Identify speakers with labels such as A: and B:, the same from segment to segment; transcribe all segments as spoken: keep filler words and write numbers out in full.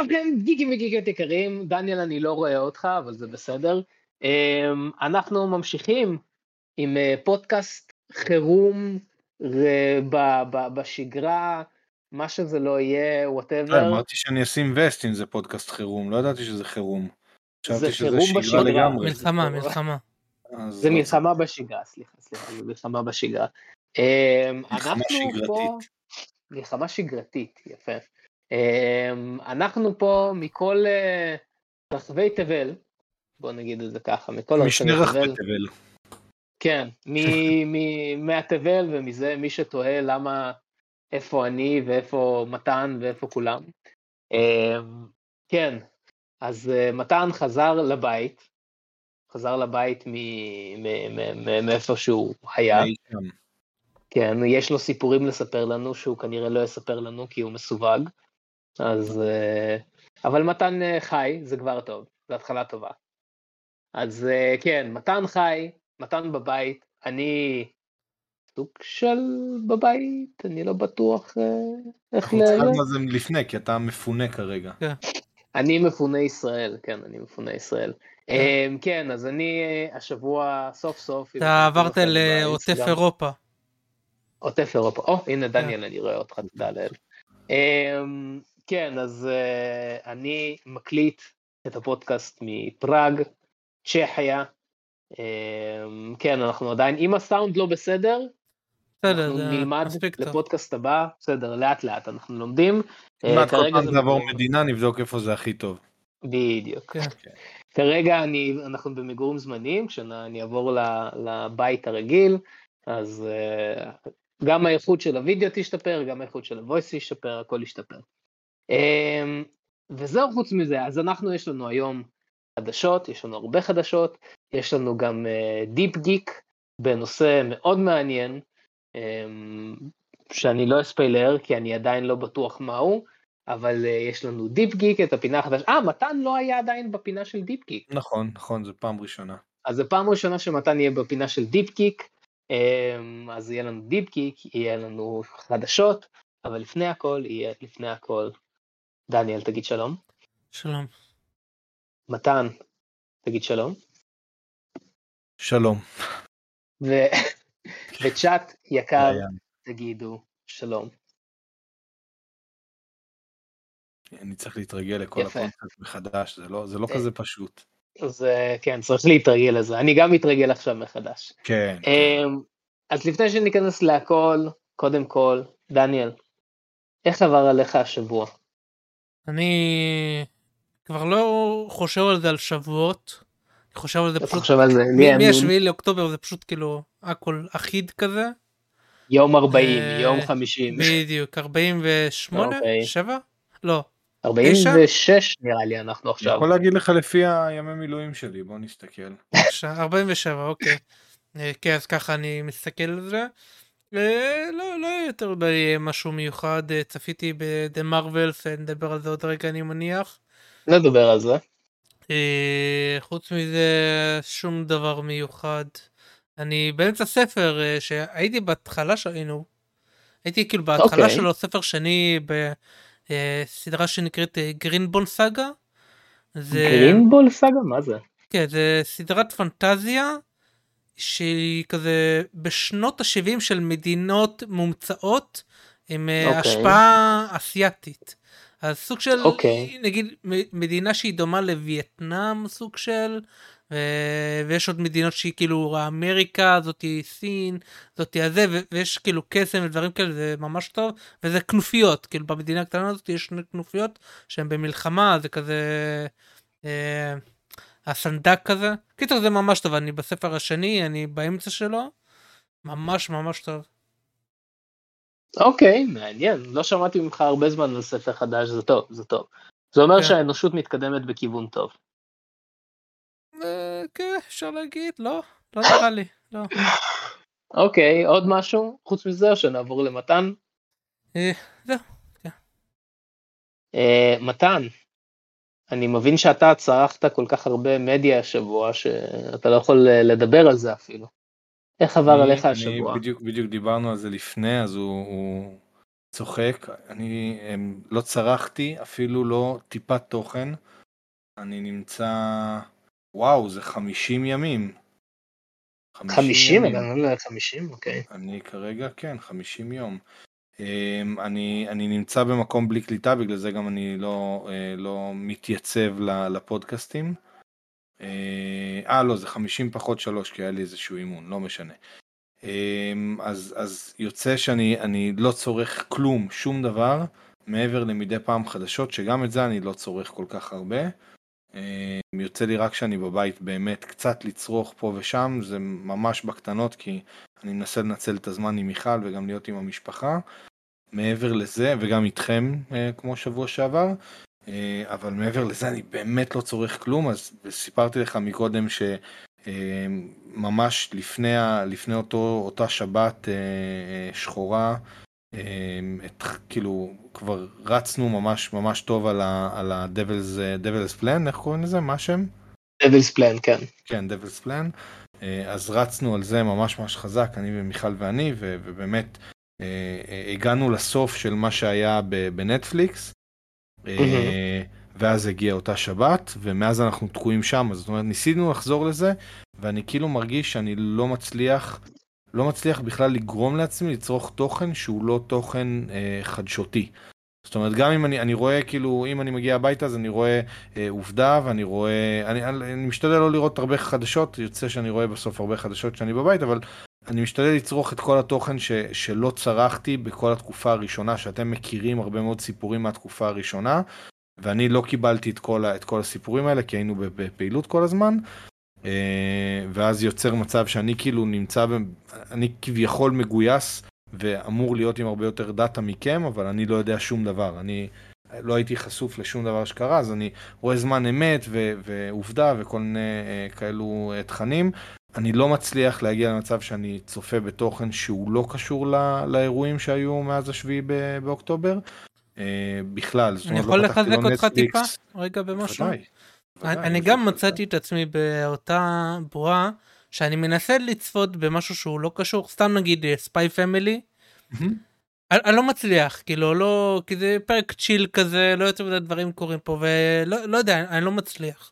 A: לכם גיקים וגיקיות יקרים, דניאל אני לא רואה אותך, אבל זה בסדר. אנחנו ממשיכים עם פודקאסט חירום בשגרה, מה שזה לא יהיה, whatever.
B: אמרתי שאני אשים וסט אם זה פודקאסט חירום, לא ידעתי שזה חירום.
A: זה חירום בשגרה.
C: מלחמה, מלחמה.
A: זה מלחמה בשגרה, סליחה, סליחה, זה מלחמה בשגרה.
B: מלחמה שגרתית.
A: מלחמה שגרתית, יפה. אנחנו פה מכל רחבי תבל, בוא נגיד את זה ככה, מכל
B: משני רחבי תבל.
A: כן, מהתבל ומזה, מי שתוהה למה, איפה אני ואיפה מתן ואיפה כולם. כן, אז מתן חזר לבית, חזר לבית מאיפה שהוא היה. כן, יש לו סיפורים לספר לנו, שהוא כנראה לא יספר לנו כי הוא מסווג. אז, אבל מתן חי, זה כבר טוב, זו התחלה טובה. אז כן, מתן חי, מתן בבית, אני סוג של בבית, אני לא בטוח איך ל...
B: אנחנו צריכים על זה לפני, כי אתה מפונה כרגע.
A: אני מפונה ישראל, כן, אני מפונה ישראל. כן, אז אני השבוע סוף סוף...
C: אתה עברת לעוטף אירופה.
A: עוטף אירופה, או, הנה דניאל, אני רואה אותך, תדע לאל. כן, אז אני מקליט את הפודקאסט מפראג, צ'כיה. כן, אנחנו עדיין, אם הסאונד לא בסדר, אנחנו נלמד לפודקאסט הבא, בסדר, לאט לאט אנחנו לומדים.
B: אם עד כל פעם נעבור מדינה, נבדוק איפה זה הכי טוב.
A: בדיוק. כרגע אנחנו במגורים זמניים, כשאני אעבור לבית הרגיל, אז גם האיכות של הוידאו תשתפר, גם האיכות של הוויס תשתפר, הכל ישתפר. וזהו חוץ מזה, אז אנחנו יש לנו היום חדשות, יש לנו הרבה חדשות, יש לנו גם דיפ גיק בנושא מאוד מעניין, שאני לא אספיילר, כי אני עדיין לא בטוח מהו, אבל יש לנו דיפ גיק, את הפינה החדשה, אה, מתן לא היה עדיין בפינה של דיפ גיק.
B: נכון, נכון, זו פעם ראשונה.
A: אז זו פעם ראשונה שמתן יהיה בפינה של דיפ גיק, אז יהיה לנו דיפ גיק, יהיה לנו חדשות, אבל לפני הכל, יהיה לפני הכל, דניאל, תגיד שלום.
C: שלום.
A: מתן, תגיד שלום.
B: שלום.
A: וצ'אט יקר, תגידו שלום.
B: אני צריך להתרגל לכל הקונספט מחדש, זה לא, זה לא כזה פשוט.
A: אז כן, צריך להתרגל לזה, אני גם מתרגל עכשיו מחדש.
B: כן.
A: אז לפני שניכנס להכל, קודם כל, דניאל, איך עבר עליך השבוע?
C: אני כבר לא חושב על זה על שבועות, אני חושב על זה פשוט, מ-השביעי לאוקטובר זה פשוט כאילו הכל אחיד כזה.
A: יום ארבעים, יום חמישים.
C: בדיוק, ארבעים ושמונה, שבע? לא.
A: ארבעים ושש נראה לי אנחנו עכשיו.
B: אני יכול להגיד לך לפי הימי מילואים שלי, בוא נסתכל.
C: ארבעים ושבע, אוקיי. כן, אז ככה אני מסתכל על זה. לא, לא יותר משהו מיוחד, צפיתי ב-The Marvels, נדבר על זה עוד רגע אני מניח.
A: נדבר על זה.
C: חוץ מזה, שום דבר מיוחד. אני באמצע ספר שהייתי בהתחלה שהיינו, הייתי כאילו בהתחלה שלו ספר שני בסדרה שנקראת גרינבול סאגה.
A: גרינבול סאגה? מה זה?
C: כן, זה סדרת פנטזיה שהיא כזה בשנות ה-שבעים של מדינות מומצאות עם השפעה אסיאטית. אז סוג של, נגיד, מדינה שהיא דומה לווייטנאם, סוג של, ויש עוד מדינות שהיא כאילו אמריקה, זאתי סין, זאתי הזה, ויש כאילו קסם ודברים כאלה, זה ממש טוב, וזה כנופיות, כאילו במדינה הקטנה הזאת יש שני כנופיות שהן במלחמה, זה כזה הסנדק כזה. קיצור זה ממש טוב, אני בספר השני, אני באמצע שלו, ממש ממש טוב.
A: אוקיי, מעניין, לא שמעתי ממך הרבה זמן על ספר חדש, זה טוב, זה טוב. זה אומר שהאנושות מתקדמת בכיוון טוב.
C: כן, אפשר להגיד, לא, לא נראה לי, לא.
A: אוקיי, עוד משהו? חוץ מזה או שנעבור למתן?
C: זהו, כן.
A: מתן, אני מבין שאתה צרכת כל כך הרבה מדיה השבוע, שאתה לא יכול לדבר על זה אפילו. איך עבר עליך השבוע?
B: בדיוק, בדיוק דיברנו על זה לפני, אז הוא צוחק, אני לא צרכתי, אפילו לא טיפת תוכן, אני נמצא, וואו, זה חמישים ימים.
A: חמישים? אבל אני לא יודע חמישים, אוקיי.
B: אני כרגע, כן, חמישים יום. אני, אני נמצא במקום בלי קליטה, בגלל זה גם אני לא, לא מתייצב לפודקאסטים. אה, לא, זה חמישים פחות שלוש, כי היה לי איזשהו אימון, לא משנה. אז, אז יוצא שאני אני לא צורך כלום, שום דבר, מעבר למדי פעם חדשות, שגם את זה אני לא צורך כל כך הרבה. יוצא לי רק שאני בבית באמת קצת לצרוך פה ושם, זה ממש בקטנות, כי אני מנסה לנצל את הזמן עם מיכל וגם להיות עם המשפחה. מעבר לזה, וגם איתכם, כמו שבוע שעבר, אבל מעבר לזה אני באמת לא צורך כלום. אז סיפרתי לך מקודם ש... ממש לפני, לפני אותו, אותה שבת שחורה, את, כאילו כבר רצנו ממש ממש טוב על ה, על ה-Devil's, Devil's Plan, איך קוראים לזה? מה השם?
A: Devil's Plan, כן.
B: כן, Devil's Plan. אז רצנו על זה ממש ממש חזק, אני ומיכל ואני, ו, ובאמת הגענו לסוף של מה שהיה בנטפליקס. ואז הגיעה אותה שבת, ומאז אנחנו תקועים שם, זאת אומרת, ניסינו לחזור לזה, ואני כאילו מרגיש שאני לא מצליח, לא מצליח בכלל לגרום לעצמי לצרוך תוכן שהוא לא תוכן אה, חדשותי. זאת אומרת, גם אם אני, אני רואה, כאילו, אם אני מגיע הביתה, אז אני רואה אה, עובדה, ואני רואה, אני, אני משתדל לא לראות הרבה חדשות, יוצא שאני רואה בסוף הרבה חדשות שאני בבית, אבל אני משתדל לצרוך את כל התוכן ש, שלא צרכתי בכל התקופה הראשונה, שאתם מכירים הרבה מאוד סיפורים מהתקופה הראשונה, ואני לא קיבלתי את כל, את כל הסיפורים האלה, כי היינו בפעילות כל הזמן, ואז יוצר מצב שאני כאילו נמצא, אני כביכול מגויס, ואמור להיות עם הרבה יותר דאטה מכם, אבל אני לא יודע שום דבר, אני לא הייתי חשוף לשום דבר שקרה, אז אני רואה זמן אמת ו- ועובדה וכל מיני כאלו תכנים, אני לא מצליח להגיע למצב שאני צופה בתוכן שהוא לא קשור לא, לאירועים שהיו מאז השביעי באוקטובר, בכלל.
C: אני יכול לחזק אותך טיפה? רגע במשהו? אני גם מצאתי את עצמי באותה בועה, שאני מנסה לצפות במשהו שהוא לא קשור, סתם נגיד ספיי פמילי, אני לא מצליח, כאילו, לא, כי זה פרק צ'יל כזה, לא יותר מדי דברים קורים פה, ולא יודע, אני לא מצליח.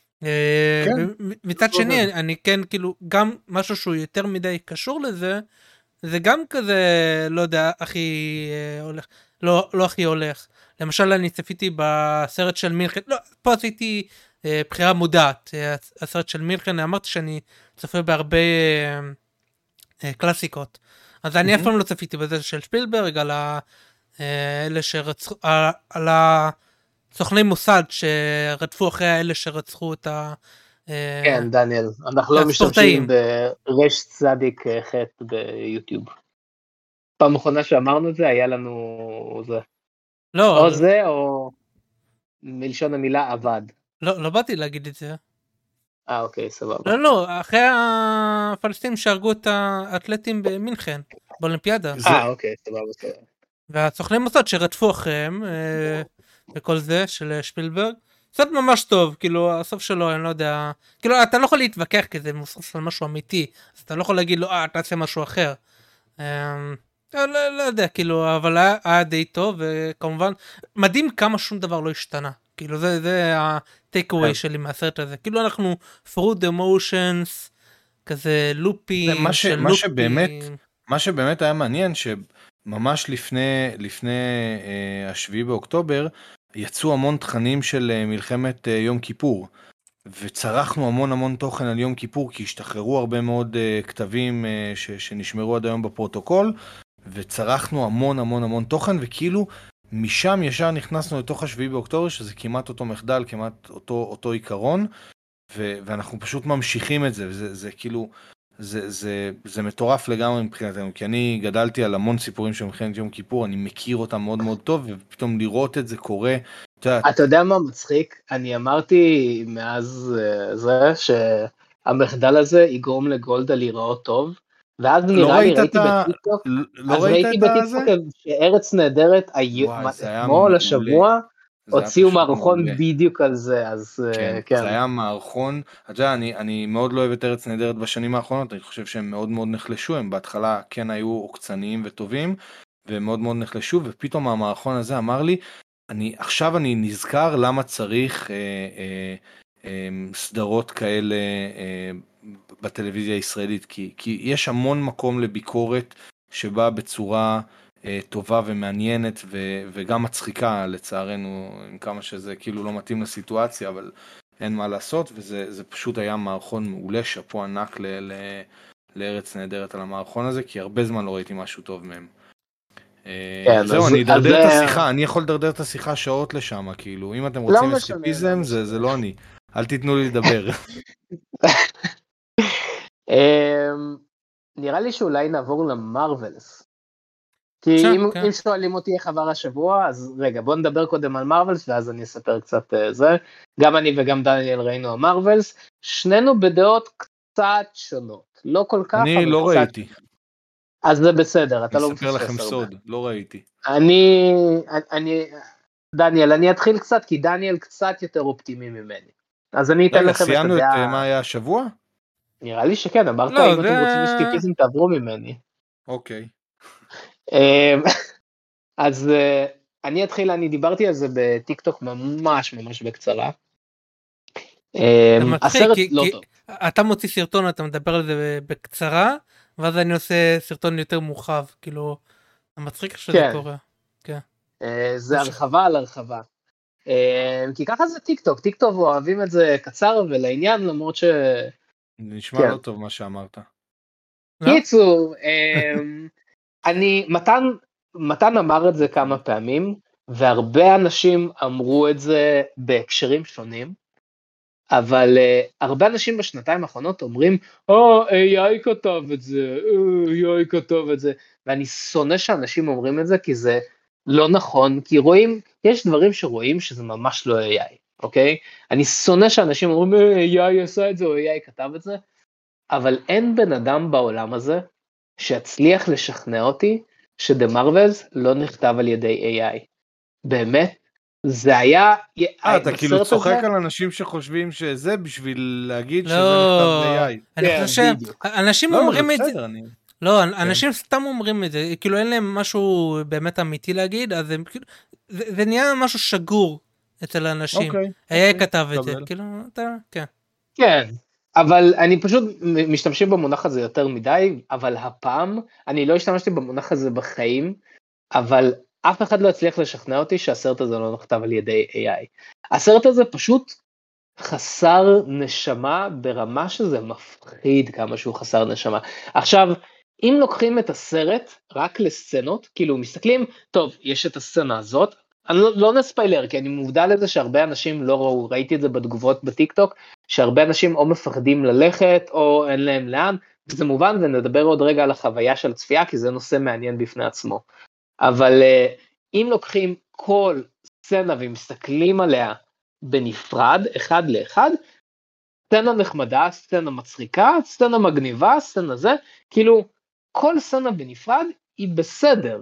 C: מצד שני, אני כן, כאילו, גם משהו שהוא יותר מדי קשור לזה, זה גם כזה, לא יודע, הכי הולך, לא, לא הכי הולך. למשל, אני צפיתי בסרט של מילכן, לא, פה עשיתי אה, בחירה מודעת, אה, הסרט של מילכן, אמרתי שאני צופה בהרבה אה, אה, קלאסיקות. אז אני אף פעם לא צפיתי בזה של שפילברג, על ה, אה, אלה שרצחו, על, על הסוכני מוסד שרדפו אחרי האלה שרצחו את ה...
A: כן, דניאל, אנחנו לא משתמשים ברש צדיק חטא ביוטיוב. פעם אחרונה שאמרנו את זה, היה לנו זה.
C: לא.
A: או זה, או מלשון המילה עבד.
C: לא, לא באתי להגיד את זה.
A: אה, אוקיי, סבבה.
C: לא, לא, אחרי הפלסטינים שהרגו את האתלטים במינכן, באולימפיאדה.
A: אה, אוקיי, סבבה, סבבה.
C: והסוכני מוסד שרדפו אחריהם, וכל זה, של שפילברג, קצת ממש טוב, כאילו, הסוף שלו, אני לא יודע, כאילו, אתה לא יכול להתווכח, כי זה מבוסס על משהו אמיתי, אז אתה לא יכול להגיד לו, אה, תעשה משהו אחר. לא, לא, לא יודע, כאילו, אבל היה, היה די טוב, וכמובן, מדהים כמה שום דבר לא השתנה. כאילו, זה, זה ה-take away שלי מהסרט הזה. כאילו, אנחנו through the motions, כזה לופים,
B: מה, ש,
C: של
B: מה
C: לופים.
B: שבאמת, מה שבאמת היה מעניין, שממש לפני, לפני אה, השביעי באוקטובר, יצאו המון תכנים של אה, מלחמת אה, יום כיפור. וצרכנו המון המון תוכן על יום כיפור, כי השתחררו הרבה מאוד uh, כתבים uh, ש, שנשמרו עד היום בפרוטוקול, וצרכנו המון המון המון תוכן, וכאילו משם ישר נכנסנו לתוך השביעי באוקטובר, שזה כמעט אותו מחדל, כמעט אותו, אותו עיקרון, ו, ואנחנו פשוט ממשיכים את זה, וזה זה, כאילו, זה, זה, זה מטורף לגמרי מבחינתנו, כי אני גדלתי על המון סיפורים של מלחמת יום כיפור, אני מכיר אותם מאוד מאוד טוב, ופתאום לראות את זה קורה,
A: אתה יודע מה מצחיק? אני אמרתי מאז זה שהמחדל הזה יגרום לגולדה להיראות טוב, ואז נראה לי ראיתי בטיקטוק, אז ראיתי בטיקטוק שארץ נהדרת, אתמול השבוע, הוציאו מערכון בדיוק על זה, אז כן.
B: זה היה מערכון, אתה יודע, אני מאוד לא אוהב את ארץ נהדרת בשנים האחרונות, אני חושב שהם מאוד מאוד נחלשו, הם בהתחלה כן היו עוקצניים וטובים, ומאוד מאוד נחלשו, ופתאום המערכון הזה אמר לי, אני, עכשיו אני נזכר למה צריך אה, אה, אה, סדרות כאלה אה, בטלוויזיה הישראלית, כי, כי יש המון מקום לביקורת שבאה בצורה אה, טובה ומעניינת ו, וגם מצחיקה לצערנו, עם כמה שזה כאילו לא מתאים לסיטואציה, אבל אין מה לעשות, וזה זה פשוט היה מערכון מעולה, שפו ענק ל, ל, לארץ נהדרת על המערכון הזה, כי הרבה זמן לא ראיתי משהו טוב מהם.
A: כן,
B: זהו,
A: אז,
B: אני אדרדר
A: אז...
B: את השיחה, אני יכול לדרדר את השיחה שעות לשם, כאילו, אם אתם רוצים
A: לא
B: אסקפיזם,
A: משנה,
B: זה, זה לא אני. אל תיתנו לי לדבר.
A: נראה לי שאולי נעבור למרוולס. כי
C: שם,
A: אם,
C: כן.
A: אם שואלים אותי איך עבר השבוע, אז רגע, בוא נדבר קודם על מרוולס, ואז אני אספר קצת uh, זה. גם אני וגם דניאל ראינו המרוולס, שנינו בדעות קצת שונות. לא כל כך,
B: אני
A: אבל
B: לא
A: קצת.
B: ראיתי.
A: אז זה בסדר, אתה לא
B: אספר לכם
A: מפספס הרבה.
B: סוד, לא ראיתי.
A: אני, אני, דניאל, אני אתחיל קצת, כי דניאל קצת יותר אופטימי ממני. אז אני אתן
B: רגע,
A: לכם את
B: סיימנו את
A: הדעה.
B: מה היה השבוע?
A: נראה לי שכן, אמרת
C: לא,
A: אם
C: זה...
A: אתם רוצים אסקפיזם תעברו ממני.
B: אוקיי.
A: אז אני אתחיל, אני דיברתי על זה בטיק טוק ממש ממש בקצרה.
C: זה מצחיק,
A: הסרט
C: כי,
A: לא
C: כי
A: טוב.
C: אתה מוציא סרטון, אתה מדבר על זה בקצרה, ואז אני עושה סרטון יותר מורחב, כאילו, זה מצחיק שזה
A: כן.
C: קורה. כן.
A: זה הרחבה על הרחבה. כי ככה זה טיק טוק, טיק טוק אוהבים את זה קצר ולעניין, למרות ש...
B: נשמע לא טוב מה שאמרת.
A: קיצור, אני, מתן, מתן אמר את זה כמה פעמים, והרבה אנשים אמרו את זה בהקשרים שונים, אבל uh, הרבה אנשים בשנתיים האחרונות אומרים, או, oh, איי איי כתב את זה, איי איי כתב את זה, ואני שונא שאנשים אומרים את זה, כי זה לא נכון, כי רואים, יש דברים שרואים שזה ממש לא איי איי, אוקיי? אני שונא שאנשים אומרים, איי איי עשה את זה, או איי איי כתב את זה, אבל אין בן אדם בעולם הזה, שהצליח לשכנע אותי, ש"דה מרווילס" לא נכתב על ידי איי איי. באמת, זה היה...
B: אה, אתה כאילו צוחק על אנשים שחושבים שזה בשביל להגיד שזה נכתב ב-איי איי.
C: אני חושב שאנשים אומרים את זה... לא, אנשים סתם אומרים את זה, כאילו אין להם משהו באמת אמיתי להגיד, אז זה נהיה משהו שגור אצל האנשים. איי איי כתב את זה, כאילו, אתה... כן.
A: כן. אבל אני פשוט משתמשים במונח הזה יותר מדי, אבל הפעם, אני לא השתמשתי במונח הזה בחיים, אבל אף אחד לא הצליח לשכנע אותי שהסרט הזה לא נכתב על ידי איי איי. הסרט הזה פשוט חסר נשמה ברמה שזה מפחיד כמה שהוא חסר נשמה. עכשיו, אם לוקחים את הסרט רק לסצנות, כאילו מסתכלים, טוב, יש את הסצנה הזאת, אני לא, לא נספיילר, כי אני מובדע לזה שהרבה אנשים לא ראו, ראיתי את זה בתגובות בטיק טוק, שהרבה אנשים או מפחדים ללכת, או אין להם לאן, וזה מובן, ונדבר עוד רגע על החוויה של צפייה, כי זה נושא מעניין בפני עצמו. אבל אם לוקחים כל סצנה ומסתכלים עליה בנפרד, אחד לאחד, סצנה נחמדה, סצנה מצחיקה, סצנה מגניבה, סצנה זה, כאילו כל סצנה בנפרד היא בסדר.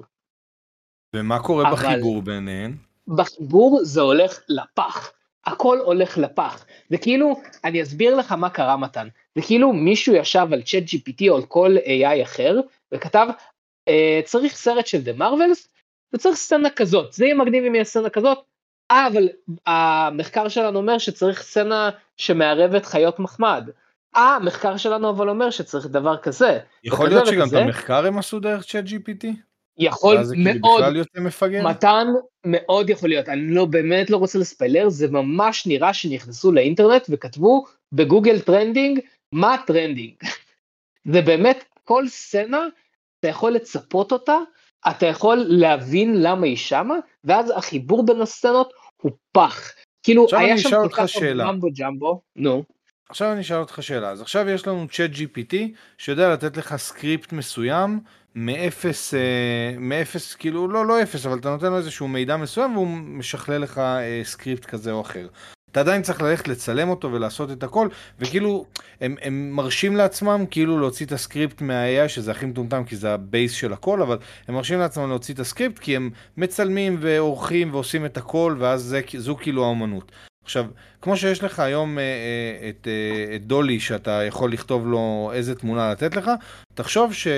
B: ומה קורה בחיבור ביניהן?
A: בחיבור זה הולך לפח, הכל הולך לפח, זה כאילו, אני אסביר לך מה קרה מתן, זה כאילו מישהו ישב על צ'אט ג'י פי טי או על כל איי איי אחר, וכתב, אה, צריך סרט של דה מרווילס, וצריך סצנה כזאת, זה יהיה מגניב אם יהיה סצנה כזאת, אה, אבל המחקר שלנו אומר שצריך סצנה שמערבת חיות מחמד, אה, המחקר שלנו אבל אומר שצריך דבר כזה.
B: יכול להיות שגם את המחקר הם עשו דרך צ'אט ג'י פי טי?
A: יכול מאוד, מתן מאוד יכול להיות, אני לא באמת לא רוצה לספיילר, זה ממש נראה שנכנסו לאינטרנט וכתבו בגוגל טרנדינג, מה טרנדינג? זה באמת כל סצנה, אתה יכול לצפות אותה, אתה יכול להבין למה היא שמה, ואז החיבור בין הסצנות הוא פח. כאילו היה שם כל כך ממבו ג'מבו, נו.
B: עכשיו אני אשאל אותך שאלה, אז עכשיו יש לנו צ'אט ג'י פי טי, שיודע לתת לך סקריפט מסוים, מאפס, מאפס, כאילו, לא, לא אפס, אבל אתה נותן לו איזשהו מידע מסוים, והוא משכלל לך סקריפט כזה או אחר. אתה עדיין צריך ללכת לצלם אותו ולעשות את הכל, וכאילו, הם, הם מרשים לעצמם, כאילו, להוציא את הסקריפט מה-איי איי, שזה הכי מטומטם, כי זה הבייס של הכל, אבל הם מרשים לעצמם להוציא את הסקריפט, כי הם מצלמים ועורכים ועושים את הכל, ואז זה, זו כאילו האומנות. עכשיו, כמו שיש לך היום את, את דולי, שאתה יכול לכתוב לו איזה תמונה לתת לך, תחשוב ש...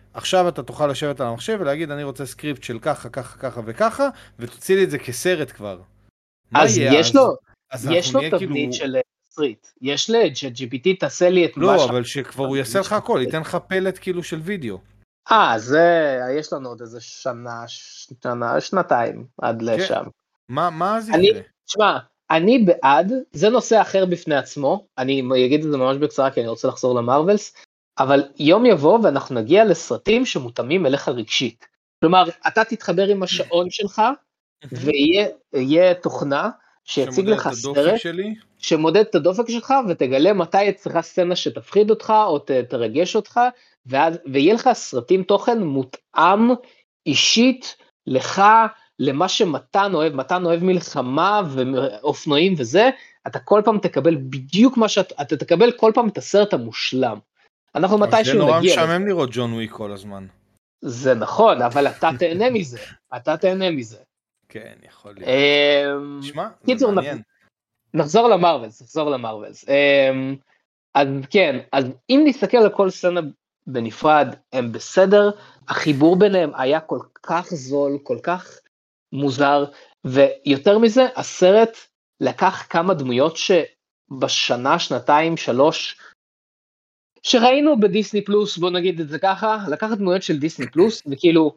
B: עכשיו אתה תוכל לשבת על המחשב ולהגיד, אני רוצה סקריפט של ככה, ככה, ככה וככה, ותוציא לי את זה כסרט כבר.
A: אז יש לו, יש לו תבנית של תסריט. יש ל-ג'י פי טי, תעשה לי את מה...
B: לא, אבל שכבר הוא יעשה לך הכל, ייתן לך פלט כאילו של וידאו.
A: אה, זה, יש לנו עוד איזה שנה, שנה, שנתיים עד לשם.
B: מה, מה אז יקרה?
A: תשמע, אני בעד, זה נושא אחר בפני עצמו, אני אגיד את זה ממש בקצרה, כי אני רוצה לחזור למרוולס, אבל יום יבוא ואנחנו נגיע לסרטים שמותאמים אליך רגשית. כלומר, אתה תתחבר עם השעון שלך, ויהיה תוכנה שיציג לך סרט, שמודד את הדופק שלך, ותגלה מתי יצריך סצנה שתפחיד אותך, או תרגש אותך, ויהיה לך סרטים תוכן מותאם אישית לך, למה שמתן אוהב, מתן אוהב מלחמה ואופנועים וזה, אתה כל פעם תקבל בדיוק מה שאתה, אתה תקבל כל פעם את הסרט המושלם. אנחנו מתישהו נגיע.
B: זה נורא משעמם לראות ג'ון וויק כל הזמן.
A: זה נכון, אבל אתה תהנה מזה, אתה תהנה מזה.
B: כן, יכול להיות. תשמע,
A: זה מעניין. נחזור למרוולס, נחזור למרוולס. אז כן, אז אם נסתכל על כל סצנה בנפרד, הם בסדר, החיבור ביניהם היה כל כך זול, כל כך מוזר, ויותר מזה, הסרט לקח כמה דמויות שבשנה, שנתיים, שלוש, שראינו בדיסני פלוס, בוא נגיד את זה ככה, לקח דמויות של דיסני פלוס, וכאילו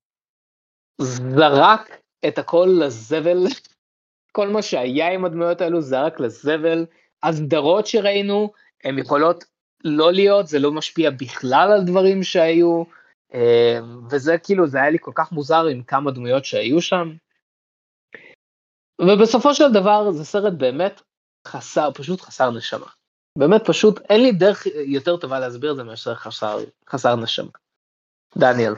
A: זרק את הכל לזבל, כל מה שהיה עם הדמויות האלו זרק לזבל, הסדרות שראינו, הן יכולות לא להיות, זה לא משפיע בכלל על דברים שהיו, וזה כאילו, זה היה לי כל כך מוזר עם כמה דמויות שהיו שם, ובסופו של דבר זה סרט באמת חסר, פשוט חסר נשמה. באמת פשוט, אין לי דרך יותר טובה להסביר את זה מאשר חסר, חסר נשמה. דניאל.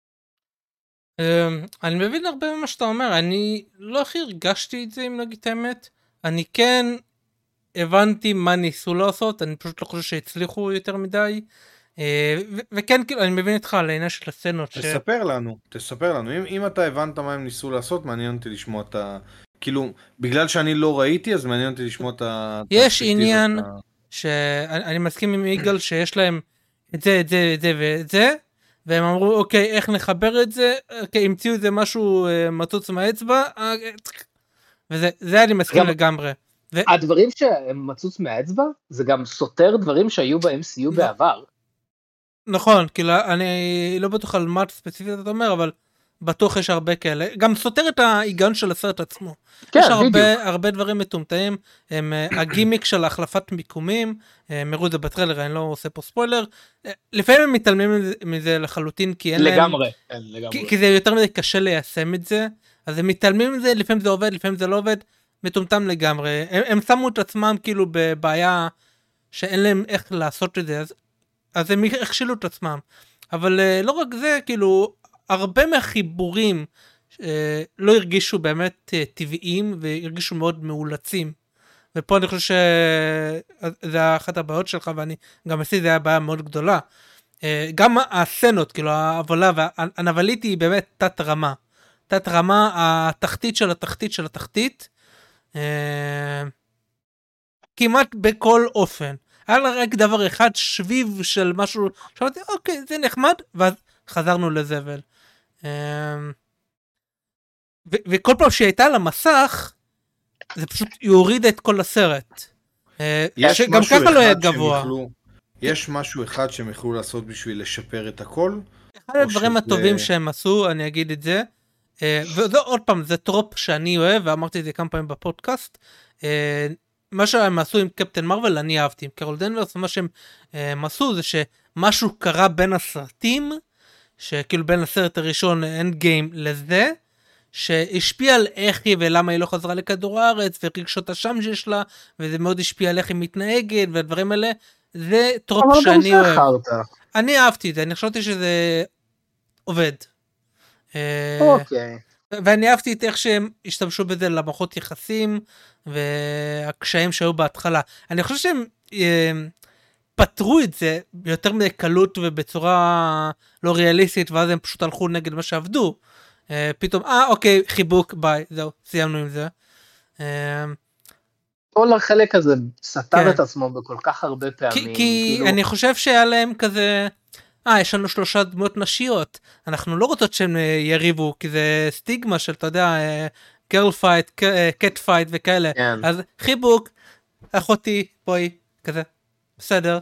C: אני מבין הרבה ממה שאתה אומר, אני לא הכי הרגשתי את זה אם נגיד את האמת, אני כן הבנתי מה ניסו לעשות, אני פשוט לא חושב שהצליחו יותר מדי, וכן כאילו אני מבין איתך על העניין של הסצנות.
B: תספר לנו, תספר לנו, אם, אם אתה הבנת מה הם ניסו לעשות, מעניין אותי לשמוע את ה... כאילו, בגלל שאני לא ראיתי, אז מעניין אותי לשמוע את ה...
C: יש עניין שאני מסכים עם יגאל שיש להם את זה, את זה, את זה ואת זה, והם אמרו, אוקיי, איך נחבר את זה? אוקיי, המציאו את זה משהו מצוץ מהאצבע, וזה, זה אני מסכים לגמרי.
A: הדברים שהם מצוץ מהאצבע, זה גם סותר דברים שהיו ב-אם סי יו בעבר.
C: נכון, כאילו, אני לא בטוח על מה ספציפית אתה אומר, אבל בטוח יש הרבה כאלה, גם סותר את ההיגיון של הסרט עצמו.
A: כן,
C: יש
A: בדיוק.
C: הרבה, הרבה דברים מטומטאים, הם הגימיק של החלפת מיקומים, מראו את זה בטריילר, אני לא עושה פה ספוילר, לפעמים הם מתעלמים מזה לחלוטין, כי אין
A: לגמרי,
C: להם,
A: כן, לגמרי.
C: כי, כי זה יותר מדי קשה ליישם את זה, אז הם מתעלמים מזה, לפעמים זה עובד, לפעמים זה לא עובד, מטומטם לגמרי, הם, הם שמו את עצמם כאילו בבעיה, שאין להם איך לעשות את זה, אז, אז הם הכשילו את עצמם, אבל לא רק זה, כאילו, הרבה מהחיבורים אה, לא הרגישו באמת אה, טבעיים, והרגישו מאוד מאולצים. ופה אני חושב שזה אחת הבעיות שלך, ואני גם עשיתי, זה היה בעיה מאוד גדולה. אה, גם הסצנות, כאילו, ההבלה והנבלית היא באמת תת רמה. תת רמה, התחתית של התחתית של התחתית, אה, כמעט בכל אופן. היה לה רק דבר אחד, שביב של משהו, שאמרתי, אוקיי, זה נחמד, ואז חזרנו לזבל. וכל פעם שהיא הייתה על המסך, זה פשוט יוריד את כל הסרט. גם ככה לא היה גבוה.
B: יש משהו אחד שהם יכלו לעשות בשביל לשפר את הכל?
C: אחד הדברים הטובים שהם עשו, אני אגיד את זה, וזה עוד פעם, זה טרופ שאני אוהב, ואמרתי את זה כמה פעמים בפודקאסט, מה שהם עשו עם קפטן מרוול, אני אהבתי. עם קרול דנברס, מה שהם עשו זה שמשהו קרה בין הסרטים, שכאילו בין הסרט הראשון אנד גיים לזה, שהשפיע על איך היא ולמה היא לא חזרה לכדור הארץ, ורגשות השם שיש לה, וזה מאוד השפיע על איך היא מתנהגת, והדברים האלה, זה טרופ שאני אוהב. אני אהבתי את זה, אני חשבתי שזה עובד.
A: אוקיי.
C: ואני אהבתי את איך שהם השתמשו בזה למערכות יחסים, והקשיים שהיו בהתחלה. אני חושב שהם פתרו את זה ביותר מדי קלות ובצורה לא ריאליסטית, ואז הם פשוט הלכו נגד מה שעבדו. פתאום, אה, אוקיי, חיבוק, ביי, זהו, סיימנו עם זה.
A: כל החלק הזה סתר את עצמו בכל כך הרבה פעמים.
C: כי אני חושב שהיה להם כזה, אה, יש לנו שלושה דמות נשיות, אנחנו לא רוצות שהם יריבו, כי זה סטיגמה של, אתה יודע, גרל פייט, קט פייט וכאלה,
A: כן.
C: אז חיבוק, אחותי, בואי, כזה, בסדר.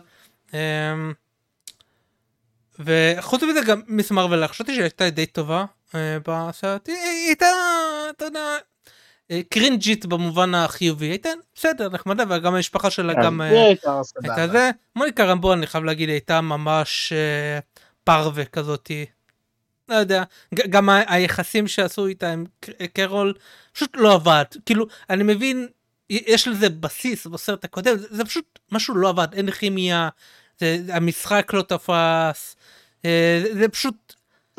C: וחוץ מזה גם מיס מרוול, חשבתי שהיא הייתה די טובה בסרט, היא הייתה, אתה יודע, קרינג'ית במובן החיובי, הייתה בסדר, נחמדה, וגם המשפחה שלה גם הייתה זה. מוניקה רמבו, אני חייב להגיד, הייתה ממש פרווה כזאת, לא יודע, גם היחסים שעשו איתה עם קרול, פשוט לא עבד, כאילו, אני מבין, יש לזה בסיס בסרט הקודם, זה פשוט משהו לא עבד, אין כימיה, המשחק לא תפס, זה פשוט,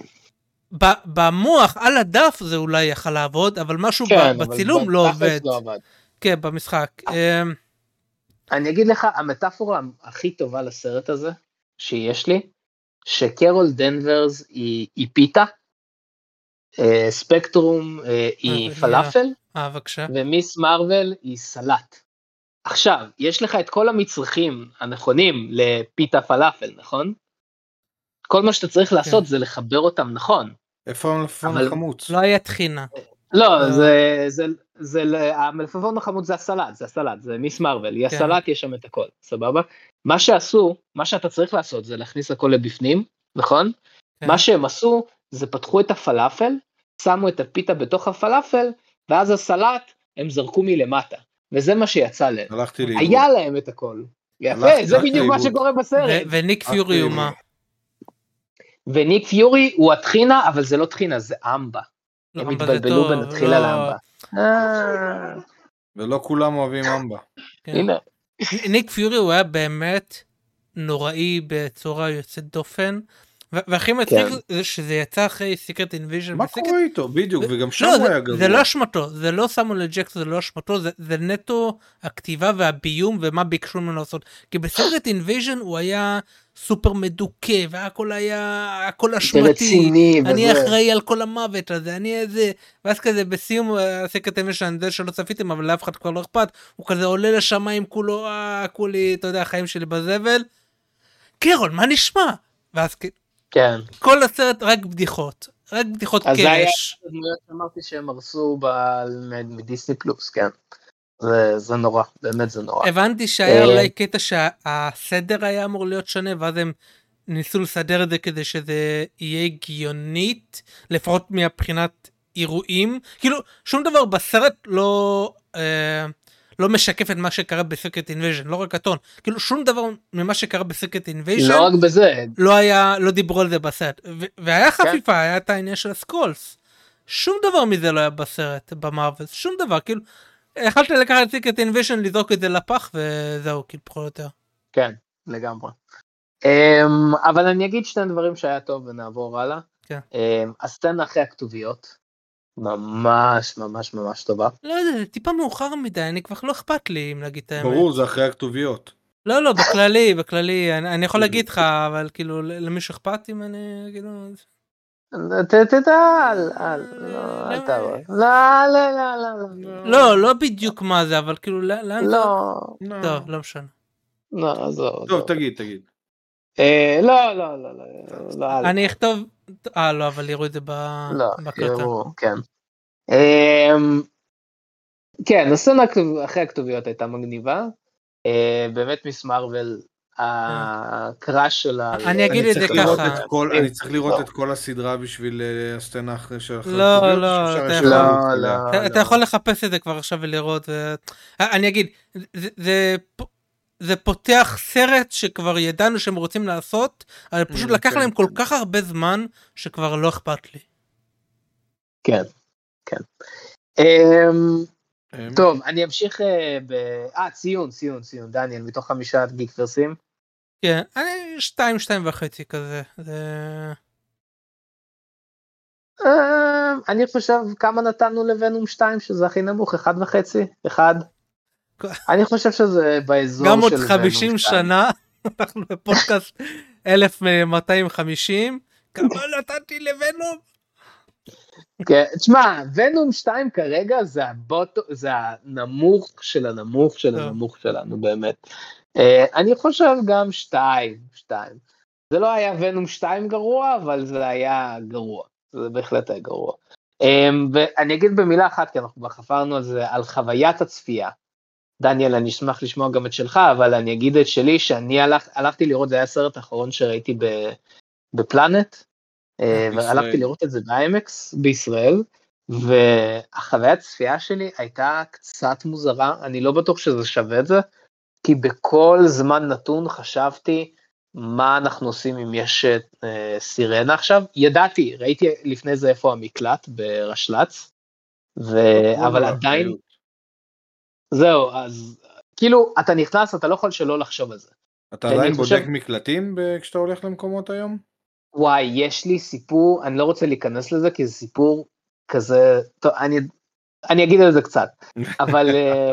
C: במוח, על הדף זה אולי יכל לעבוד, אבל משהו
A: כן,
C: בצילום
A: אבל
C: לא עובד.
A: לא עבד.
C: כן, במשחק.
A: אני אגיד לך, המטאפורה הכי טובה לסרט הזה, שיש לי, שקרול דנברס היא, היא פיתה, ספקטרום היא פלאפל,
C: אה, בבקשה.
A: ומיס מרוול היא סלט. עכשיו, יש לך את כל המצרכים הנכונים לפיתה פלאפל, נכון? כל מה שאתה צריך לעשות זה לחבר אותם נכון.
B: איפה המלפפון החמוץ?
C: לא היה תחינה.
A: לא, זה, זה, זה, המלפפון החמוץ זה הסלט, זה הסלט, זה מיס מרוול, היא הסלט, יש שם את הכל, סבבה? מה שעשו, מה שאתה צריך לעשות זה להכניס הכל לבפנים, נכון? מה שהם עשו, זה פתחו את הפלאפל, שמו את הפיתה בתוך הפלאפל, ואז הסלט הם זרקו מלמטה, וזה מה שיצא להם. היה להם את הכל. יפה, זה בדיוק מה שקורה בסרט.
C: וניק פיורי הוא מה?
A: וניק פיורי הוא התחינה, אבל זה לא תחינה, זה אמבה. הם התבלבלו ונתחיל על אמבה.
B: ולא כולם אוהבים אמבה.
A: הנה.
C: ניק פיורי הוא היה באמת נוראי בצורה יוצאת דופן, והכי מצחיק זה שזה יצא אחרי סיקרט אינביז'ן.
B: מה קורה איתו? בדיוק, וגם שם הוא היה גבוה.
C: זה לא אשמתו, זה לא סמואל ג'קסון, זה לא אשמתו, זה נטו הכתיבה והביום ומה ביקשו ממנו לעשות. כי בסיקרט אינביז'ן הוא היה סופר מדוכא, והכל היה, הכל אשמתי, אני אחראי על כל המוות הזה, אני איזה, ואז כזה בסיום סיקרט אינביז'ן, זה שלא צפיתם, אבל לאף אחד כבר לא אכפת, הוא כזה עולה לשמיים כולו, אה, כולי, אתה יודע, החיים שלי בזבל. קרול, מה נשמע? ואז
A: כן.
C: כל הסרט רק בדיחות, רק בדיחות קרש.
A: אז זה היה דמויות שאמרתי שהם הרסו מדיסני פלוס, כן. זה, זה נורא, באמת זה נורא.
C: הבנתי שהיה אולי קטע שהסדר היה אמור להיות שונה, ואז הם ניסו לסדר את זה כדי שזה יהיה הגיונית, לפחות מבחינת אירועים. כאילו, שום דבר בסרט לא... אה, לא משקף את מה שקרה בסיקרט אינבייז'ן, לא רק הטון, כאילו שום דבר ממה שקרה בסיקרט אינבייז'ן,
A: לא רק בזה,
C: לא היה, לא דיברו על זה בסרט, והיה חפיפה, היה את העניין של הסקרולס, שום דבר מזה לא היה בסרט, במרוול, שום דבר, כאילו, יכלת לקחת את סיקרט אינבייז'ן, לזרוק את זה לפח, וזהו, כאילו, פחות יותר.
A: כן, לגמרי. אבל אני אגיד שני דברים שהיה טוב, ונעבור הלאה. הסצנה אחרי הכתוביות, ממש ממש ממש טובה.
C: לא יודע, זה טיפה מאוחר מדי, אני כבר לא אכפת לי אם להגיד את האמת.
B: ברור, זה אחרי הכתוביות.
C: לא, לא, בכללי, בכללי, אני, אני יכול להגיד לך, אבל כאילו, למישהו אכפת אם אני, כאילו...
A: תדע, אל, אל, לא, אל תעבור. לא, לא, לא,
C: לא. לא, לא בדיוק מה זה, אבל כאילו, לאן זה?
A: לא.
C: טוב, לא משנה.
A: לא, עזוב.
B: טוב, תגיד, תגיד.
A: לא, לא, לא, לא.
C: אני אכתוב, אה, לא, אבל יראו את זה בקלטה.
A: לא, כן. כן, הסצנה אחרי הכתוביות הייתה מגניבה. באמת מיס מרוול, הקראש שלה...
C: אני אגיד את זה ככה.
B: אני צריך לראות את כל הסדרה בשביל הסצנה אחרי של
C: הכתוביות. לא, לא, אתה יכול לחפש את זה כבר עכשיו ולראות. אני אגיד, זה... זה פותח סרט שכבר ידענו שהם רוצים לעשות, אבל פשוט לקח להם כל כך הרבה זמן, שכבר לא אכפת לי.
A: כן, כן. טוב, אני אמשיך ב... אה, ציון, ציון, ציון, דניאל, מתוך חמישה גיק ורסים.
C: כן, אני שתיים, שתיים וחצי כזה.
A: אני חושב כמה נתנו לוונום שתיים, שזה הכי נמוך, אחד וחצי, אחד. אני חושב שזה באזור של
C: גם עוד חמישים שנה, אנחנו בפודקאסט אלף מאתיים וחמישים, כמה נתתי לוונום?
A: כן, תשמע, ונום שתיים כרגע זה הנמוך של הנמוך של הנמוך שלנו באמת. אני חושב גם שתיים, שתיים. זה לא היה ונום שתיים גרוע, אבל זה היה גרוע. זה בהחלט היה גרוע. ואני אגיד במילה אחת, כי אנחנו כבר חפרנו על זה, על חוויית הצפייה. דניאל, אני אשמח לשמוע גם את שלך, אבל אני אגיד את שלי, שאני הלך, הלכתי לראות, זה היה הסרט האחרון שראיתי בפלנט, והלכתי לראות את זה באיימקס בישראל, והחוויית צפייה שלי הייתה קצת מוזרה, אני לא בטוח שזה שווה את זה, כי בכל זמן נתון חשבתי, מה אנחנו עושים אם יש אה, סירנה עכשיו, ידעתי, ראיתי לפני זה איפה המקלט ברשל"צ, ו... אבל עדיין, זהו, אז כאילו, אתה נכנס, אתה לא יכול שלא לחשוב על זה.
B: אתה עדיין בודק חושב... מקלטים כשאתה הולך למקומות היום?
A: וואי, יש לי סיפור, אני לא רוצה להיכנס לזה, כי זה סיפור כזה, טוב, אני, אני אגיד על זה קצת, אבל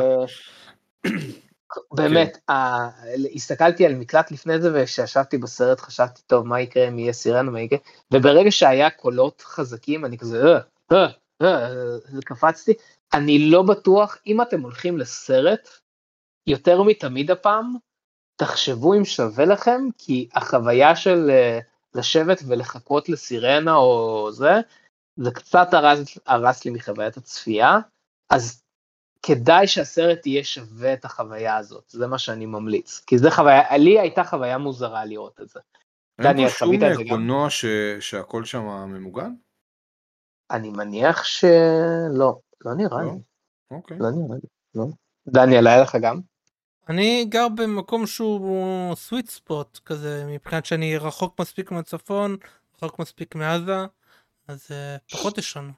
A: באמת, הסתכלתי על מקלט לפני זה, וכשישבתי בסרט חשבתי, טוב, מה יקרה אם יהיה סירנה, מה יקרה, וברגע שהיה קולות חזקים, אני כזה, אה, אה, אה, קפצתי, אני לא בטוח, אם אתם הולכים לסרט, יותר מתמיד הפעם, תחשבו אם שווה לכם, כי החוויה של לשבת ולחכות לסירנה או זה, זה קצת הרס, הרס לי מחוויית הצפייה, אז כדאי שהסרט יהיה שווה את החוויה הזאת, זה מה שאני ממליץ, כי זה חוויה, לי הייתה חוויה מוזרה לראות את זה.
B: אין פה שום קולנוע ש... שהכל שם ממוגן?
A: אני מניח שלא, לא נראה לי.
B: אוקיי.
A: לא נראה לי, לא. דניאל, היה לך גם?
C: אני גר במקום שהוא סוויט ספוט כזה, מבחינת שאני רחוק מספיק מהצפון, רחוק מספיק מעזה, אז פחות יש לנו.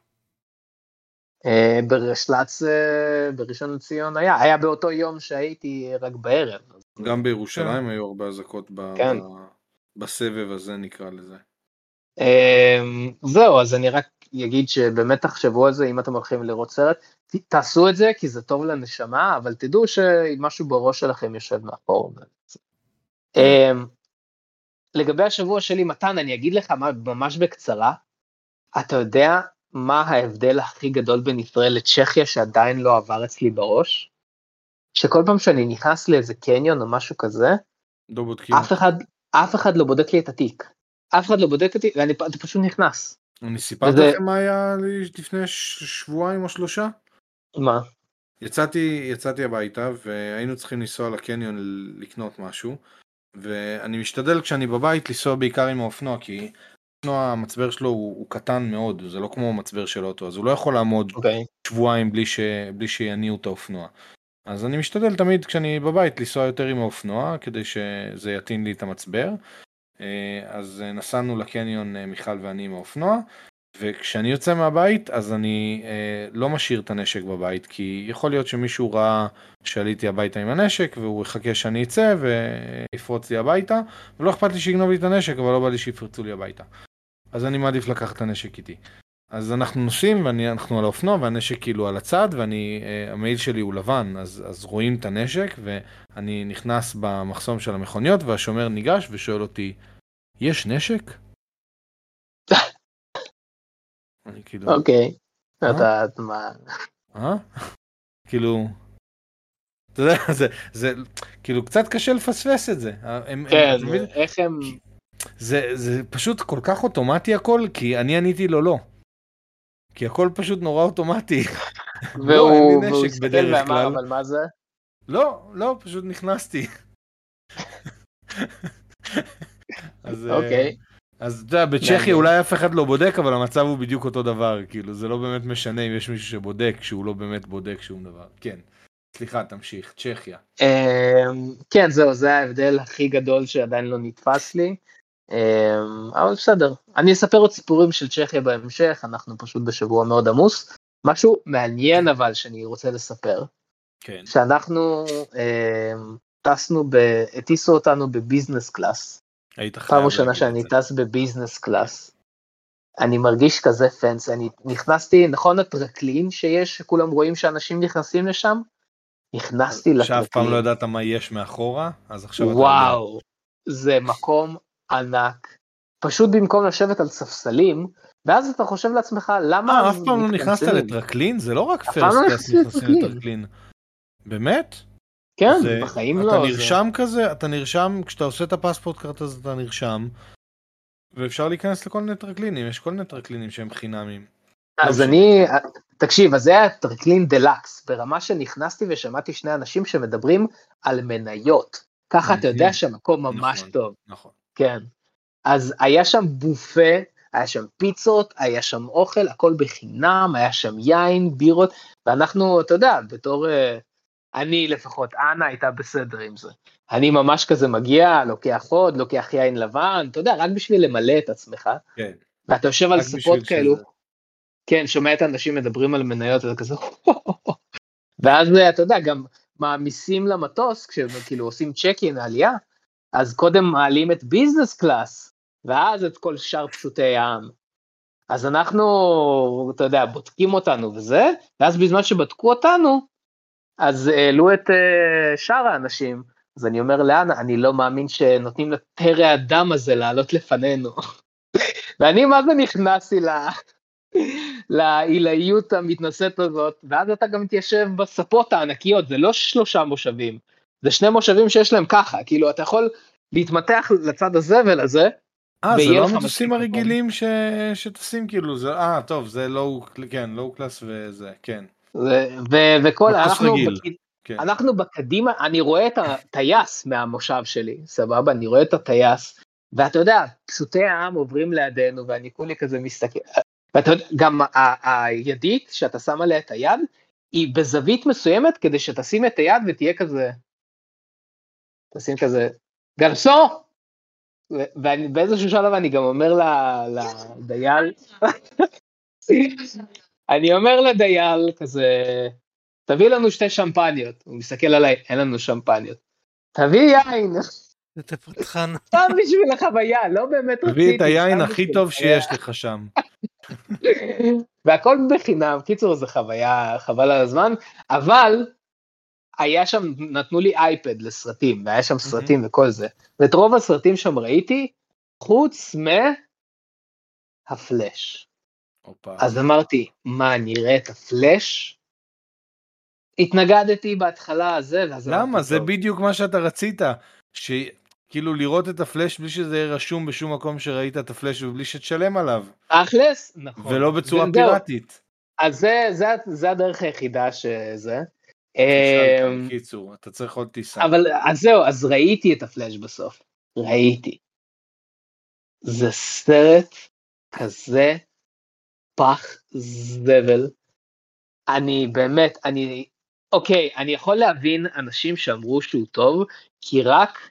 A: ברשל"צ בראשון לציון היה, היה באותו יום שהייתי רק בערב.
B: גם בירושלים היו הרבה אזעקות בסבב הזה נקרא לזה.
A: זהו, אז אני רק אגיד שבאמת תחשבו על זה, אם אתם הולכים לראות סרט, תעשו את זה כי זה טוב לנשמה, אבל תדעו שמשהו בראש שלכם יושב מאחור. לגבי השבוע שלי, מתן, אני אגיד לך ממש בקצרה, אתה יודע מה ההבדל הכי גדול בין ישראל לצ'כיה שעדיין לא עבר אצלי בראש? שכל פעם שאני נכנס לאיזה קניון או משהו כזה, אף אחד, אף אחד לא בודק לי את התיק. אף אחד לא בודק אותי, ואני פשוט נכנס.
B: אני סיפרתי לכם מה היה לפני שבועיים או שלושה?
A: מה?
B: יצאתי, יצאתי הביתה, והיינו צריכים לנסוע לקניון לקנות משהו, ואני משתדל כשאני בבית לנסוע בעיקר עם האופנוע, כי האופנוע, המצבר שלו הוא, הוא קטן מאוד, זה לא כמו מצבר של אוטו, אז הוא לא יכול לעמוד okay. שבועיים בלי, ש, בלי שיניעו את האופנוע. אז אני משתדל תמיד כשאני בבית לנסוע יותר עם האופנוע, כדי שזה יתין לי את המצבר. אז נסענו לקניון מיכל ואני עם האופנוע, וכשאני יוצא מהבית אז אני אה, לא משאיר את הנשק בבית, כי יכול להיות שמישהו ראה שעליתי הביתה עם הנשק והוא יחכה שאני אצא ויפרוץ לי הביתה, ולא אכפת לי שיגנוב לי את הנשק, אבל לא בא לי שיפרצו לי הביתה, אז אני מעדיף לקחת את הנשק איתי. אז אנחנו נוסעים ואנחנו על האופנוע והנשק כאילו על הצד, ואני, אה, המעיל שלי הוא לבן, אז, אז רואים את הנשק, ואני נכנס במחסום של המכוניות והשומר ניגש ושואל אותי, יש נשק? אני כאילו...
A: אוקיי, אתה... מה?
B: אה? כאילו... אתה יודע, זה, זה כאילו קצת קשה לפספס את זה.
A: כן, איך הם...
B: זה, זה פשוט כל כך אוטומטי הכל, כי אני עניתי לו לא. כי הכל פשוט נורא אוטומטי.
A: והוא הסתכל ואמר, אבל מה זה?
B: לא, לא, פשוט נכנסתי.
A: אוקיי.
B: אז אתה יודע, בצ'כיה אולי אף אחד לא בודק, אבל המצב הוא בדיוק אותו דבר, כאילו, זה לא באמת משנה אם יש מישהו שבודק, שהוא לא באמת בודק שום דבר. כן, סליחה, תמשיך, צ'כיה.
A: כן, זהו, זה ההבדל הכי גדול שעדיין לא נתפס לי, אבל בסדר. אני אספר עוד סיפורים של צ'כיה בהמשך, אנחנו פשוט בשבוע מאוד עמוס. משהו מעניין אבל שאני רוצה לספר, שאנחנו טסנו, הטיסו אותנו בביזנס קלאס, פעם ראשונה שאני טס בביזנס קלאס, אני מרגיש כזה פנס, אני נכנסתי, נכון הטרקלין שיש, שכולם רואים שאנשים נכנסים לשם, נכנסתי לטרקלין.
B: שאף פעם לא ידעת מה יש מאחורה, אז עכשיו אתה יודע.
A: וואו, זה מקום ענק, פשוט במקום לשבת על ספסלים, ואז אתה חושב לעצמך, למה...
B: אה, אף פעם לא נכנסת לטרקלין? זה לא רק פרסט קלאס נכנסים לטרקלין. באמת?
A: כן,
B: זה,
A: בחיים
B: אתה
A: לא.
B: אתה נרשם זה... כזה, אתה נרשם, כשאתה עושה את הפספורט קארט הזה, אתה נרשם, ואפשר להיכנס לכל מיני טרקלינים, יש כל מיני טרקלינים שהם חינמים.
A: אז
B: לא
A: אני, תקשיב, אז זה היה טרקלין דלקס, ברמה שנכנסתי ושמעתי שני אנשים שמדברים על מניות. ככה אתה יודע שהמקום ממש
B: נכון,
A: טוב.
B: נכון.
A: כן. אז היה שם בופה, היה שם פיצות, היה שם אוכל, הכל בחינם, היה שם יין, בירות, ואנחנו, אתה יודע, בתור, אני לפחות, אנה הייתה בסדר עם זה. אני ממש כזה מגיע, לוקח עוד, לוקח יין לבן, אתה יודע, רק בשביל למלא את עצמך.
B: כן.
A: ואתה יושב על ספות כאלו, כן, שומע את האנשים מדברים על מניות, וזה כזה, ואז אתה יודע, גם מעמיסים למטוס, כשכאילו עושים צ'ק-אין העלייה, אז קודם מעלים את ביזנס קלאס, ואז את כל שאר פשוטי העם. אז אנחנו, אתה יודע, בודקים אותנו וזה, ואז בזמן שבדקו אותנו, אז העלו את uh, שאר האנשים, אז אני אומר לאנה, אני לא מאמין שנותנים לתרא האדם הזה לעלות לפנינו. ואני מה זה נכנסתי לה... לעילאיות המתנשאת הזאת, ואז אתה גם מתיישב בספות הענקיות, זה לא שלושה מושבים, זה שני מושבים שיש להם ככה, כאילו אתה יכול להתמתח לצד הזה ולזה,
B: אה, זה לא המטוסים הרגילים ש... שטסים כאילו, זה, אה, טוב, זה לא, כן, לא קלאס וזה, כן.
A: ו... ו... וכל, אנחנו,
B: בק...
A: כן. אנחנו בקדימה, אני רואה את הטייס מהמושב שלי, סבבה, אני רואה את הטייס, ואתה יודע, פשוטי העם עוברים לידינו, ואני כולי כזה מסתכל, ואתה יודע, גם הידית שאתה שם עליה את היד, היא בזווית מסוימת כדי שתשים את היד ותהיה כזה, תשים כזה, גרסו! ובאיזשהו שלב אני גם אומר לדייל, אני אומר לדייל כזה, תביא לנו שתי שמפניות, הוא מסתכל עליי, אין לנו שמפניות, תביא יין.
C: זה פתחן.
A: סתם בשביל החוויה, לא באמת רציתי.
B: תביא את היין הכי טוב שיש לך שם.
A: והכל בחינם, קיצור זה חוויה, חבל על הזמן, אבל היה שם, נתנו לי אייפד לסרטים, והיה שם סרטים וכל זה, ואת רוב הסרטים שם ראיתי, חוץ מהפלאש. אז אמרתי, מה, נראה את הפלאש? התנגדתי בהתחלה הזה,
B: למה? זה בדיוק מה שאתה רצית, שכאילו לראות את הפלאש בלי שזה יהיה רשום בשום מקום שראית את הפלאש ובלי שתשלם עליו.
A: אכלס, נכון.
B: ולא בצורה פיראטית.
A: אז זה, זה, זה הדרך היחידה שזה.
B: קיצור, אתה צריך עוד טיסה.
A: אבל אז זהו, אז ראיתי את הפלאש בסוף. ראיתי. זה סרט כזה פח זבל. אני באמת, אני, אוקיי, אני יכול להבין אנשים שאמרו שהוא טוב, כי רק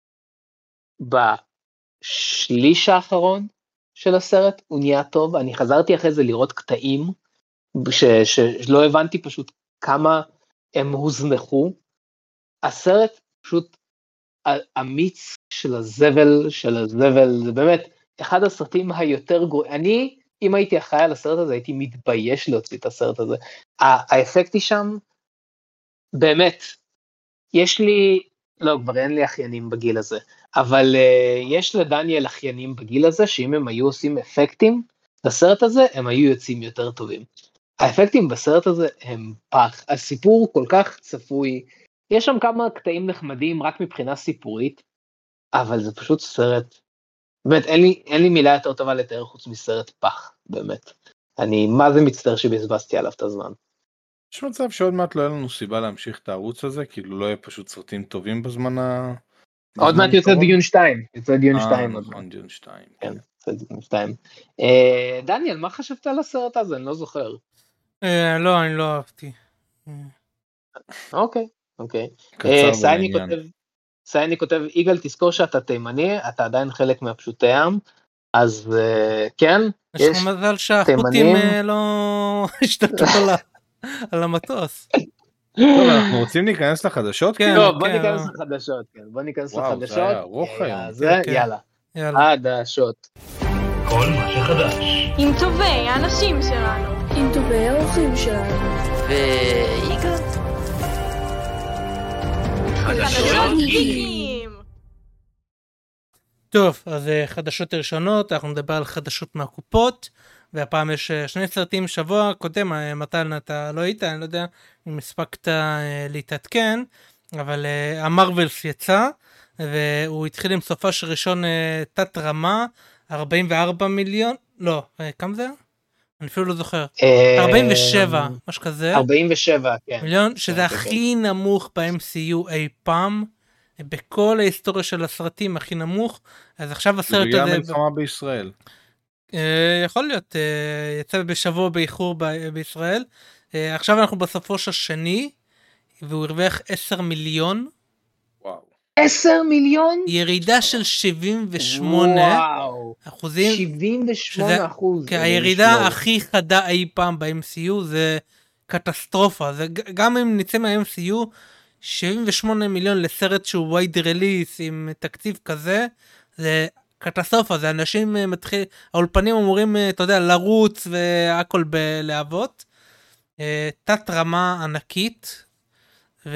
A: בשליש האחרון של הסרט הוא נהיה טוב. אני חזרתי אחרי זה לראות קטעים, ש- שלא הבנתי פשוט כמה הם הוזנחו. הסרט פשוט אמיץ של הזבל, של הזבל, זה באמת אחד הסרטים היותר גרועים. אני, אם הייתי אחראי על הסרט הזה, הייתי מתבייש להוציא את הסרט הזה. האפקטי שם, באמת, יש לי, לא, כבר אין לי אחיינים בגיל הזה, אבל uh, יש לדניאל אחיינים בגיל הזה, שאם הם היו עושים אפקטים בסרט הזה, הם היו יוצאים יותר טובים. האפקטים בסרט הזה הם פח, הסיפור כל כך צפוי, יש שם כמה קטעים נחמדים רק מבחינה סיפורית, אבל זה פשוט סרט, באמת, אין לי, אין לי מילה יותר טובה לתאר חוץ מסרט פח, באמת. אני מה זה מצטער שבזבזתי עליו את הזמן.
B: יש מצב שעוד מעט לא יהיה לנו סיבה להמשיך את הערוץ הזה, כאילו לא יהיה פשוט סרטים טובים בזמן ה...
A: עוד מעט יוצא דיון שתיים, יוצא דיון שתיים.
B: אה, נכון, דיון שתיים.
A: כן, יוצא דיון שתיים. דניאל, מה חשבת על הסרט הזה? אני לא זוכר.
C: לא, אני לא אהבתי.
A: אוקיי, אוקיי.
B: קצר ולעניין.
A: סייני כותב, יגאל, תזכור שאתה תימני, אתה עדיין חלק מהפשוטי עם, אז כן,
C: יש לך מזל שהחות'ים לא השתתפו על המטוס.
B: טוב, אנחנו רוצים להיכנס לחדשות?
A: טוב, בוא ניכנס לחדשות, בוא ניכנס לחדשות.
B: וואו, זה היה ארוך היום.
A: יאללה, חדשות.
D: כל מה שחדש.
E: עם טובי האנשים שלנו.
F: עם טובי האורחים שלנו.
D: ויגאל.
E: חדשות גיקים.
C: טוב, אז חדשות ראשונות, אנחנו נדבר על חדשות מהקופות, והפעם יש שני סרטים שבוע קודם, מתן אתה לא היית, אני לא יודע אם הספקת להתעדכן, אבל uh, המרוולס יצא, והוא התחיל עם סופש ראשון uh, תת רמה, ארבעים וארבע מיליון, לא, uh, כמה זה? אני אפילו לא זוכר. ארבעים ושבע, משהו כזה.
A: ארבעים ושבע, כן.
C: מיליון, שזה הכי נמוך ב-אם סי יו אי פעם, בכל ההיסטוריה של הסרטים הכי נמוך, אז עכשיו הסרט הזה...
B: זה גם מלחמה בישראל.
C: יכול להיות, יצא בשבוע באיחור בישראל. עכשיו אנחנו בסופוש השני, והוא הרוויח עשרה מיליון.
B: וואו.
A: עשרה מיליון?
C: ירידה של שבעים ושמונה אחוזים.
A: שבעים ושמונה אחוז.
C: הירידה הכי חדה אי פעם ב-אם סי יו זה קטסטרופה. זה, גם אם נצא מה-אם סי יו, שבעים ושמונה מיליון לסרט שהוא וייד רליס עם תקציב כזה, זה קטסטרופה. זה אנשים מתחיל, האולפנים אמורים, אתה יודע, לרוץ והכל בלהבות. תת רמה ענקית. ו...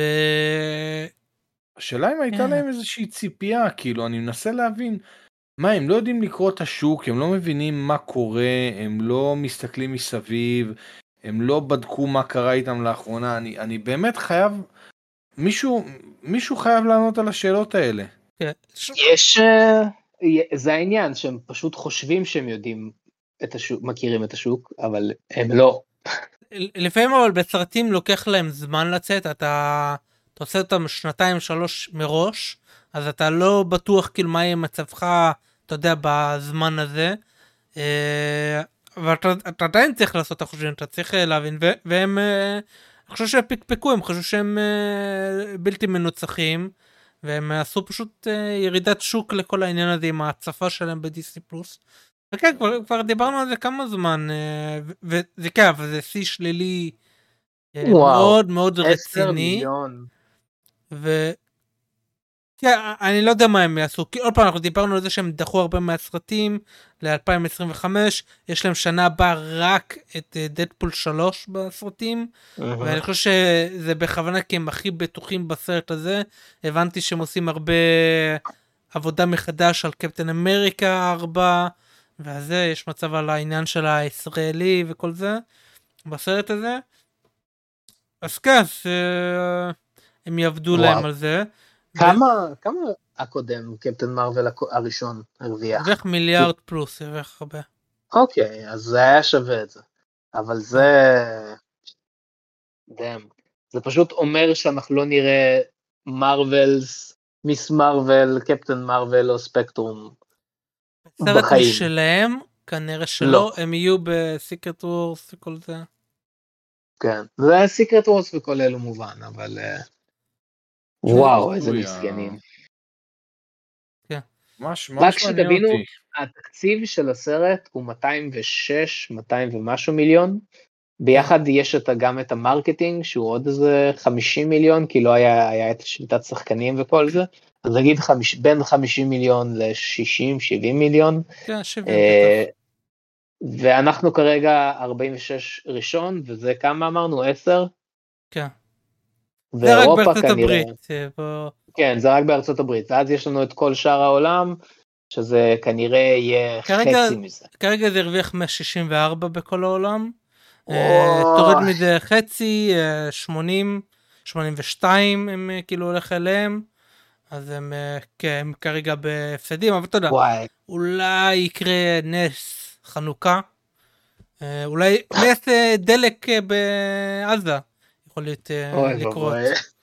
B: השאלה אם הייתה להם איזושהי ציפייה, כאילו, אני מנסה להבין, מה, הם לא יודעים לקרוא את השוק, הם לא מבינים מה קורה, הם לא מסתכלים מסביב, הם לא בדקו מה קרה איתם לאחרונה, אני, אני באמת חייב, מישהו, מישהו חייב לענות על השאלות האלה.
A: יש, זה העניין, שהם פשוט חושבים שהם יודעים את השוק, מכירים את השוק, אבל הם לא.
C: לפעמים אבל בסרטים לוקח להם זמן לצאת, אתה... אתה עושה אותם שנתיים שלוש מראש, אז אתה לא בטוח כאילו מה יהיה מצבך, אתה יודע, בזמן הזה, אבל אתה, אתה עדיין צריך לעשות את החושבים, אתה צריך להבין, ו- והם, אני חושב שפקפקו, הם חושבים שהם בלתי מנוצחים, והם עשו פשוט ירידת שוק לכל העניין הזה עם ההצפה שלהם בדיסני פלוס, וכן, כבר, כבר דיברנו על זה כמה זמן, וזה כן, אבל זה שיא שלילי, וואו, מאוד מאוד רציני, ו... כן, אני לא יודע מה הם יעשו, כי עוד פעם אנחנו דיברנו על זה שהם דחו הרבה מהסרטים ל-אלפיים עשרים וחמש, יש להם שנה הבאה רק את דדפול שלוש בסרטים, ואני חושב שזה בכוונה כי הם הכי בטוחים בסרט הזה, הבנתי שהם עושים הרבה עבודה מחדש על קפטן אמריקה ארבע, וזה יש מצב על העניין של הישראלי וכל זה, בסרט הזה, אז כן, הם יעבדו להם על זה.
A: כמה, כמה הקודם, קפטן מרוול הראשון, הרוויח?
C: הרוויח מיליארד פלוס, הרוויח הרבה.
A: אוקיי, אז זה היה שווה את זה. אבל זה... דאם. זה פשוט אומר שאנחנו לא נראה מרוולס, מיס מרוול, קפטן מרוול או ספקטרום בחיים.
C: סרט משלהם, כנראה שלא, הם יהיו בסיקרט וורס וכל זה.
A: כן, זה היה סיקרט וורס וכל אלו מובן, אבל... וואו, איזה מסגנים.
C: כן.
A: רק שתבינו, התקציב של הסרט הוא מאתיים ושש, מאתיים ומשהו מיליון, ביחד יש גם את המרקטינג, שהוא עוד איזה חמישים מיליון, כי לא היה, היה את שביתת שחקנים וכל זה, אז נגיד חמיש, בין חמישים מיליון ל-שישים שבעים מיליון,
C: כן, שבעים בטח.
A: ואנחנו כרגע ארבעים ושש ראשון, וזה כמה אמרנו? עשר?
C: כן. זה רק בארצות הברית.
A: כן, זה רק בארצות הברית, ואז יש לנו את כל שאר העולם, שזה כנראה יהיה חצי מזה.
C: כרגע זה הרוויח מאה שישים וארבע בכל העולם, תורד מזה חצי, שמונים, שמונים ושתיים הם כאילו הולך אליהם, אז הם, כן, הם כרגע בהפסדים, אבל אתה יודע, אולי יקרה נס חנוכה, אולי נס דלק בעזה, יכול להיות לקרות.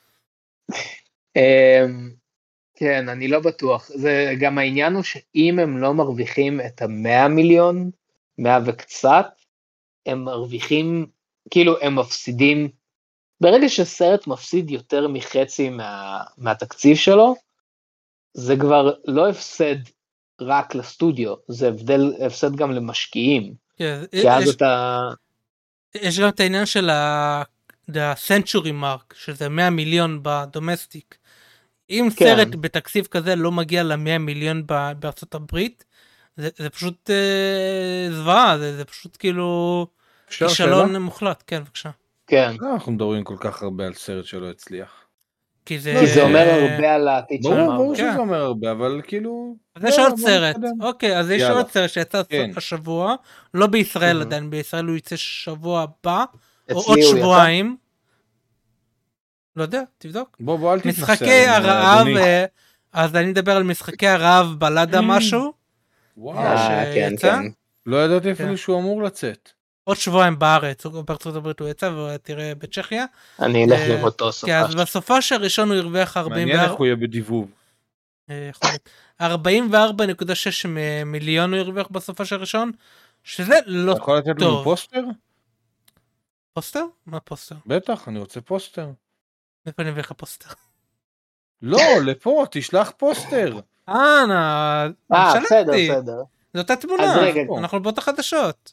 A: כן, אני לא בטוח. זה גם העניין הוא שאם הם לא מרוויחים את המאה מיליון, מאה וקצת, הם מרוויחים, כאילו הם מפסידים, ברגע שסרט מפסיד יותר מחצי מה, מהתקציב שלו, זה כבר לא הפסד רק לסטודיו, זה הבדל, הפסד גם למשקיעים.
C: כן,
A: כי אז
C: יש,
A: אתה...
C: יש גם את העניין של ה... ה-century mark, שזה מאה מיליון בדומסטיק. אם כן. סרט בתקציב כזה לא מגיע ל-מאה מיליון בארצות הברית, זה, זה פשוט אה, זוועה, זה, זה פשוט כאילו כישלון מוחלט. כן, בבקשה.
A: כן.
B: אנחנו מדברים כל כך הרבה על סרט שלא הצליח.
C: כי זה,
A: כי זה אומר הרבה על העתיד
B: שלנו. ברור, ברור שזה אומר הרבה, אבל כאילו...
C: אז יש עוד סרט. אוקיי, אז יש עוד סרט שיצא השבוע, לא בישראל עדיין, בישראל הוא יצא שבוע הבא, או עוד שבועיים. לא יודע, תבדוק.
B: בוא, בוא, אל תתנסה.
C: משחקי הרעב, אז אני מדבר על משחקי הרעב בלדה משהו.
B: וואו,
A: כן, כן.
B: לא ידעתי אפילו שהוא אמור לצאת.
C: עוד שבועיים בארץ, בארצות הברית הוא יצא, ותראה בתשכיה.
A: אני אלך לראות אותו סופה.
C: כן, אז בסופש הראשון הוא הרוויח ארבעים וארבע...
B: מעניין איך הוא יהיה בדיבוב.
C: ארבעים וארבע נקודה שש מיליון הוא הרוויח בסופש הראשון, שזה לא טוב.
B: אתה יכול לתת לנו פוסטר?
C: פוסטר? מה פוסטר?
B: בטח, אני רוצה פוסטר.
C: איפה אני אביא לך פוסטר?
B: לא, לפה, תשלח פוסטר.
C: אה, נא...
A: אה, בסדר, בסדר.
C: זו אותה תמונה, אנחנו באותה חדשות.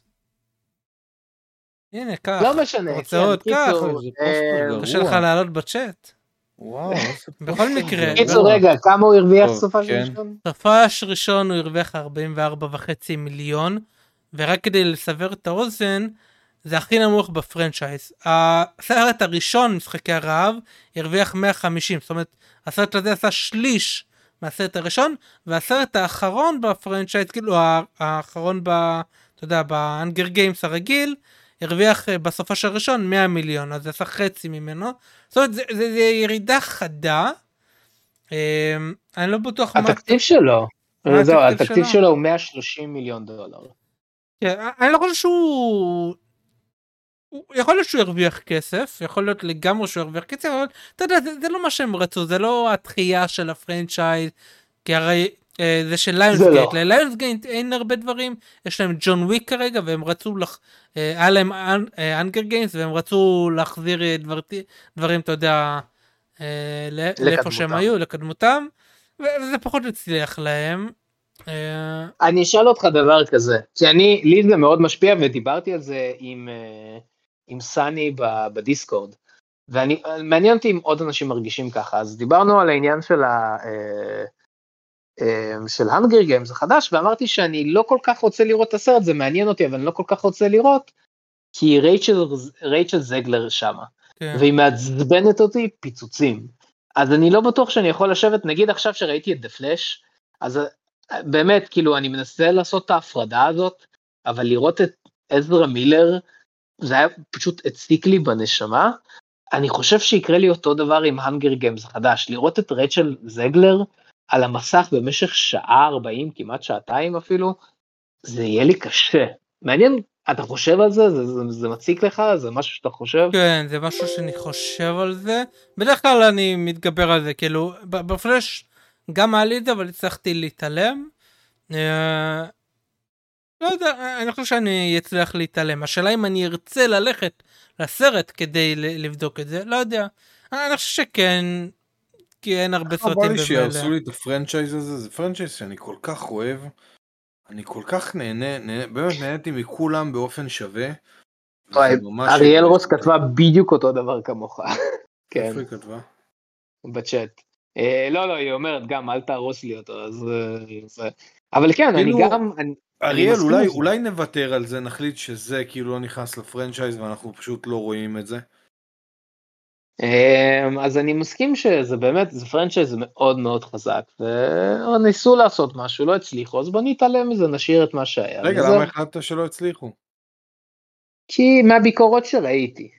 C: הנה, כך.
A: לא משנה.
C: רוצה עוד כך. קשה לך לעלות בצ'אט.
B: וואו, איזה פוסטר.
C: בכל מקרה.
A: קיצור, רגע, כמה הוא הרוויח סופש ראשון?
C: סופש ראשון הוא הרוויח ארבעים וארבע וחצי מיליון, ורק כדי לסבר את האוזן, זה הכי נמוך בפרנצ'ייז. הסרט הראשון, משחקי הרעב, הרוויח מאה וחמישים, זאת אומרת, הסרט הזה עשה שליש מהסרט הראשון, והסרט האחרון בפרנצ'ייז, כאילו האחרון ב, אתה יודע, באנגר גיימס הרגיל, הרוויח בסופש הראשון מאה מיליון, אז זה עשה חצי ממנו. זאת אומרת, זה, זה, זה ירידה חדה. אני לא בטוח
A: מה... התקציב שלו. זהו, התקציב שלו הוא מאה ושלושים מיליון דולר.
C: כן, אני לא חושב שהוא... יכול להיות שהוא הרוויח כסף, יכול להיות לגמרי שהוא הרוויח כסף, אבל אתה יודע, זה, זה לא מה שהם רצו, זה לא התחייה של הפרנצ'ייז, כי הרי אה, זה של ליונסגייט, לא. לליונסגייט אין הרבה דברים, יש להם ג'ון וויק כרגע, והם רצו, לח... אה, היה להם אנגר גיימס, והם רצו להחזיר דבר... דברים, אתה יודע, אה, לאיפה שהם היו, לקדמותם, וזה פחות הצליח להם. אה...
A: אני אשאל אותך דבר כזה, כי אני, לי זה מאוד משפיע, ודיברתי על זה עם... אה... עם סני בדיסקורד, ואני, מעניין אותי אם עוד אנשים מרגישים ככה, אז דיברנו על העניין של ה... של הנגר גיימס החדש, ואמרתי שאני לא כל כך רוצה לראות את הסרט, זה מעניין אותי, אבל אני לא כל כך רוצה לראות, כי רייצ'ל, רייצ'ל זגלר שמה, כן. והיא מעצבנת אותי פיצוצים, אז אני לא בטוח שאני יכול לשבת, נגיד עכשיו שראיתי את The Flash, אז באמת, כאילו, אני מנסה לעשות את ההפרדה הזאת, אבל לראות את עזרא מילר, זה היה פשוט הציק לי בנשמה, אני חושב שיקרה לי אותו דבר עם הנגר גיימס חדש, לראות את רייצ'ל זגלר על המסך במשך שעה ארבעים, כמעט שעתיים אפילו, זה יהיה לי קשה. מעניין, אתה חושב על זה? זה, זה, זה מציק לך? זה משהו שאתה חושב?
C: כן, זה משהו שאני חושב על זה. בדרך כלל אני מתגבר על זה, כאילו, בפלש גם היה את זה, אבל הצלחתי להתעלם. לא יודע, אני חושב שאני אצליח להתעלם. השאלה אם אני ארצה ללכת לסרט כדי לבדוק את זה, לא יודע. אני חושב שכן, כי אין הרבה סרטים
B: במילא. אבל שיעשו לי את הפרנצ'ייז הזה, זה פרנצ'ייז שאני כל כך אוהב, אני כל כך נהנה, נהנה באמת נהניתי מכולם באופן שווה.
A: אריאל רוס כתבה בדיוק אותו דבר כמוך.
B: איפה היא כתבה?
A: בצ'אט. לא, לא, היא אומרת גם, אל תהרוס לי אותו, אז... אבל כן, אני גם...
B: אריאל, אולי, אולי נוותר על זה, נחליט שזה כאילו לא נכנס לפרנצ'ייז, ואנחנו פשוט לא רואים את זה.
A: אז אני מסכים שזה באמת, זה פרנצ'ייז מאוד מאוד חזק, וניסו לעשות משהו, לא הצליחו, אז בוא נתעלם מזה, נשאיר את מה שהיה.
B: רגע, למה החלטת שלא הצליחו?
A: כי מהביקורות שראיתי.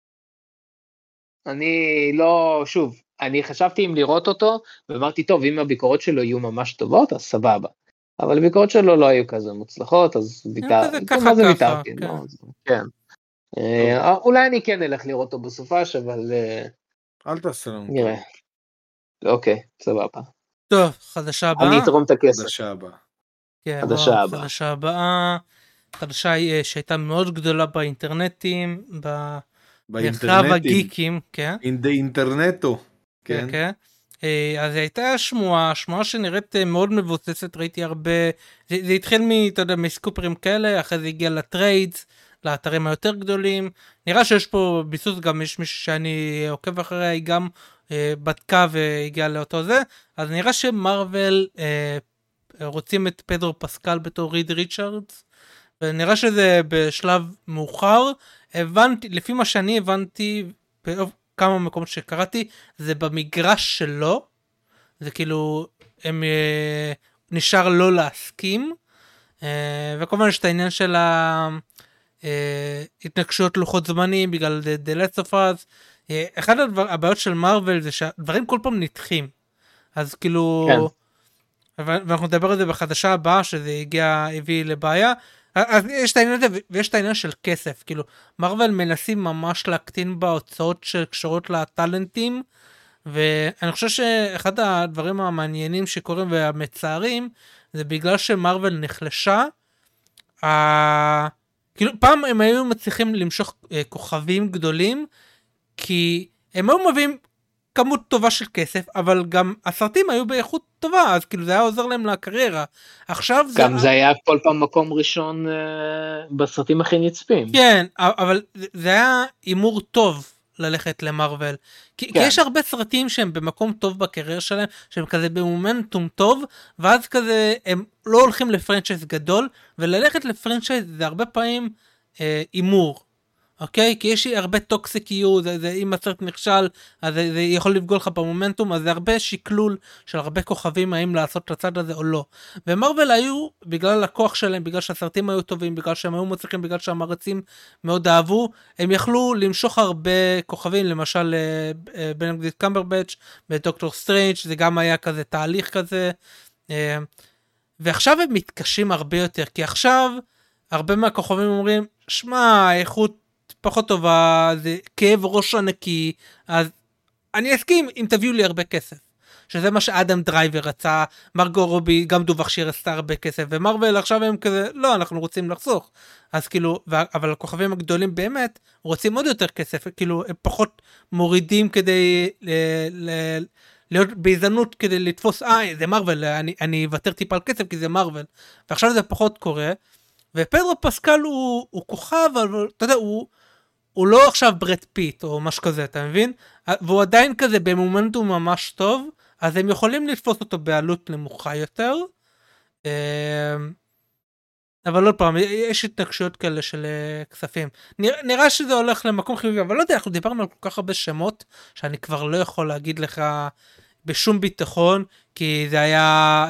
A: אני לא, שוב, אני חשבתי אם לראות אותו, ואמרתי, טוב, אם הביקורות שלו יהיו ממש טובות, אז סבבה. אבל הביקורות שלו לא היו כזה מוצלחות, אז ויתרתי. מה זה ויתרתי? כן. אולי אני כן אלך לראות אותו בסופש, אבל...
B: אל תעשה לנו.
A: נראה. אוקיי, סבבה.
C: טוב, חדשה הבאה.
A: אני אתרום את הכסף.
B: חדשה הבאה.
A: חדשה הבאה.
C: חדשה הבאה. חדשה שהייתה מאוד גדולה באינטרנטים, במרחב הגיקים, כן.
B: In the אינטרנטו.
C: כן, כן. אז הייתה שמועה, שמועה שנראית מאוד מבוססת, ראיתי הרבה, זה, זה התחיל מ, אתה יודע, מסקופרים כאלה, אחרי זה הגיע לטריידס, לאתרים היותר גדולים, נראה שיש פה ביסוס, גם יש מישהו שאני עוקב אחריה, היא גם אה, בדקה והגיעה לאותו זה, אז נראה שמרוול אה, רוצים את פדרו פסקל בתור ריד ריצ'רדס, ונראה שזה בשלב מאוחר, הבנתי, לפי מה שאני הבנתי, כמה מקומות שקראתי, זה במגרש שלו, זה כאילו, הם אה, נשאר לא להסכים, אה, וכמובן יש את העניין של ההתנגשויות לוחות זמנים, בגלל The Last of Us, אחד הבעיות של מארוול זה שהדברים כל פעם נדחים, אז כאילו, ואנחנו נדבר על זה בחדשה הבאה, שזה הגיע, הביא לבעיה, אז יש את העניין הזה, ויש את העניין של כסף, כאילו, מארוול מנסים ממש להקטין בהוצאות שקשורות לטלנטים, ואני חושב שאחד הדברים המעניינים שקורים והמצערים, זה בגלל שמארוול נחלשה, ה... כאילו פעם הם היו מצליחים למשוך אה, כוכבים גדולים, כי הם היו מביאים כמות טובה של כסף, אבל גם הסרטים היו באיכות טובה, אז כאילו זה היה עוזר להם לקריירה. עכשיו
A: גם
C: זה...
A: גם זה היה כל פעם מקום ראשון אה, בסרטים הכי נצפים.
C: כן, אבל זה היה אימור טוב ללכת למרוול, כי, כן. כי יש הרבה סרטים שהם במקום טוב בקריירה שלהם, שהם כזה במומנטום טוב, ואז כזה הם לא הולכים לפרנצ'ייז גדול, וללכת לפרנצ'ייז זה הרבה פעמים אה, אימור, אוקיי? כי יש הרבה טוקסיקיות, זה, זה, אם הסרט נכשל, אז זה, זה יכול לפגוע לך במומנטום, אז זה הרבה שקלול של הרבה כוכבים, האם לעשות את הצד הזה או לא. ומרוול היו, בגלל הכוח שלהם, בגלל שהסרטים היו טובים, בגלל שהם היו מצליחים, בגלל שהמרצים מאוד אהבו, הם יכלו למשוך הרבה כוכבים, למשל בנדיקט קמברבץ' בדוקטור סטרנג', זה גם היה כזה תהליך כזה, ועכשיו הם מתקשים הרבה יותר, כי עכשיו הרבה מהכוכבים אומרים, שמע, איכות פחות טובה, זה כאב ראש ענקי, אז אני אסכים אם תביאו לי הרבה כסף. שזה מה שאדם דרייבר רצה, מרגו רובי גם דווח שהיא רצתה הרבה כסף, ומרוול עכשיו הם כזה, לא, אנחנו רוצים לחסוך. אז כאילו, אבל הכוכבים הגדולים באמת, רוצים עוד יותר כסף, כאילו, הם פחות מורידים כדי ל, ל, להיות בהזדמנות כדי לתפוס, אה, זה מרוול, אני, אני אוותר טיפה על כסף כי זה מרוול. ועכשיו זה פחות קורה, ופדרו פסקל הוא, הוא כוכב, אבל אתה יודע, הוא, הוא לא עכשיו ברד פיט או משהו כזה, אתה מבין? והוא עדיין כזה במומנטום ממש טוב, אז הם יכולים לתפוס אותו בעלות נמוכה יותר, אבל לא פעם, יש התנגשויות כאלה של כספים. נראה, נראה שזה הולך למקום חיובי, אבל לא יודע, אנחנו דיברנו על כל כך הרבה שמות, שאני כבר לא יכול להגיד לך בשום ביטחון, כי זה היה...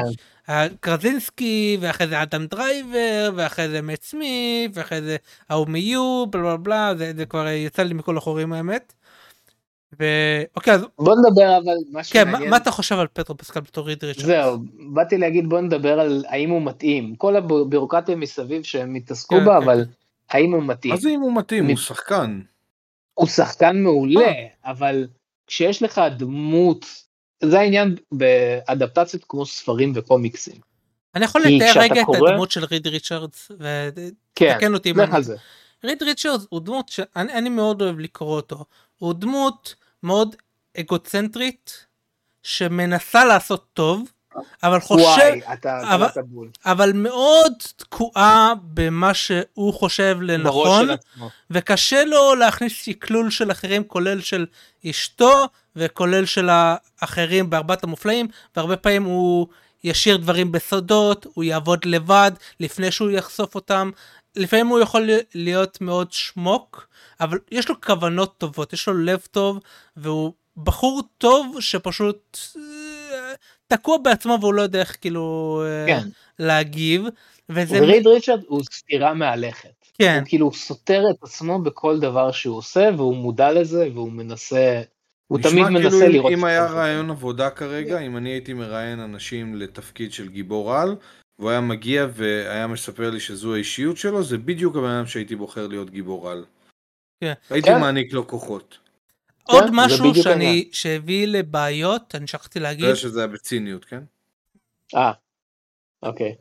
C: קרזינסקי, ואחרי זה אדם דרייבר, ואחרי זה מאט סמית, ואחרי זה ההוא מיו, בלה בלה בלה, זה, זה כבר יצא לי מכל החורים האמת. ואוקיי, אז...
A: בוא נדבר אבל משהו
C: כן,
A: מעניין.
C: מה, מה אתה חושב על פטרו פסקל בתור ריד ריצ'רדס?
A: זהו, באתי להגיד בוא נדבר על האם הוא מתאים. כל הבירוקרטיה מסביב שהם מתעסקו בה, אבל האם הוא מתאים.
B: מה זה אם הוא מתאים? הוא שחקן.
A: הוא שחקן מעולה, אבל כשיש לך דמות... זה העניין באדפטציות כמו ספרים וקומיקסים.
C: אני יכול לתאר רגע את הדמות של ריד ריצ'רדס, ותקן אותי.
A: כן, לך על זה.
C: ריד ריצ'רדס הוא דמות שאני מאוד אוהב לקרוא אותו. הוא דמות מאוד אגוצנטרית, שמנסה לעשות טוב, אבל חושב...
A: וואי, אתה קלעת בול.
C: אבל מאוד תקועה במה שהוא חושב לנכון, וקשה לו להכניס שקלול של אחרים, כולל של אשתו, וכולל של האחרים בארבעת המופלאים, והרבה פעמים הוא ישאיר דברים בסודות, הוא יעבוד לבד, לפני שהוא יחשוף אותם, לפעמים הוא יכול להיות מאוד שמוק, אבל יש לו כוונות טובות, יש לו לב טוב, והוא בחור טוב שפשוט תקוע בעצמו, והוא לא יודע איך כאילו
A: כן.
C: להגיב.
A: וריד ריצ'רד הוא סתירה מהלכת.
C: כן.
A: הוא כאילו סותר את עצמו בכל דבר שהוא עושה, והוא מודע לזה, והוא מנסה... הוא תמיד מנסה
B: כאילו
A: לראות...
B: אם היה רעיון עבודה כרגע, אם אני הייתי מראיין אנשים לתפקיד של גיבור על, והוא היה מגיע והיה מספר לי שזו האישיות שלו, זה בדיוק הבן שהייתי בוחר להיות גיבור על.
C: כן.
B: הייתי כן. מעניק לו כוחות.
C: עוד כן, משהו שאני, שהביא לבעיות, אני שכחתי להגיד...
B: זה שזה היה בציניות, כן?
A: אה, אוקיי.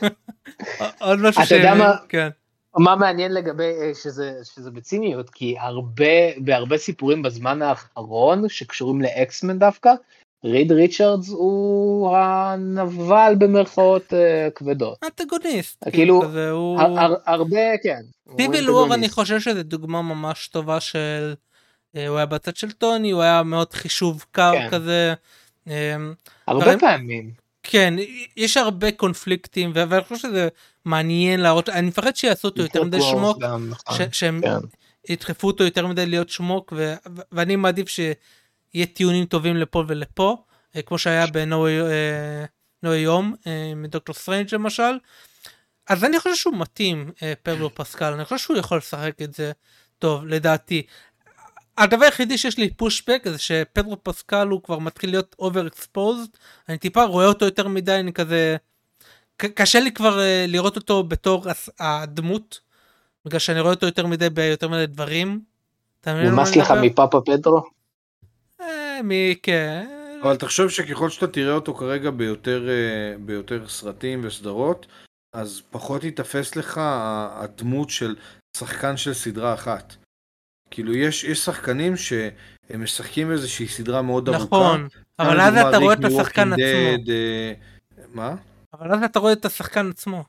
C: עוד משהו
A: ש... אתה יודע מה...
C: כן.
A: מה מעניין לגבי שזה, שזה בציניות, כי הרבה, בהרבה סיפורים בזמן האחרון, שקשורים לאקסמן דווקא, ריד ריצ'רדס הוא הנבל במרכאות כבדות.
C: אנטגוניסט.
A: כאילו,
C: הוא...
A: הר, הרבה, כן.
C: סיביל וור, אני חושב שזו דוגמה ממש טובה של, הוא היה בצד של טוני, הוא היה מאוד חישוב קו כן. כזה.
A: הרבה הרי... פעמים.
C: כן, יש הרבה קונפליקטים, ואני חושב שזה מעניין להראות, אני מפחד שיעשו אותו יותר מדי שמוק, שהם ידחפו אותו יותר מדי להיות שמוק, ואני מעדיף שיהיה טיעונים טובים לפה ולפה, כמו שהיה בנוי יום, מדוקטור סטרנג' למשל, אז אני חושב שהוא מתאים, פדרו פסקל, אני חושב שהוא יכול לשחק את זה טוב, לדעתי. הדבר היחידי שיש לי פושבק זה שפדרו פסקל הוא כבר מתחיל להיות אובר אקספוזד, אני טיפה רואה אותו יותר מדי, אני כזה, קשה לי כבר לראות אותו בתור הדמות, בגלל שאני רואה אותו יותר מדי ביותר מדי דברים.
A: נמאס לך מפאפה פדרו?
C: מי, כן.
B: אבל תחשוב שככל שאתה תראה אותו כרגע ביותר, ביותר סרטים וסדרות, אז פחות יתפס לך הדמות של שחקן של סדרה אחת. כאילו יש, יש שחקנים שהם משחקים איזושהי סדרה מאוד ארוכה.
C: נכון, אבל אז אתה רואה את השחקן עצמו.
B: מה?
C: אבל אז אתה רואה את השחקן עצמו.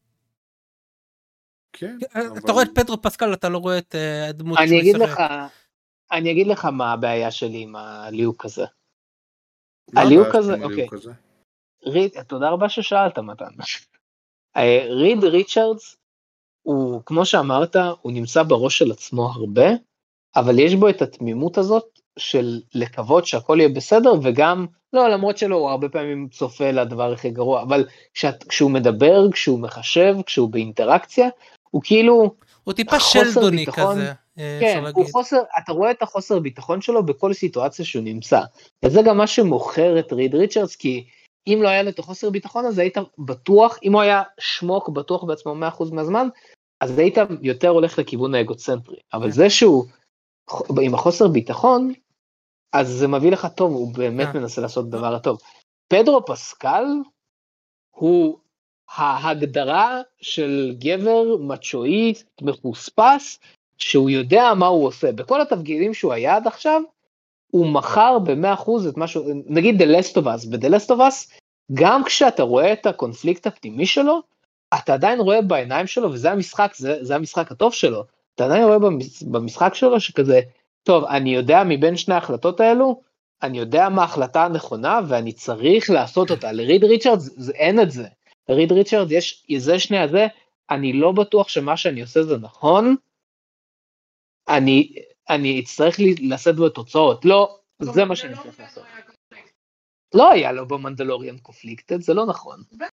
B: כן.
C: אתה רואה את פדרו פסקל, אתה לא רואה את הדמות
A: אני אגיד לך, אני אגיד לך מה הבעיה שלי עם הליהוק הזה. הליהוק הזה, אוקיי. ריד, תודה רבה ששאלת מתן. ריד ריצ'רדס, הוא, כמו שאמרת, הוא נמצא בראש של עצמו הרבה, אבל יש בו את התמימות הזאת של לקוות שהכל יהיה בסדר, וגם, לא, למרות שלא, הוא הרבה פעמים צופה לדבר הכי גרוע, אבל כשאת, כשהוא מדבר, כשהוא מחשב, כשהוא באינטראקציה, הוא כאילו,
C: הוא טיפה שלדוני כזה.
A: כן, הוא חוסר, אתה רואה את החוסר ביטחון שלו בכל סיטואציה שהוא נמצא, וזה גם מה שמוכר את ריד ריצ'רדס, כי אם לא היה לו את החוסר ביטחון הזה, היית בטוח, אם הוא היה שמוק בטוח בעצמו מאה אחוז מהזמן, אז היית יותר הולך לכיוון האגוצנטרי, אבל זה שהוא עם החוסר ביטחון, אז זה מביא לך טוב, הוא באמת מנסה לעשות דבר הטוב. פדרו פסקל הוא ההגדרה של גבר מצ'ואיסט, מחוספס, שהוא יודע מה הוא עושה. בכל התפקידים שהוא היה עד עכשיו, הוא מכר ב-מאה אחוז את משהו, נגיד The Last of Us, ב-The Last of Us, גם כשאתה רואה את הקונפליקט הפנימי שלו, אתה עדיין רואה בעיניים שלו, וזה המשחק, זה, זה המשחק הטוב שלו, אתה עדיין רואה במשחק שלו שכזה, טוב, אני יודע מבין שני ההחלטות האלו, אני יודע מה ההחלטה הנכונה, ואני צריך לעשות אותה. לריד ריצ'רדס זה, אין את זה. לריד ריצ'רדס יש, זה שני הזה, אני לא בטוח שמה שאני עושה זה נכון, אני, אני אצטרך לשאת בו תוצאות, לא, זה מה שאני צריך לעשות. לא היה לו במנדלוריאן קונפליקט, זה לא נכון.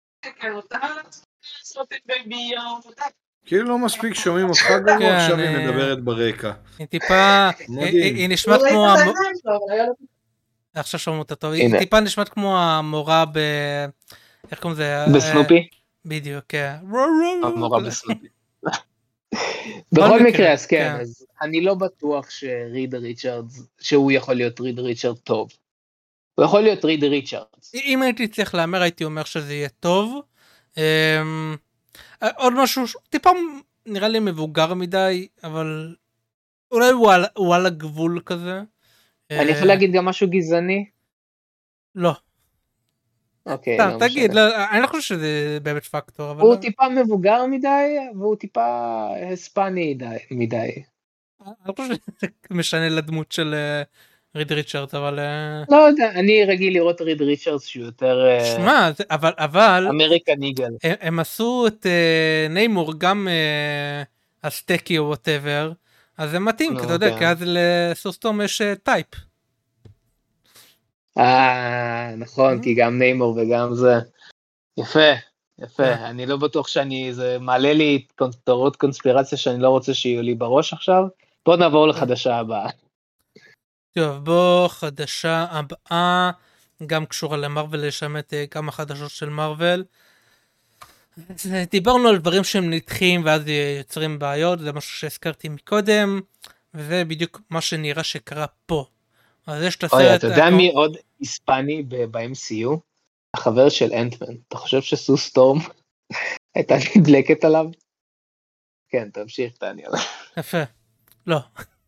B: כאילו לא מספיק שומעים אותך גם, עכשיו היא מדברת ברקע.
C: היא טיפה, היא נשמעת כמו, עכשיו שומעים אותה טוב, היא טיפה נשמעת כמו המורה ב... איך קוראים זה?
A: בסנופי?
C: בדיוק, כן.
A: המורה בסנופי. בכל מקרה, אז כן, אז אני לא בטוח שריד ריצ'רדס, שהוא יכול להיות ריד ריצ'רד טוב. הוא יכול להיות ריד ריצ'רדס.
C: אם הייתי צריך לאמר, הייתי אומר שזה יהיה טוב. עוד משהו, טיפה נראה לי מבוגר מדי, אבל אולי הוא על הגבול כזה.
A: אני יכול להגיד גם משהו גזעני?
C: לא.
A: אוקיי,
C: לא משנה. תגיד, אני לא חושב שזה באמת פקטור.
A: הוא טיפה מבוגר מדי, והוא טיפה הספני מדי.
C: אני לא חושב שזה משנה לדמות של ריד ריצ'רדס, אבל...
A: לא יודע, אני רגיל לראות ריד ריצ'רדס שהוא יותר...
C: שמע, אבל...
A: אמריקן איגל.
C: הם עשו את ניימור גם הסטקי או whatever, אז זה מתאים, כי אתה יודע, כי אז לסוסטום יש טייפ.
A: אה, נכון, כי גם ניימור וגם זה... יפה, יפה. אני לא בטוח שאני... זה מעלה לי תורות קונספירציה שאני לא רוצה שיהיו לי בראש עכשיו. בוא נעבור לחדשה הבאה.
C: טוב, בוא, חדשה הבאה, גם קשורה למרוול, לשמת כמה חדשות של מרוול. דיברנו על דברים שהם נדחים ואז יוצרים בעיות, זה משהו שהזכרתי מקודם, וזה בדיוק מה שנראה שקרה פה. אז יש את הסרט...
A: אוי, אתה יודע מי עוד היספני ב-אם סי יו? החבר של אנטמן. אתה חושב שסו סטורם הייתה נדלקת עליו? כן, תמשיך, תעני עליו.
C: יפה. לא.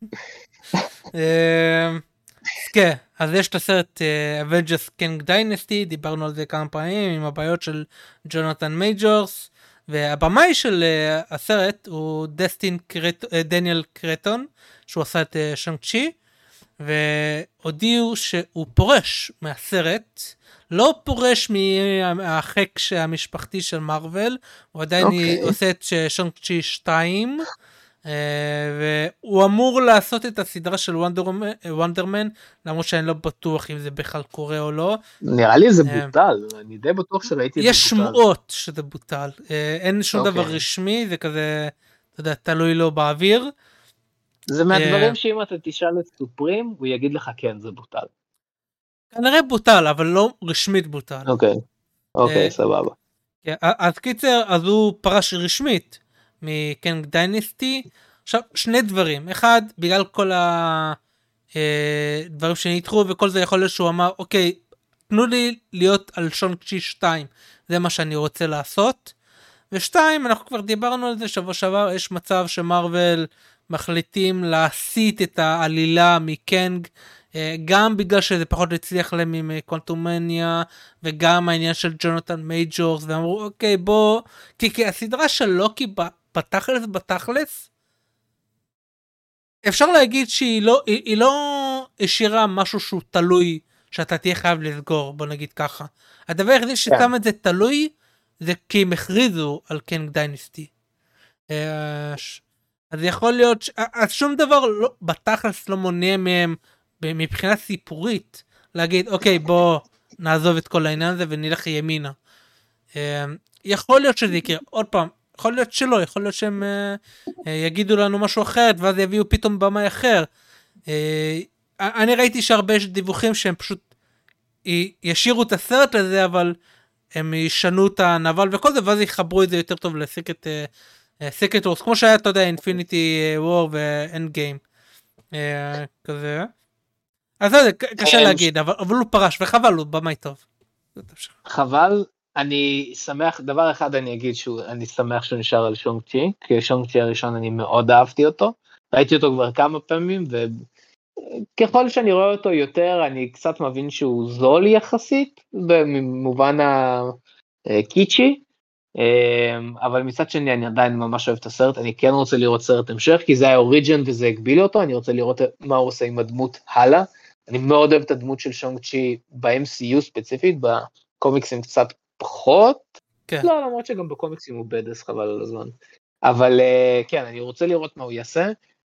C: כן, אז יש את הסרט Avengers Kang Dynasty, דיברנו על זה כמה פעמים עם הבעיות של ג'ונתן מייג'ורס, והבמאי של הסרט הוא דסטין דניאל קרטון, שהוא עשה את שאנג צ'י, והודיעו שהוא פורש מהסרט, לא פורש מהחק המשפחתי של מרוול, הוא עדיין okay. עושה את שאנג צ'י שתיים, והוא אמור לעשות את הסדרה של וונדרמן, למרות שאני לא בטוח אם זה בכלל קורה או לא.
A: נראה לי זה בוטל, אני די בטוח שראיתי את זה בוטל.
C: יש שמועות שזה בוטל, אין שום דבר רשמי, זה כזה, אתה יודע, תלוי לו באוויר.
A: זה מהדברים שאם אתה תשאל את סופרים, הוא יגיד לך כן, זה בוטל.
C: כנראה בוטל, אבל לא רשמית בוטל.
A: אוקיי, אוקיי, סבבה.
C: אז קיצר, אז הוא פרש רשמית מקנג דיינסטי. עכשיו, שני דברים. אחד, בגלל כל הדברים שנתחו וכל זה, יכול להיות שהוא אמר, אוקיי, תנו לי להיות על שונג צ'י שתיים, זה מה שאני רוצה לעשות. ושתיים, אנחנו כבר דיברנו על זה שבוע שעבר, יש מצב שמרוול מחליטים להסיט את העלילה מקנג, גם בגלל שזה פחות הצליח להם עם קוונטומניה, וגם העניין של ג'ונתן מייג'ורס, ואמרו, אוקיי, בוא, כי, כי הסדרה של לוקי בתכלס, בתכלס, אפשר להגיד שהיא לא, היא, היא לא השאירה משהו שהוא תלוי, שאתה תהיה חייב לסגור, בוא נגיד ככה. הדבר היחידי ששם את זה תלוי, זה כי הם הכריזו על קנג דיינסטי. אז יכול להיות, ש... אז שום דבר לא, בתכלס לא מונע מהם, מבחינה סיפורית, להגיד, אוקיי, בוא נעזוב את כל העניין הזה ונלך ימינה. יכול להיות שזה יקרה, עוד פעם, יכול להיות שלא, יכול להיות שהם יגידו לנו משהו אחרת, ואז יביאו פתאום במאי אחר. אני ראיתי שהרבה דיווחים שהם פשוט ישירו את הסרט הזה, אבל הם ישנו את הנבל וכל זה, ואז יחברו את זה יותר טוב לסקרט, סקרט וורס, כמו שהיה, אתה יודע, אינפיניטי וור ואנד גיים. כזה. אז זה קשה להגיד, אבל הוא פרש, וחבל, הוא במאי טוב.
A: חבל, אני שמח, דבר אחד אני אגיד שאני שמח שהוא נשאר על שונג צ'י, כי שונג צ'י הראשון אני מאוד אהבתי אותו, ראיתי אותו כבר כמה פעמים, וככל שאני רואה אותו יותר, אני קצת מבין שהוא זול יחסית, במובן הקיצ'י, אבל מצד שני אני עדיין ממש אוהב את הסרט, אני כן רוצה לראות סרט המשך, כי זה היה אוריג'ן וזה הגביל אותו, אני רוצה לראות מה הוא עושה עם הדמות הלאה, אני מאוד אוהב את הדמות של שונג צ'י ב-אם סי יו ספציפית, בקומיקסים קצת פחות, כן. לא, למרות שגם בקומיקסים הוא בדס, חבל על הזמן, אבל כן, אני רוצה לראות מה הוא יעשה,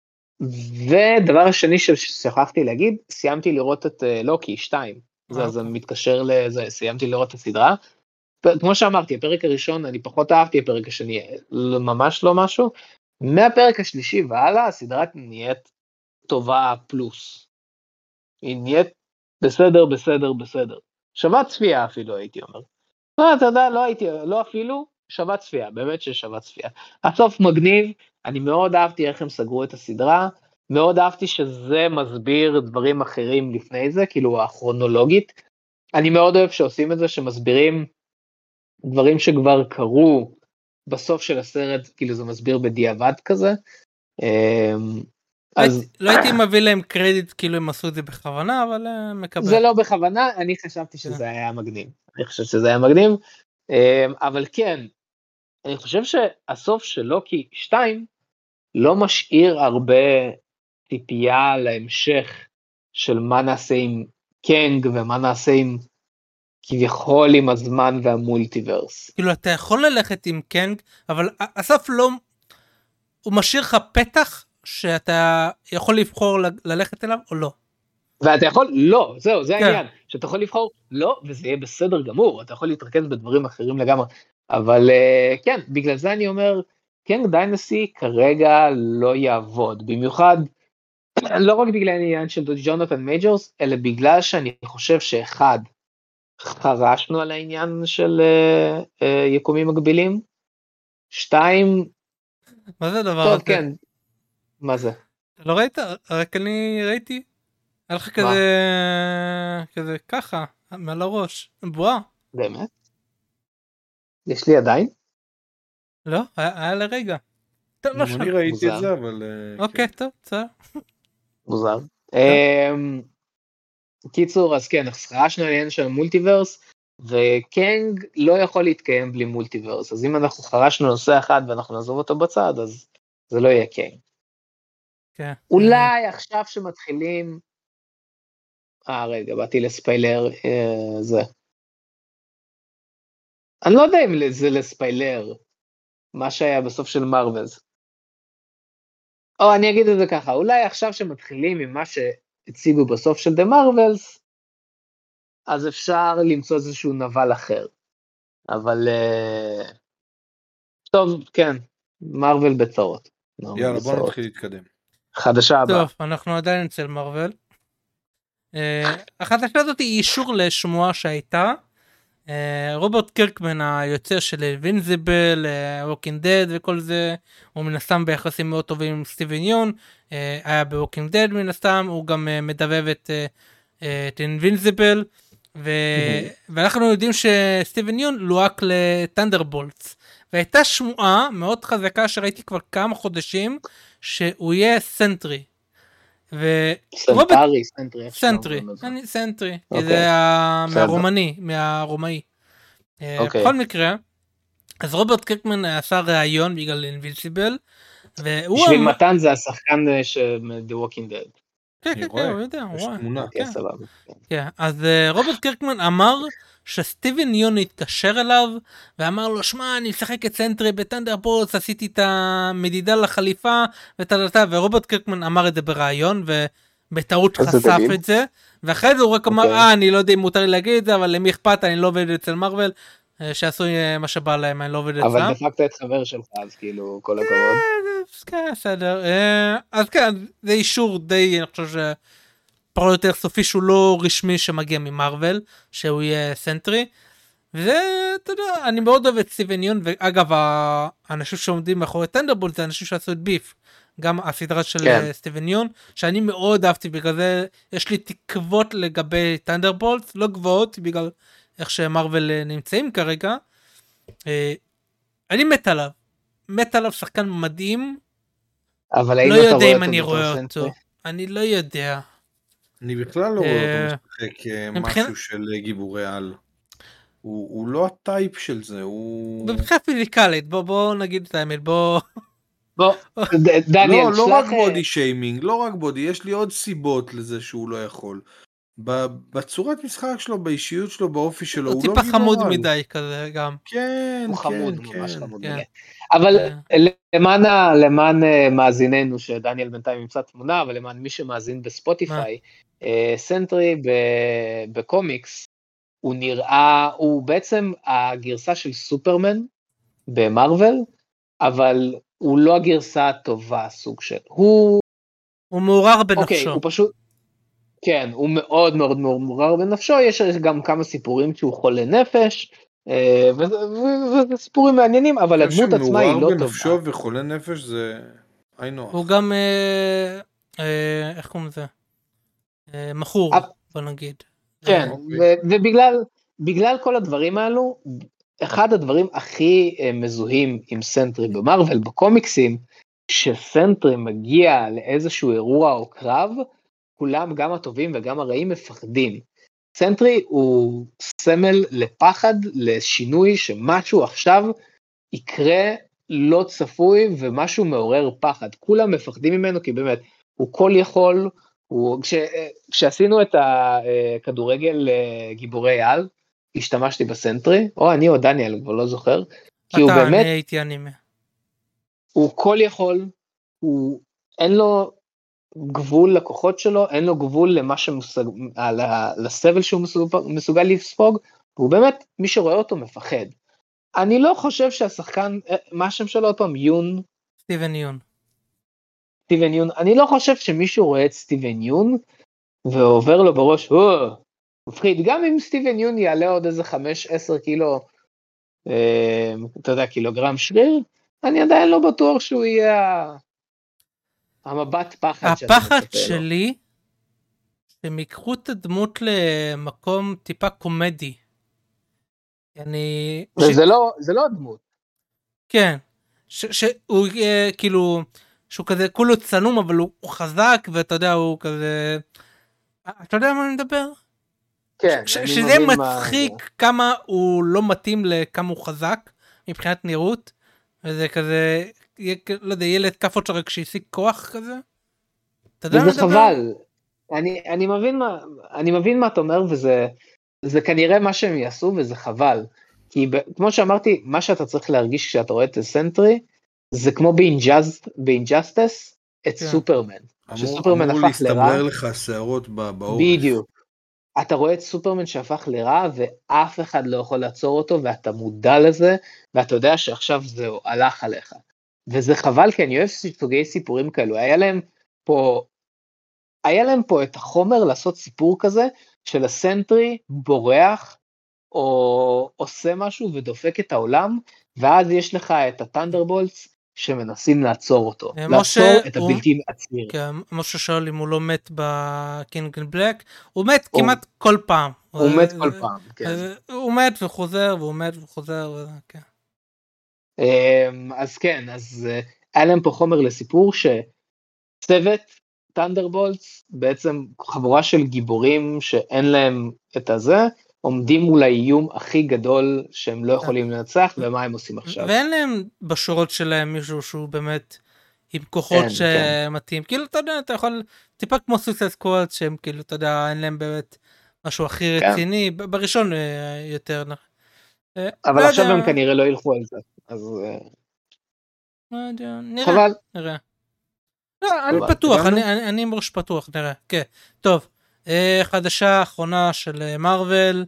A: ודבר השני ששכחתי להגיד, סיימתי לראות את לוקי שתיים, זה, זה מתקשר לזה, סיימתי לראות את הסדרה, כמו שאמרתי, הפרק הראשון אני פחות אהבתי, הפרק השני ממש לא משהו, מהפרק השלישי והלאה, הסדרה נהיית טובה פלוס, היא נהיית בסדר, בסדר, בסדר, שווה צפייה אפילו הייתי אומר, לא, אתה יודע, לא הייתי, לא אפילו, שווה צפייה, באמת ששווה צפייה, הסוף מגניב, אני מאוד אהבתי איך הם סגרו את הסדרה, מאוד אהבתי שזה מסביר דברים אחרים לפני זה, כאילו הכרונולוגית, אני מאוד אוהב שעושים את זה, שמסבירים דברים שכבר קרו בסוף של הסרט, כאילו זה מסביר בדיעבד כזה,
C: אז... לא הייתי מביא להם קרדיט, כאילו הם עשו את זה בכוונה, אבל מקבל.
A: זה לא בכוונה, אני חשבתי שזה היה מגניב, אני חושב שזה היה מגניב, אבל כן, אני חושב שהסוף של לוקי שתיים, לא משאיר הרבה טיפייה להמשך של מה נעשה עם קנג, ומה נעשה עם כביכול עם הזמן והמולטיברס.
C: כאילו אתה יכול ללכת עם קנג, אבל הסוף לא, הוא משאיר לך פתח שאתה יכול לבחור ללכת אליו או לא.
A: ואתה יכול, לא, זהו, זה העניין, שאתה יכול לבחור לא, וזה יהיה בסדר גמור, אתה יכול להתרכז בדברים אחרים לגמרי, אבל כן, בגלל זה אני אומר, קנג דיינסטי כרגע לא יעבוד, במיוחד, לא רק בגלל העניין של ג'ונתן מייג'ורס, אלא בגלל שאני חושב שאחד, חרשנו על העניין של uh, uh, יקומים מקבילים, שתיים,
C: מה זה הדבר
A: טוב,
C: הזה?
A: כן, מה זה?
C: לא ראית? רק אני ראיתי, היה לך כזה, כזה ככה, מעל הראש, בואה.
A: באמת? יש לי עדיין?
C: לא, היה, היה לרגע.
B: טוב, לא אני ראיתי את זה, אבל...
C: אוקיי, טוב, בסדר.
A: מוזר. קיצור, אז כן, חרשנו על העניין של המולטיברס, וקנג לא יכול להתקיים בלי מולטיברס, אז אם אנחנו חרשנו נושא אחד ואנחנו נעזוב אותו בצד, אז זה לא יהיה קנג.
C: כן.
A: אולי עכשיו שמתחילים, אה רגע, באתי לספיילר, אה, זה. אני לא יודע אם זה לספיילר, מה שהיה בסוף של מרוולס. או אני אגיד את זה ככה, אולי עכשיו שמתחילים עם מה שהציגו בסוף של דה מרוולס, אז אפשר למצוא איזשהו נבל אחר. אבל, uh, טוב, כן, מרוול בצרות.
B: יאללה, בוא נתחיל להתקדם.
A: חדשה הבאה.
C: טוב, אנחנו עדיין אצל מרוול. החדשה הזאת היא אישור לשמועה שהייתה. רוברט קירקמן היוצר של אינבינזיבל, ווקינג דד וכל זה, הוא מן הסתם ביחסים מאוד טובים עם סטיבן יון, היה בווקינג דד מן הסתם, הוא גם מדבב את אינבינזיבל, ואנחנו יודעים שסטיבן יון לוהק לטנדרבולטס, והייתה שמועה מאוד חזקה שראיתי כבר כמה חודשים, שהוא יהיה סנטרי.
A: סנטרי, סנטרי.
C: סנטרי, אני סנטרי, כי זה מהרומני, מהרומאי. בכל מקרה, אז רוברט קירקמן עשה ראיון בגלל אינבינסיבל,
A: בשביל מתן זה השחקן של The Walking Dead.
C: כן, כן, כן, הוא יודע, הוא
A: רואה.
C: אז רוברט קירקמן אמר שסטיבן יון התקשר אליו, ואמר לו, שמע, אני משחק את סנטרי בטנדרבולטס, עשיתי את המדידה לחליפה, ורוברט קירקמן אמר את זה ברעיון, ובטעות חשף את זה, ואחרי זה הוא רק אמר, אה, אני לא יודע אם מותר לי להגיד את זה, אבל למי אכפת, אני לא עובד אצל מרוול, שעשו מה שבא להם, אני לא עובד אצלם.
A: אבל דפקת את חבר שלך, אז כאילו, כל הכבוד.
C: כן, בסדר. אז כן, זה אישור די, אני חושב ש... פחות או יותר סופי שהוא לא רשמי שמגיע ממרוול, שהוא יהיה סנטרי, וזה, אתה יודע, אני מאוד אוהב את סטיבן יון, ואגב, האנשים שעומדים מאחורי טנדרבולט, זה אנשים שעשו את ביף, גם הסדרה של כן. סטיבן יון, שאני מאוד אהבתי, בגלל זה יש לי תקוות לגבי טנדרבולט, לא גבוהות, בגלל איך שמרוול נמצאים כרגע, אני מת עליו, מת עליו שחקן מדהים,
A: אבל
C: לא יודע אם אני רואה אותו, אני לא יודע,
B: אני בכלל לא רואה אותו משחק משהו של גיבורי על. הוא לא הטייפ של זה, הוא...
C: מבחינה פיזיקלית, בוא נגיד את האמת, בוא...
A: בוא, דניאל,
B: לא רק בודי שיימינג, לא רק בודי, יש לי עוד סיבות לזה שהוא לא יכול. בצורת משחק שלו, באישיות שלו, באופי שלו, הוא לא גיבור על.
C: הוא טיפה חמוד מדי כזה גם.
B: כן,
A: הוא חמוד,
B: כן,
A: ממש חמוד
C: כן.
A: מדי. אבל למען, למען מאזיננו, שדניאל בינתיים ימצא תמונה, אבל למען מי שמאזין בספוטיפיי, סנטרי בקומיקס, הוא נראה, הוא בעצם הגרסה של סופרמן במרוול, אבל הוא לא הגרסה הטובה, סוג של, הוא...
C: הוא מעורר בנפשו.
A: אוקיי, הוא פשוט... כן, הוא מאוד מאוד מעורר בנפשו, יש גם כמה סיפורים שהוא חולה נפש, וזה סיפורים מעניינים, אבל הדמות עצמה היא לא טובה.
B: מעורר בנפשו וחולה נפש זה...
C: הוא גם, איך קוראים לזה? מכור, בוא נגיד.
A: כן, ובגלל כל הדברים האלו, אחד הדברים הכי מזוהים עם סנטרי במרוול, בקומיקסים, שסנטרי מגיע לאיזשהו אירוע או קרב, כולם, גם הטובים וגם הרעים, מפחדים. סנטרי הוא סמל לפחד, לשינוי שמשהו עכשיו יקרה לא צפוי, ומשהו מעורר פחד. כולם מפחדים ממנו, כי באמת, הוא כל יכול, הוא, כש, כשעשינו את הכדורגל גיבורי על, השתמשתי בסנטרי, או אני או דניאל, כבר לא זוכר, כי הוא באמת,
C: אני הייתי אנימה.
A: הוא כל יכול, הוא, אין לו גבול לכוחות שלו, אין לו גבול למה שמושג, לסבל שהוא מסוגל, מסוגל לספוג, והוא באמת, מי שרואה אותו מפחד. אני לא חושב שהשחקן, מה השם שלו עוד פעם, יון?
C: סטיבן יון.
A: סטיבן יון, אני לא חושב שמישהו רואה את סטיבן יון, ועובר לו בראש, הוא מפחיד, גם אם סטיבן יון יעלה עוד איזה חמש עשר קילו, אה, אתה יודע, קילוגרם שריר, אני עדיין לא בטוח שהוא יהיה המבט פחד.
C: הפחד שלי, שהם יקחו את הדמות למקום טיפה קומדי. אני...
A: זה לא, זה לא הדמות.
C: כן, שהוא יהיה כאילו, שהוא כזה כולו צנום, אבל הוא חזק, ואתה יודע, הוא כזה... אתה יודע מה אני מדבר?
A: כן.
C: שזה מצחיק כמה הוא לא מתאים לכמה הוא חזק, מבחינת נראות, וזה כזה, לא יודע, ילד כפות שרק שישיג כוח כזה.
A: וזה חבל. אני, אני מבין מה, אני מבין מה אתה אומר, וזה, זה כנראה מה שהם יעשו, וזה חבל. כי כמו שאמרתי, מה שאתה צריך להרגיש כשאתה רואה את סנטרי, זה כמו באינג'סטס, את סופרמן.
B: שסופרמן הפך לרע. אמור להסתבר לך שערות בעורף.
A: בדיוק. אתה רואה את סופרמן שהפך לרע, ואף אחד לא יכול לעצור אותו, ואתה מודע לזה, ואתה יודע שעכשיו זהו, הלך עליך. וזה חבל, כי אני אוהב סוגי סיפורים כאלו. היה להם פה, היה להם פה את החומר לעשות סיפור כזה, של הסנטרי בורח, או עושה משהו ודופק את העולם, ואז יש לך את הטנדרבולטס, שמנסים לעצור אותו, לעצור את הבלתי עצמיר.
C: כן, משה שואל אם הוא לא מת בקינג אנד בלק, הוא מת כמעט כל פעם.
A: הוא מת כל פעם, כן.
C: הוא מת וחוזר, והוא מת וחוזר, כן.
A: אז כן, אז היה להם פה חומר לסיפור, שצוות טנדרבולטס, בעצם חבורה של גיבורים שאין להם את הזה, עומדים מול האיום הכי גדול שהם לא יכולים לנצח, ומה הם עושים עכשיו.
C: ואין להם בשורות שלהם מישהו שהוא באמת עם כוחות שמתאים. כאילו, אתה יודע, אתה יכול, טיפה כמו סויסייד סקוואד, שהם כאילו, אתה יודע, אין להם באמת משהו הכי רציני, בראשון יותר.
A: אבל עכשיו הם כנראה לא ילכו על זה, אז...
C: נראה, נראה. לא, אני פתוח, אני עם ראש פתוח, נראה. כן, טוב. חדשה אחרונה של מרוול,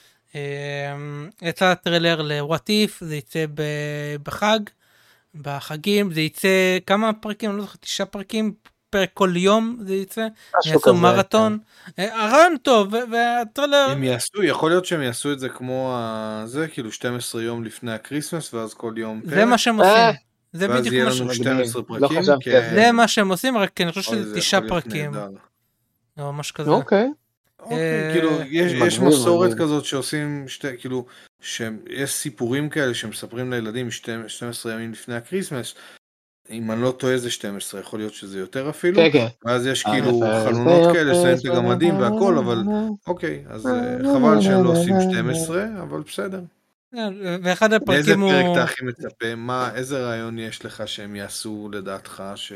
C: יצא טריילר ל-What If, זה יצא בחג, בחגים, זה יצא כמה פרקים, אני לא זוכר, תשעה פרקים, פרק כל יום זה יצא, יעשו מרתון, הרעיון טוב, והטריילר...
B: הם יעשו, יכול להיות שהם יעשו את זה כמו זה, כאילו שנים עשר יום לפני הקריסמס, ואז כל יום פרק.
C: זה מה שהם עושים. זה
B: ואז יהיה לנו שנים עשר פרקים.
C: זה מה שהם עושים, רק אני חושב שזה תשעה פרקים. או משהו כזה.
A: אוקיי.
B: כאילו, יש מסורת כזאת שעושים, כאילו, יש סיפורים כאלה שמספרים לילדים שנים עשר ימים לפני הקריסמס, אם אני לא טועה זה שנים עשר, יכול להיות שזה יותר אפילו, ואז יש כאילו חלונות כאלה, שמים את הגמדים והכל, אבל אוקיי, אז חבל שהם לא עושים שנים עשר, אבל בסדר.
C: ואחד הפרקים הוא...
B: איזה פרק אתה הכי מצפה? מה, איזה רעיון יש לך שהם יעשו לדעתך ש...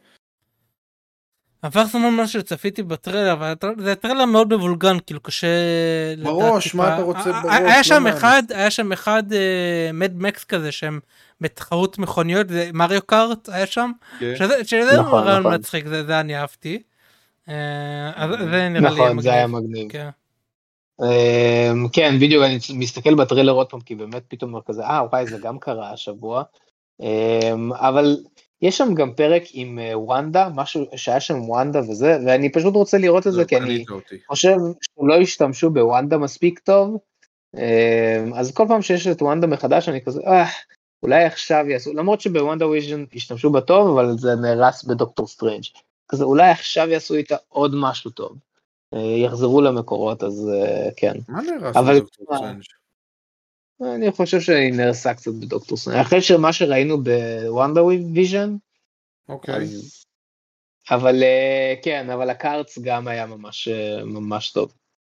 C: עבר זמן מה שצפיתי בטריילר, אבל זה טריילר מאוד מבולגן, כאילו קשה...
B: בראש, מה אתה רוצה בראש?
C: היה שם אחד, היה שם אחד מד מקס כזה, שהם בתחרות מכוניות, זה מריו קארט היה שם, שזה רעיון מצחיק, זה אני אהבתי. זה נראה לי מגניב.
A: נכון, זה היה מגניב. כן, בדיוק, אני מסתכל בטריילר עוד פעם, כי באמת פתאום כזה, אה, וואי, זה גם קרה השבוע, אבל יש שם גם פרק עם וונדה, משהו שהיה שם וונדה וזה, ואני פשוט רוצה לראות את זה, כי אני חושב שלא השתמשו בוונדה מספיק טוב, אז כל פעם שיש את וונדה מחדש, אני כזה, אה, אולי עכשיו יעשו, למרות שבוונדה וויז'ן השתמשו בטוב, אבל זה נהרס בדוקטור סטרנג', כזה אולי עכשיו יעשו איתה עוד משהו טוב. יחזרו למקורות, אז כן.
B: מה נהרס בדוקטור סטרנג'?
A: אני חושב שהיא נהרסה קצת בדוקטור סטרנג'. אחרי שמה שראינו בוונדה ויז'ן.
B: אוקיי.
A: אבל כן, אבל הקארץ גם היה ממש ממש טוב.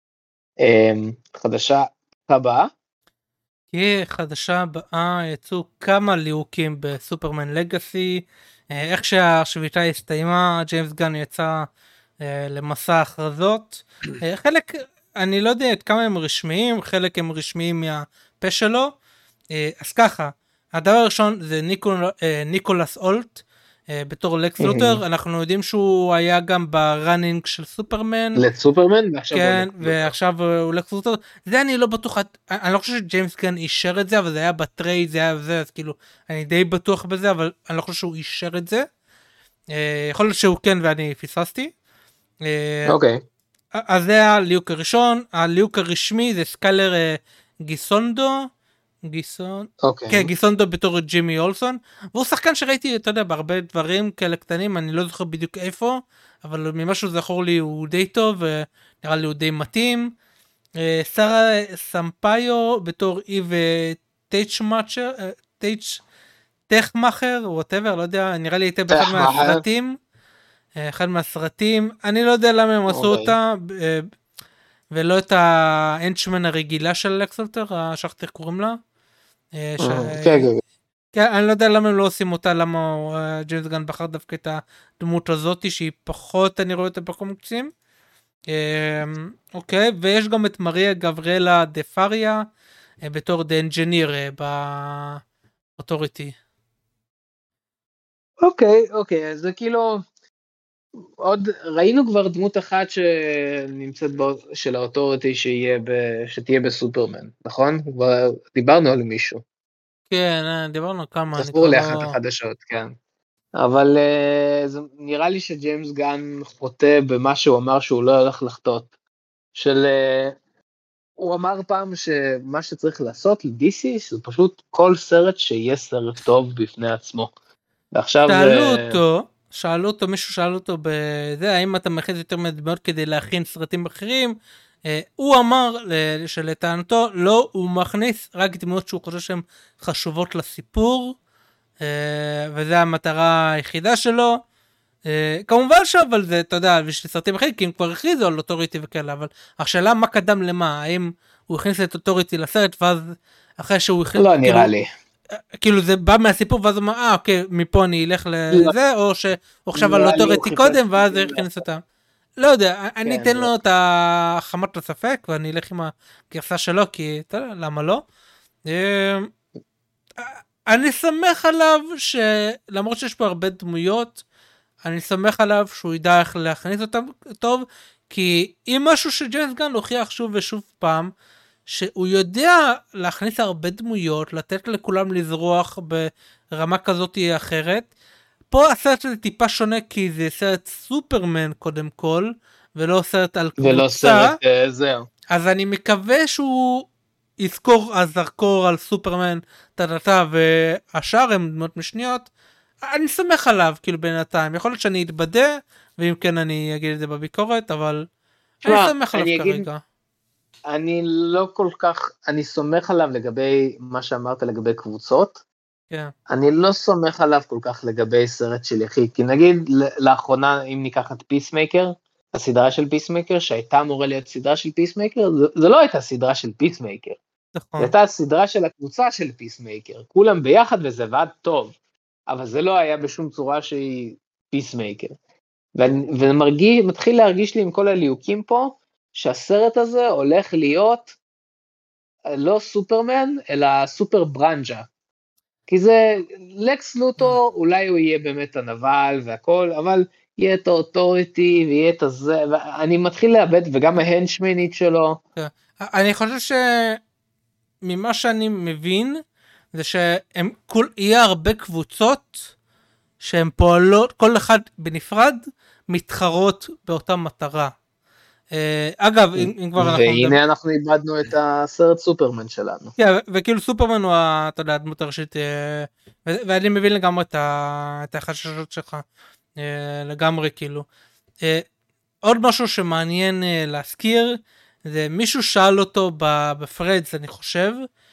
A: חדשה הבאה?
C: כי חדשה הבאה יצאו כמה ליהוקים בסופרמן לגאסי. איך שהשביתה הסתיימה, ג'יימס גן יצא למסע הכרזות, חלק, אני לא יודע את כמה הם רשמיים, חלק הם רשמיים מהפה שלו, אז ככה, הדבר הראשון זה ניקול, ניקולס אולט, בתור לקס לותר, אנחנו יודעים שהוא היה גם בראנינג של סופרמן,
A: לסופרמן,
C: כן, ועכשיו הוא לקס לותר, זה אני לא בטוח, אני לא חושב שג'יימס גן אישר את זה, אבל זה היה בטרייד, זה היה זה, אז כאילו, אני די בטוח בזה, אבל אני לא חושב שהוא אישר את זה, יכול להיות שהוא כן ואני פספסתי,
A: אוקיי.
C: אז זה הליוק הראשון, הליוק הרשמי זה סקיילר גיסונדו, גיסון, כן, גיסונדו בתור ג'ימי אולסון, והוא שחקן שראיתי, אתה יודע, בהרבה דברים כאלה קטנים, אני לא זוכר בדיוק איפה, אבל ממשהו זכור לי הוא די טוב, ונראה לי הוא די מתאים. שרה סמפאיו בתור איב טייצ'מאצ'ר, טייצ' טכמאכר, whatever, לא יודע, נראה לי הייתה באחד מהסרטים, אחד מהסרטים, אני לא יודע למה הם עשו אותה, ולא את האנצ'מן הרגילה של לקס לותר, שכחתי איך קוראים לה. אני לא יודע למה הם לא עושים אותה, למה ג'יימס גן בחר דווקא את הדמות הזאת, שהיא פחות, אני רואה אותה בקומיקסים. אוקיי, ויש גם את מריה גבריאלה דה פריה, בתור דה אנג'יניר באוטוריטי.
A: אוקיי, אוקיי, אז זה כאילו... עוד ראינו כבר דמות אחת שנמצאת של האוטוריטי שתהיה בסופרמן, נכון? כבר דיברנו על מישהו.
C: כן, דיברנו כמה.
A: תסבור לאחת החדשות, כן. אבל uh, זה, נראה לי שג'יימס גן חוטא במה שהוא אמר שהוא לא הולך לחטות. של, uh, הוא אמר פעם שמה שצריך לעשות ל-די סי זה פשוט כל סרט שיהיה סרט טוב בפני עצמו. ועכשיו...
C: שאלו
A: uh,
C: אותו, שאלו אותו, מישהו שאל אותו בזה, האם אתה מכניס יותר מדמיות כדי להכין סרטים אחרים? Uh, הוא אמר שלטענתו, לא, הוא מכניס רק דמיות שהוא חושב שהן חשובות לסיפור, uh, וזו המטרה היחידה שלו. Uh, כמובן שאבל זה, אתה יודע, בשביל סרטים אחרים, כי הם כבר הכריזו על אוטוריטי וכאלה, אבל השאלה מה קדם למה, האם הוא הכניס את אוטוריטי לסרט, ואז אחרי שהוא הכניס...
A: לא נראה
C: כאילו,
A: לי.
C: כאילו זה בא מהסיפור, ואז הוא אומר, אה, אוקיי, מפה אני אלך לזה, או שהוא חשב על אוטוריטי קודם, ואז הוא הכניס אותם. לא יודע, אני אתן לו את החמת לספק, ואני אלך עם הגרסה שלו, כי, אתה יודע, למה לא? אני שמח עליו, שלמרות שיש פה הרבה דמויות, אני שמח עליו שהוא ידע איך להכניס אותם טוב, כי אם משהו שג'יימס גן הוכיח שוב ושוב פעם, שהוא יודע להכניס הרבה דמויות, לתת לכולם לזרוח ברמה כזאת או אחרת. פה הסרט הזה טיפה שונה, כי זה סרט סופרמן קודם כל, ולא סרט על קבוצה.
A: ולא סרט uh, זהו.
C: אז אני מקווה שהוא יזכור הזרקור על סופרמן, תדעתה, והשאר הם דמות משניות. אני שמח עליו, כאילו בינתיים. יכול להיות שאני אתבדה, ואם כן אני אגיד את זה בביקורת, אבל אני שמח עליו כרגע.
A: אני לא כל כך, אני סומך עליו לגבי מה שאמרת לגבי קבוצות,
C: כן.
A: אני לא סומך עליו כל כך לגבי סרט של יחיד, כי נגיד לאחרונה, אם ניקח את פיסמייקר, הסדרה של פיסמייקר, שהייתה אמורה להיות סדרה של פיסמייקר, זה, זה לא הייתה סדרה של פיסמייקר,
C: נכון.
A: זה הייתה סדרה של הקבוצה של פיסמייקר, כולם ביחד וזה ועד טוב, אבל זה לא היה בשום צורה שהיא פיסמייקר, ומתחיל להרגיש לי עם כל הליהוקים פה, שהסרט הזה הולך להיות לא סופרמן, אלא סופר ברנג'ה. כי זה, לקס לוטו, אולי הוא יהיה באמת הנבל והכל, אבל יהיה את האוטוריטי ויהיה את הזה, ואני מתחיל לאבד, וגם ההנשמנית שלו.
C: אני חושב שממה שאני מבין, זה שהם, יהיה הרבה קבוצות, שהן פועלות, כל אחד בנפרד, מתחרות באותה מטרה. אגב, אם כבר אנחנו...
A: והנה אנחנו איבדנו את הסרט סופרמן שלנו.
C: כן, וכאילו סופרמן הוא, אתה יודע, הדמות הראשית, ואני מבין לגמרי את החששות שלך, לגמרי כאילו. עוד משהו שמעניין להזכיר, זה מישהו שאל אותו בפרדס, אני חושב,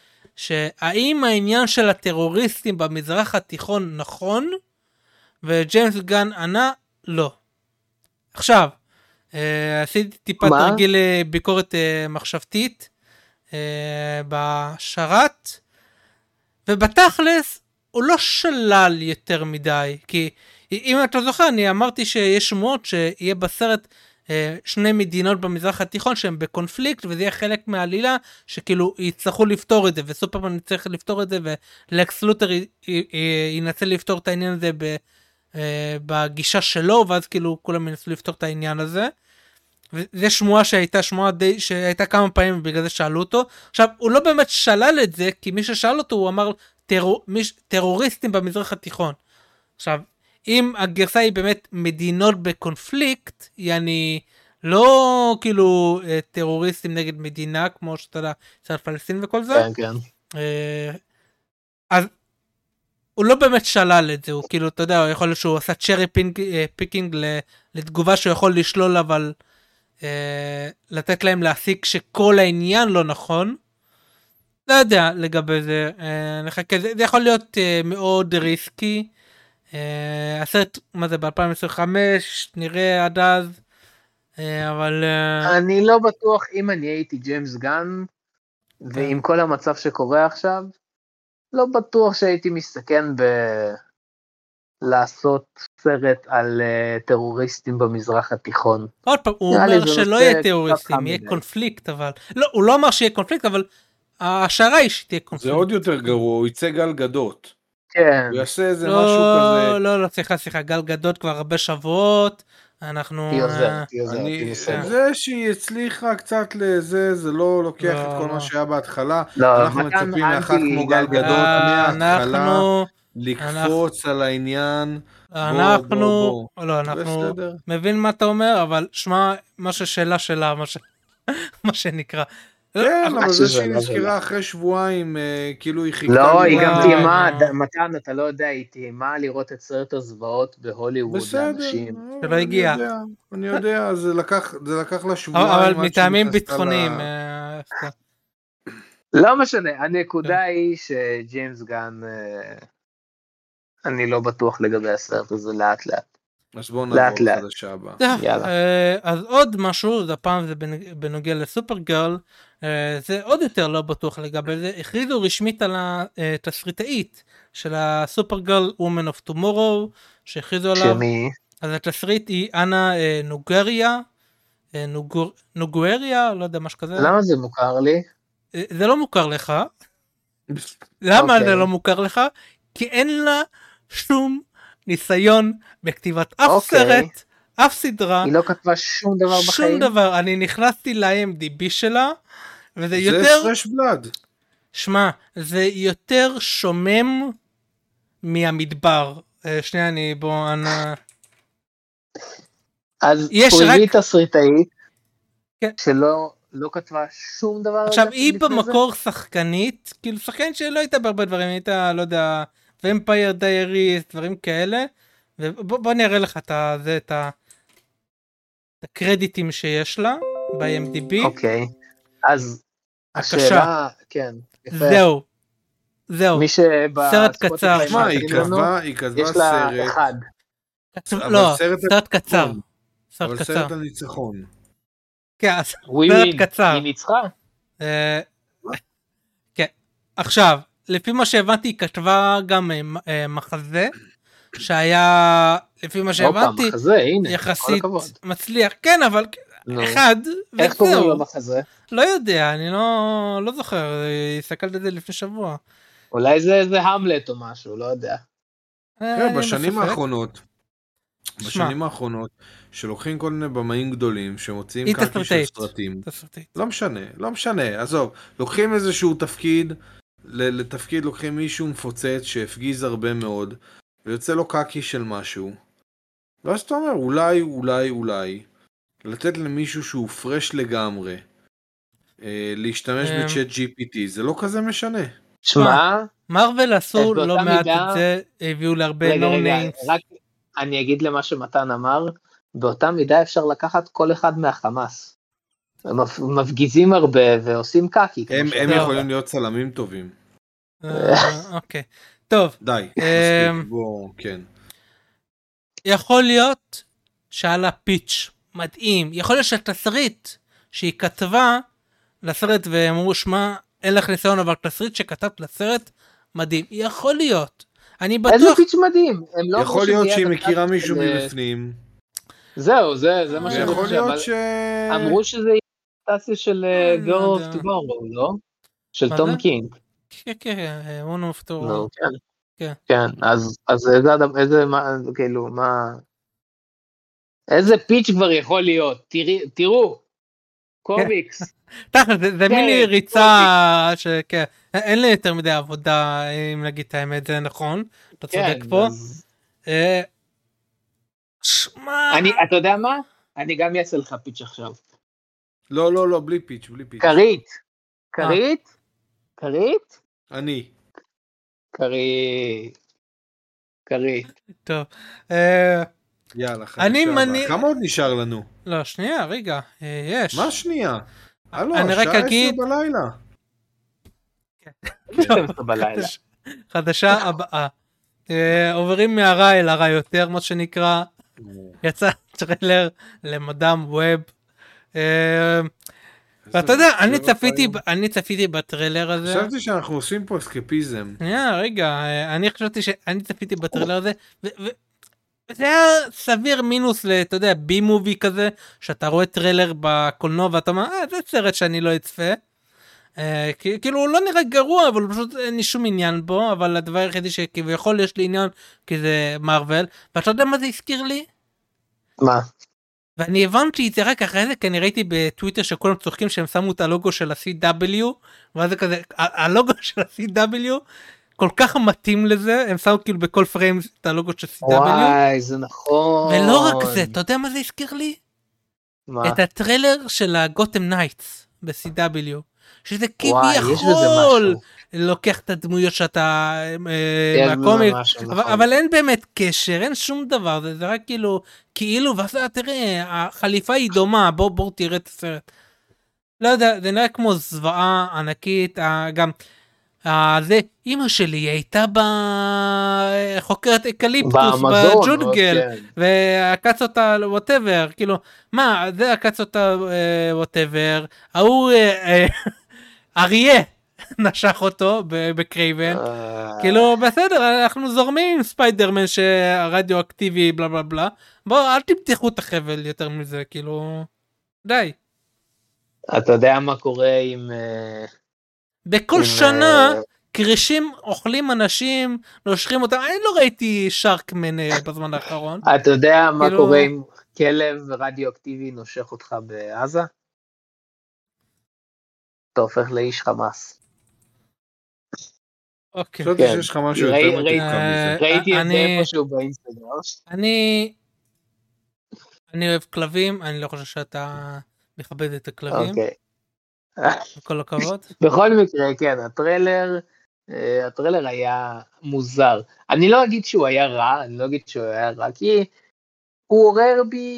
C: שהאם העניין של הטרוריסטים במזרח התיכון נכון, וג'יימס גן ענה, לא. עכשיו, Uh, עשיתי טיפה תרגיל ביקורת uh, מחשבתית uh, בשרת, ובתכלס הוא לא שלל יותר מדי, כי אם אתה זוכר, אני אמרתי שיש שמועות שיהיה בסרט uh, שני מדינות במזרח התיכון שהן בקונפליקט, וזה יהיה חלק מהעלילה שכאילו יצטרכו לפתור את זה, וסופרמן יצטרך לפתור את זה, ולקס לותר י- י- י- ינסה לפתור את העניין הזה ב- uh, בגישה שלו, ואז כאילו כולם ינסו לפתור את העניין הזה. וזה שמועה שהייתה שמועה די, שהייתה כמה פעמים ובגלל זה שאלו אותו. עכשיו, הוא לא באמת שלל את זה, כי מי ששאל אותו הוא אמר טרור, מיש, טרוריסטים במזרח התיכון. עכשיו, אם הגרסה היא באמת מדינות בקונפליקט, יעני לא כאילו טרוריסטים נגד מדינה, כמו שאתה יודע, של פלסטין וכל זה.
A: כן, כן.
C: אז הוא לא באמת שלל את זה, הוא כאילו, אתה יודע, הוא יכול להיות שהוא עשה צ'רי פיקינג לתגובה שהוא יכול לשלול, אבל לתת להם להסיק שכל העניין לא נכון. לא יודע לגבי זה, זה יכול להיות מאוד ריסקי. הסרט, מה זה, ב-אלפיים עשרים וחמש, נראה עד אז, אבל...
A: אני לא בטוח אם אני הייתי ג'יימס גן, ועם כל המצב שקורה עכשיו, לא בטוח שהייתי מסתכן ב... לעשות סרט על uh, טרוריסטים במזרח התיכון.
C: עוד פעם, הוא אומר שלא יהיה טרוריסטים, יהיה קונפליקט, אבל... לא, הוא לא אמר שיהיה קונפליקט, אבל השערה היא שתהיה קונפליקט.
B: זה עוד יותר גרוע, הוא יצא גל גדות.
A: כן.
B: הוא יעשה איזה
C: לא,
B: משהו כזה.
C: לא, לא, סליחה, סליחה, גל גדות כבר הרבה שבועות, אנחנו...
A: היא עוזרת, היא עוזרת,
B: אני,
A: היא עוזרת.
B: זה שהיא הצליחה קצת לזה, זה לא לוקח
C: לא,
B: את כל
C: לא.
B: מה שהיה בהתחלה.
A: לא,
B: אנחנו
A: מתן
B: מצפים לאחת
A: אנטי
B: כמו גל
A: גל
B: גדות מההתחלה.
C: אנחנו
B: לקפוץ על העניין.
C: אנחנו, לא, אנחנו מבין מה אתה אומר, אבל שמע, מה ששאלה שלה, מה שנקרא.
B: כן, אבל זה שהיא נזכרה אחרי שבועיים, כאילו היא חיכתה.
A: לא, היא גם תאימה, מתן, אתה לא יודע, היא תאימה לראות את סרט הזוועות בהוליווד לאנשים.
C: שלא הגיע.
B: אני יודע, זה לקח לה שבועיים.
C: אבל מטעמים ביטחוניים.
A: לא משנה, הנקודה היא שג'יימס גן, אני לא בטוח לגבי הסרט הזה לאט לאט.
B: אז בואו נעבור לחדשה הבאה.
C: אז עוד משהו, הפעם זה בנוגע לסופרגרל, זה עוד יותר לא בטוח לגבי זה, הכריזו רשמית על התסריטאית של הסופרגרל Woman of Tomorrow, שהכריזו עליו.
A: שמי?
C: אז התסריט היא אנה נוגריה, נוגריה, לא יודע מה שכזה.
A: למה זה מוכר לי?
C: זה לא מוכר לך. למה זה לא מוכר לך? כי אין לה שום ניסיון בכתיבת אף סרט, אף סדרה.
A: היא לא כתבה שום דבר בחיים?
C: שום דבר. אני נכנסתי ל-איי אם די בי שלה, וזה יותר...
B: זה פרש בלד.
C: שמע, זה יותר שומם מהמדבר. שנייה, אני בוא... אנה...
A: אז פרילי תסריטאית, שלא לא כתבה שום דבר.
C: עכשיו, היא במקור שחקנית, כאילו שחקנית שלא הייתה בהרבה דברים, היא הייתה, לא יודע... ומפייר דייריס, דברים כאלה, ובוא נראה לך את, זה, את, ה, את הקרדיטים שיש לה ב-איי אם די בי.
A: אוקיי, אז השאלה, כן.
C: זהו, זהו,
A: מי
C: סרט קצר.
B: מה, היא כתבה, היא כתבה סרט.
A: יש לה אחד.
C: לא, סרט קצר.
B: אבל סרט הניצחון.
C: כן, סרט קצר.
A: היא ניצחה?
C: כן, עכשיו, לפי מה שהבנתי, היא כתבה גם מחזה, שהיה, לפי מה שהבנתי, יחסית מצליח. כן, אבל אחד,
A: איך קוראים למחזה?
C: לא יודע, אני לא זוכר, הסתכלתי את זה לפני שבוע.
A: אולי זה איזה המלט או משהו, לא יודע.
B: בשנים האחרונות, בשנים האחרונות, שלוקחים כל מיני במאים גדולים, שמוצאים קאקי של סרטים. לא משנה, לא משנה, עזוב, לוקחים איזשהו תפקיד, לתפקיד לוקחים מישהו מפוצץ שהפגיז הרבה מאוד, ויוצא לו קאקי של משהו. ואז אתה אומר, אולי, אולי, אולי, לתת למישהו שהוא פרש לגמרי, להשתמש בצ'אט ג'י פי טי, זה לא כזה משנה.
A: שמע,
C: מרוול עשו לא מעט את זה, הביאו להרבה נו ניימס.
A: רק אני אגיד למה שמתן אמר, באותה מידה אפשר לקחת כל אחד מהחמאס. הם מפגיזים הרבה ועושים קאקי.
B: הם יכולים להיות צלמים טובים.
C: אוקיי, טוב.
B: די, מספיק, בוא, כן.
C: יכול להיות שעלה פיץ' מדהים, יכול להיות שהתסריט שהיא כתבה לסרט ואמרו, שמה, אין לך ניסיון, אבל תסריט שכתבת לסרט מדהים, יכול להיות. אני בטוח...
A: איזה פיץ' מדהים.
B: יכול להיות שהיא מכירה מישהו מבפנים.
A: זהו, זה מה שאני
B: חושב. יכול להיות ש...
A: אמרו שזה טסיה של Girl of Tomorrow, לא? של תום קינג.
C: כן, כן, One of Tomorrow.
A: כן, אז איזה, כאילו, מה... איזה פיץ' כבר יכול להיות? תראו, קומיקס.
C: זה מיני ריצה שכן, אין לי יותר מדי עבודה, אם נגיד את האמת, זה נכון, אתה צודק פה.
A: אתה יודע מה? אני גם אעשה לך פיץ' עכשיו.
B: לא, לא, לא, בלי פיץ', בלי פיץ'.
A: קרית. קרית? קרית?
B: אני.
A: קרית. קרית.
C: טוב.
B: יאללה, חדשה הבאה. כמה עוד נשאר לנו?
C: לא, שנייה, רגע, יש.
B: מה שנייה? הלו,
C: שעה
B: עשר בלילה.
A: עשר בלילה.
C: חדשה הבאה. עוברים מהרע אל הרע יותר, מה שנקרא. יצא טריילר למדאם ווב. ואתה יודע, אני צפיתי, אני צפיתי בטריילר הזה.
B: חשבתי שאנחנו עושים פה אסקפיזם.
C: רגע, אני חשבתי שאני צפיתי בטריילר הזה, וזה היה סביר מינוס אתה יודע, בי מובי כזה, שאתה רואה טריילר בקולנוע ואתה אומר, אה, זה סרט שאני לא אצפה. כאילו הוא לא נראה גרוע, אבל פשוט אין לי שום עניין בו, אבל הדבר היחידי שכביכול יש לי עניין, כי זה מרוול, ואתה יודע מה זה הזכיר לי?
A: מה?
C: ואני הבנתי את זה רק אחרי זה, כי אני ראיתי בטוויטר שכולם צוחקים שהם שמו את הלוגו של ה-סי דאבליו, ואז זה כזה, הלוגו של ה-סי דאבליו, כל כך מתאים לזה, הם שמו כאילו בכל פריים את הלוגו של סי דאבליו.
A: וואי, זה נכון.
C: ולא רק זה, אתה יודע מה זה הזכיר לי?
A: מה?
C: את הטריילר של הגותם נייטס ב-סי דאבליו, שזה
A: וואי, יש בזה
C: כביכול
A: משהו.
C: לוקח את הדמויות שאתה
A: יש בזה
C: מהקומיקס,
A: משהו,
C: אבל,
A: נכון.
C: אבל אין באמת קשר, אין שום דבר, זה, זה רק כאילו, כאילו, ואז תראה, החליפה היא דומה, בוא, בוא תראה את הסרט. לא יודע, זה נראה כמו זוועה ענקית, גם, זה, אמא שלי הייתה בחוקרת אקליפטוס בג'ונגל, ועקץ אותה whatever, כאילו, מה, זה עקץ אותה whatever, ההוא אריה נשך אותו בקרייבן, כאילו, בסדר, אנחנו זורמים עם ספיידרמן שהרדיו-אקטיבי בלה בלה בלה, בואו, אל תמתחו את החבל יותר מזה, כאילו, די.
A: אתה יודע מה קורה עם...
C: בכל שנה קרישים אוכלים אנשים, נושכים אותם, אני לא ראיתי שרקמן בזמן האחרון.
A: אתה יודע מה קורה עם כלב רדיו-אקטיבי נושך אותך בעזה? אתה הופך לאיש חמאס.
C: אוקיי.
B: חשבתי שיש לך משהו יותר מתוקם מזה.
A: ראיתי את זה איפשהו באינסטגרם.
C: אני... אני אוהב כלבים, אני לא חושב שאתה מכבד את הכלבים.
A: אוקיי.
C: בכל הכבוד.
A: בכל מקרה, כן, הטריילר, הטריילר היה מוזר. אני לא אגיד שהוא היה רע, אני לא אגיד שהוא היה רע, כי הוא עורר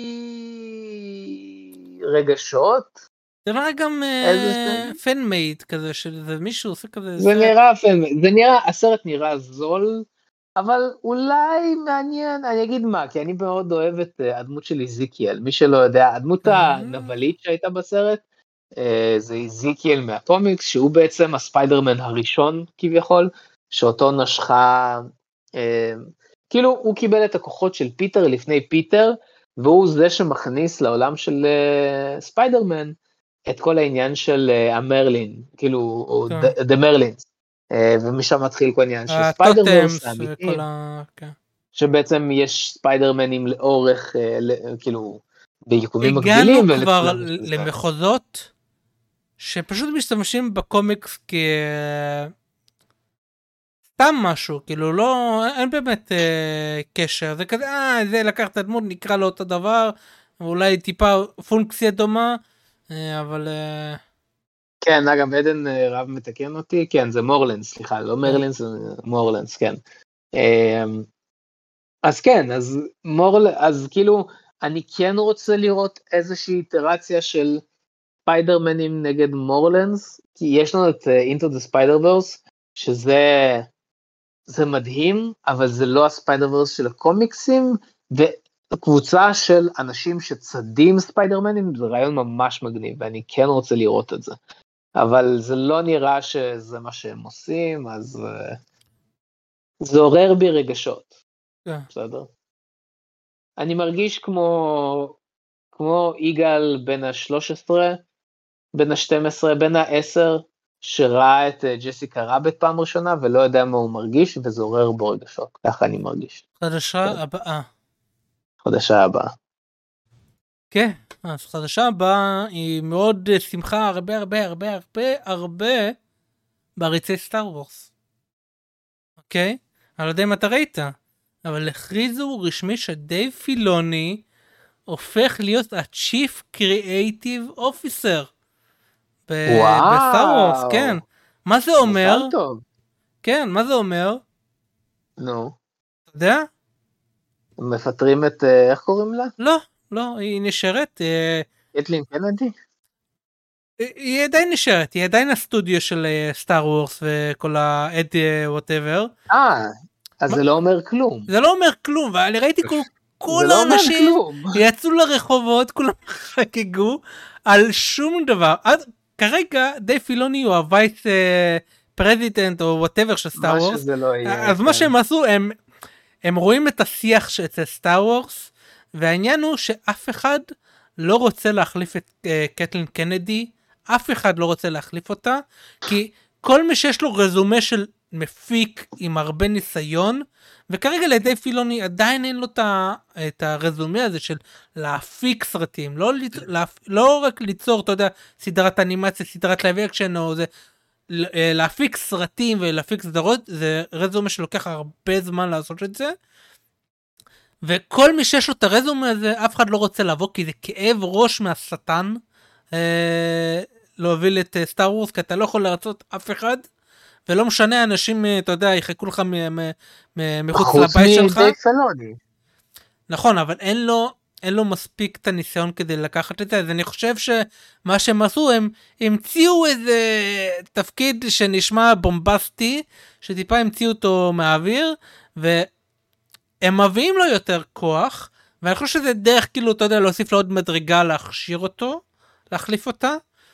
A: בי רגשות.
C: זה נראה גם פן-מייד כזה, שזה מישהו עושה כזה.
A: זה נראה פן-מייד, זה נראה, הסרט נראה זול, אבל אולי מעניין, אני אגיד מה, כי אני מאוד אוהב את הדמות של איזיקיאל, מי שלא יודע, הדמות הנבלית שהייתה בסרט, זה איזיקיאל מהקומיקס, שהוא בעצם הספיידרמן הראשון כביכול, שאותו נשכה, כאילו הוא קיבל את הכוחות של פיטר לפני פיטר, והוא זה שמכניס לעולם של ספיידרמן, את כל העניין של המרלין, כאילו, או דה מרלינס, ומשם מתחיל כל העניין של ספיידרמנס, שבעצם יש ספיידרמנים לאורך, כאילו, ביקומים מקבילים.
C: הגענו כבר למחוזות, שפשוט משתמשים בקומיקס כ... סתם משהו, כאילו לא, אין באמת אה, קשר, זה כזה, אה, זה לקח את הדמות, נקרא לו אותו דבר, אולי טיפה פונקציה דומה, אה, אבל... אה...
A: כן, אגב, עדן רב מתקן אותי, כן, זה מורלנס, סליחה, לא מרלינס, זה מורלנס, כן. אה, אז כן, אז מורל, אז כאילו, אני כן רוצה לראות איזושהי איטרציה של ספיידרמנים נגד מורלנס, כי יש לנו את uh, Into the Spider-Verse, שזה זה מדהים, אבל זה לא הספיידר-ורס של הקומיקסים, וקבוצה של אנשים שצדים ספיידרמנים, זה רעיון ממש מגניב, ואני כן רוצה לראות את זה. אבל זה לא נראה שזה מה שהם עושים, אז uh, זה עורר בי רגשות. Yeah. בסדר? אני מרגיש כמו, כמו איגל בין ה-שלוש עשרה, בין ה-שתים עשרה, בין ה-עשר, שראה את ג'סיקה רביט פעם ראשונה, ולא יודע מה הוא מרגיש, וזה עורר בו רגשות. ככה אני מרגיש.
C: חדשה כן. הבאה.
A: חדשה הבאה.
C: כן, אז חדשה הבאה היא מאוד שמחה הרבה הרבה הרבה הרבה הרבה בעריצי סטאר וורס. אוקיי? אני לא יודע אם אתה ראית, אבל הכריזו רשמי שדייב פילוני הופך להיות ה-Chief Creative Officer בסטאר וורס, כן. מה זה אומר? כן, מה זה אומר?
A: נו.
C: אתה יודע?
A: מפטרים את, איך קוראים לה?
C: לא, לא, היא נשארת.
A: קתלין קנדי?
C: היא עדיין נשארת, היא עדיין הסטודיו של סטאר וורס וכל ה-אד וואטאבר.
A: אה, אז זה לא אומר כלום.
C: זה לא אומר כלום, ואני ראיתי כל האנשים יצאו לרחובות, כולם חגגו על שום דבר. כרגע די פילוני הוא הווייס פרזידנט או וואטאבר של סטאר וורס. אז מה שהם עשו, הם רואים את השיח של סטאר וורס, והעניין הוא שאף אחד לא רוצה להחליף את קתלין קנדי, אף אחד לא רוצה להחליף אותה, כי כל מי שיש לו רזומה של מפיק עם הרבה ניסיון, וכרגע לידי פילוני עדיין אין לו את הרזומה הזה של להפיק סרטים, לא, לא רק ליצור, אתה יודע, סדרת אנימציה, סדרת לייב אקשן או זה, להפיק סרטים ולהפיק סדרות, זה רזומה שלוקח הרבה זמן לעשות את זה, וכל מי שיש לו את הרזומה הזה, אף אחד לא רוצה לבוא, כי זה כאב ראש מהשטן, אה, להוביל את סטאר וורס, כי אתה לא יכול לרצות אף אחד, ולא משנה, אנשים, אתה יודע, יחכו לך מחוץ לבית שלך.
A: חוץ מדייב פילוני.
C: נכון, אבל אין לו, אין לו מספיק את הניסיון כדי לקחת את זה, אז אני חושב שמה שהם עשו, הם המציאו איזה תפקיד שנשמע בומבסטי, שטיפה המציאו אותו מהאוויר, והם מביאים לו יותר כוח, ואני חושב שזה דרך, כאילו, אתה יודע, להוסיף לו עוד מדרגה, להכשיר אותו, להחליף אותה,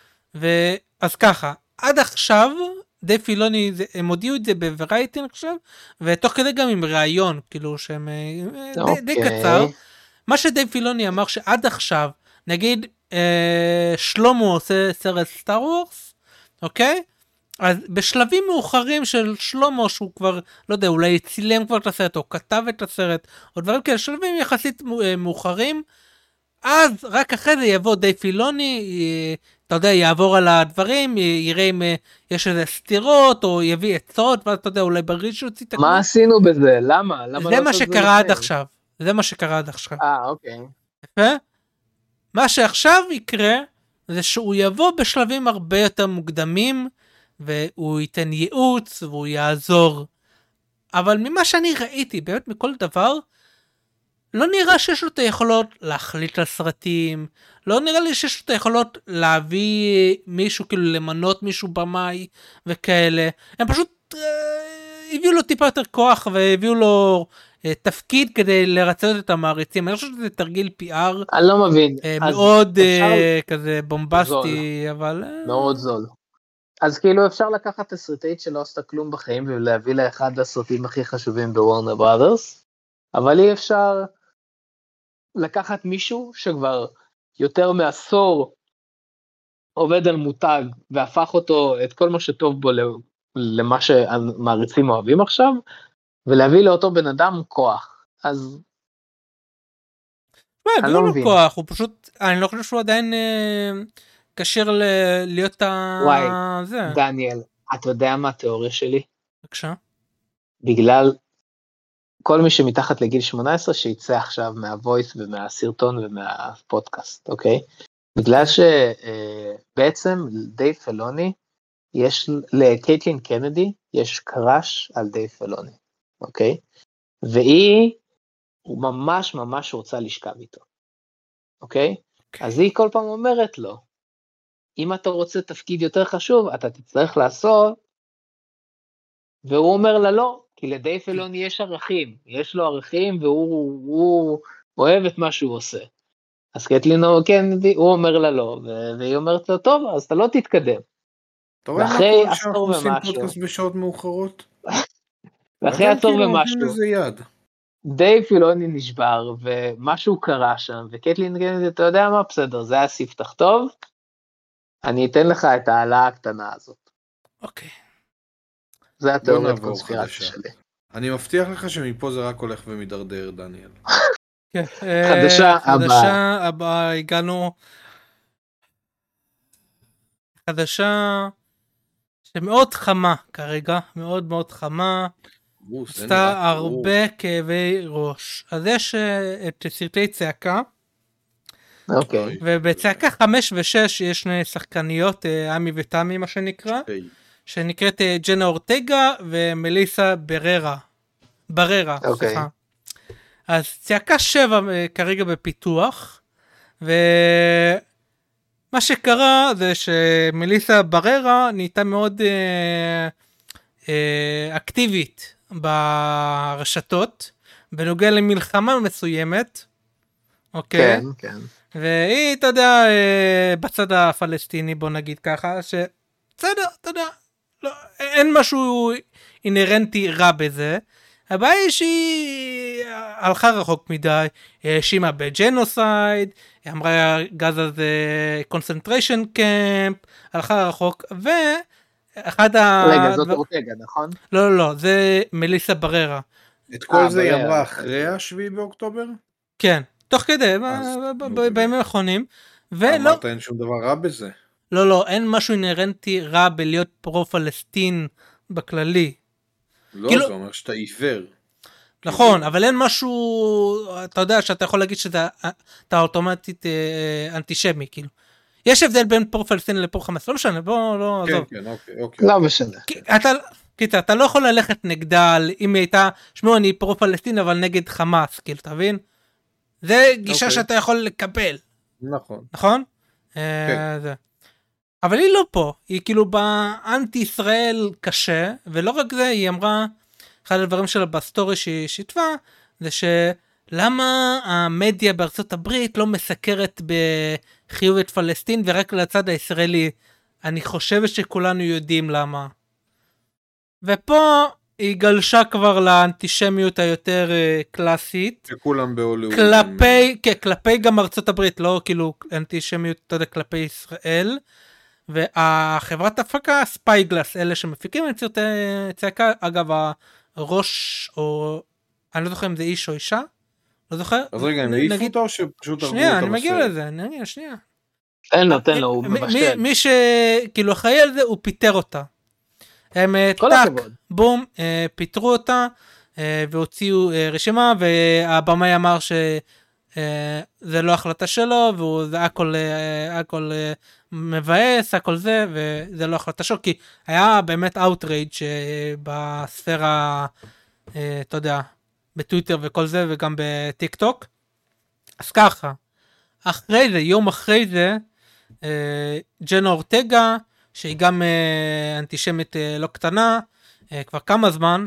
C: ואז ככה, עד עכשיו, דייב פילוני, הם הודיעו את זה בוורייטי, אני חושב, ותוך כדי גם עם ראיון, כאילו, שהם די, די קצר, מה שדייב פילוני אמר שעד עכשיו, נגיד, אה, שלמה עושה סרט סטאר וורס, אוקיי? אז בשלבים מאוחרים של שלמה, שהוא כבר, לא יודע, אולי צילם כבר את הסרט, או כתב את הסרט, או דברים כאלה, שלבים יחסית מאוחרים, אז רק אחרי זה יבוא דייב פילוני, אתה יודע, יעבור על הדברים, יראה אם יש איזה סתירות, או יביא עצות, ואז אתה יודע, אולי ברישות יתקנו.
A: מה עשינו בזה? למה?
C: זה מה שקרה עד עכשיו. זה מה שקרה עד עכשיו.
A: אה, אוקיי.
C: יפה? מה שעכשיו יקרה, זה שהוא יבוא בשלבים הרבה יותר מוקדמים, והוא ייתן ייעוץ, והוא יעזור. אבל ממה שאני ראיתי, באמת מכל דבר, לא נראה שיש לו את היכולות להחליט על סרטים, לא נראה לי שיש לו את היכולות להביא מישהו, כאילו למנות מישהו במאי וכאלה. הם פשוט אה, הביאו לו טיפה יותר כוח, והביאו לו אה, תפקיד כדי לרצות את המעריצים. אני חושב שזה תרגיל פי אר.
A: אני לא מבין.
C: אה, מאוד אה, כזה בומבסטי, זול. אבל... אה...
A: מאוד זול. אז כאילו אפשר לקחת תסריטאית שלא עשתה כלום בחיים, ולהביא לאחד הסרטים הכי חשובים בוורנר בראדרס, אבל אי אפשר לקחת מישהו שכבר יותר מעשור עובד על מותג, והפך אותו, את כל מה שטוב בו למה שהמעריצים אוהבים עכשיו, ולהביא לאותו בן אדם כוח. אז...
C: אני לא מבין. כוח, הוא פשוט, אני לא חושב שהוא עדיין קשר להיות ה...
A: וואי, דניאל, אתה יודע מה התיאוריה שלי?
C: בבקשה.
A: בגלל... כל מי שמתחת לגיל שמונה עשרה שיצא עכשיו מהוויס ומהסרטון ומהפודקאסט, אוקיי? בגלל שבעצם דייב פילוני, יש, לקייטלין קנדי, יש קראש על דייב פילוני, אוקיי? והיא, הוא ממש ממש רוצה לשכב איתו, אוקיי? אז היא כל פעם אומרת לו, אם אתה רוצה תפקיד יותר חשוב, אתה תצטרך לעשות, והוא אומר לה לא, כי לדייב פילוני יש ערכים, יש לו ערכים והוא הוא אוהב את מה שהוא עושה. אז קייטלין קנדי, הוא אומר לה לא, והיא אומרת לו, טוב, אז אתה לא תתקדם.
B: אתה רואה מה קורה שאנחנו עושים פודקאסט בשעות מאוחרות?
A: ואחרי עצור ומשהו, דייב פילוני נשבר, ומשהו קרה שם, וקייטלין קנדי, אתה יודע מה, בסדר, זה היה ספתח טוב, אני אתן לך את העלה הקטנה הזאת.
C: אוקיי.
A: זה התיאוריית קונספירציה שלי.
B: אני מבטיח לך שמפה זה רק הולך ומדרדר, דניאל.
A: חדשה הבאה.
C: חדשה הבאה, הגענו... חדשה שמאוד חמה כרגע, מאוד מאוד חמה. עשתה הרבה כאבי ראש. אז יש את סרטי צעקה.
A: אוקיי.
C: ובצעקה חמש ושש יש שני שחקניות, אמי ותמי מה שנקרא. שנקראת ג'נה אורטגה ומליסה בררה. בררה, okay. סליחה. אז צעקה שבע כרגע בפיתוח, ומה שקרה זה שמליסה בררה נהייתה מאוד אה, אה, אקטיבית ברשתות, בנוגע למלחמה מסוימת, אוקיי?
A: כן, כן.
C: והיא, אתה יודע, אה, בצד הפלסטיני, בוא נגיד ככה, ש... בסדר, אתה יודע, לא, אין משהו אינרנטי רע בזה. הבעיה היא שהיא הלכה רחוק מדי, האשימה בג'נוסייד, היא אמרה גז הזה קונסנטריישן קמפ, הלכה רחוק, ואחד ה...
A: רגע, זאת אורטגה, נכון?
C: לא, לא, לא, זה מליסה בררה.
B: את כל זה היא אמרה אחרי השביעי באוקטובר?
C: כן, תוך כדי, בימים האחרונים.
B: אמרת אין שום דבר רע בזה.
C: לא, לא, אין משהו אינרנטי רע בלהיות פרו-פלסטין בכללי.
B: לא,
C: כאילו...
B: זה אומר שאתה עיוור.
C: נכון, אבל אין משהו, אתה יודע שאתה יכול להגיד שאתה אוטומטית אנטישמי, כאילו. יש הבדל בין פרו-פלסטיני לפרו-חמאס, לא משנה, בוא, לא,
B: כן,
C: עזוב.
B: כן, אוקיי, אוקיי.
A: לא משנה.
C: אתה, קיצר, אתה לא יכול ללכת נגדה, אם היא הייתה, שמעו, אני פרו-פלסטין, אבל נגד חמאס, כאילו, תבין? זה גישה
B: אוקיי.
C: שאתה יכול לקבל.
B: נכון.
C: נכון?
B: כן.
C: זה. אבל היא לא פה, היא כאילו באנטי ישראל קשה, ולא רק זה, היא אמרה, אחד הדברים שלה בסטורי שהיא שיתפה, זה שלמה המדיה בארצות הברית לא מסקרת בחיוב את פלסטין ורק לצד הישראלי. אני חושבת שכולנו יודעים למה. ופה היא גלשה כבר לאנטישמיות היותר קלאסית.
B: שכולם בהוליווד.
C: כלפי, כן, כלפי גם ארצות הברית, לא כאילו אנטישמיות, אתה יודע, כלפי ישראל. והחברת הפקה, ספייגלס, אלה שמפיקים את סרטי צעקה, אגב, הראש, או אני לא זוכר אם זה איש או אישה, לא זוכר.
B: אז רגע, הם העיפו אותו או שפשוט הרגו אותה בסרט?
C: שנייה, אני מגיע לזה, אני, שנייה.
A: תן לו, תן לו, הוא מבשל.
C: מי שכאילו אחראי על זה, הוא פיטר אותה. הם טק, בום, פיטרו אותה, והוציאו רשימה, והבמאי אמר שזה לא החלטה שלו, וזה הכל, הכל מבאס, הכל זה, וזה לא החלטה שלו, כי היה באמת אאוטרייג' בספירה, אתה יודע, בטוויטר וכל זה, וגם בטיק טוק. אז ככה, אחרי זה, יום אחרי זה, ג'נה אורטגה, שהיא גם אנטישמית לא קטנה, כבר כמה זמן,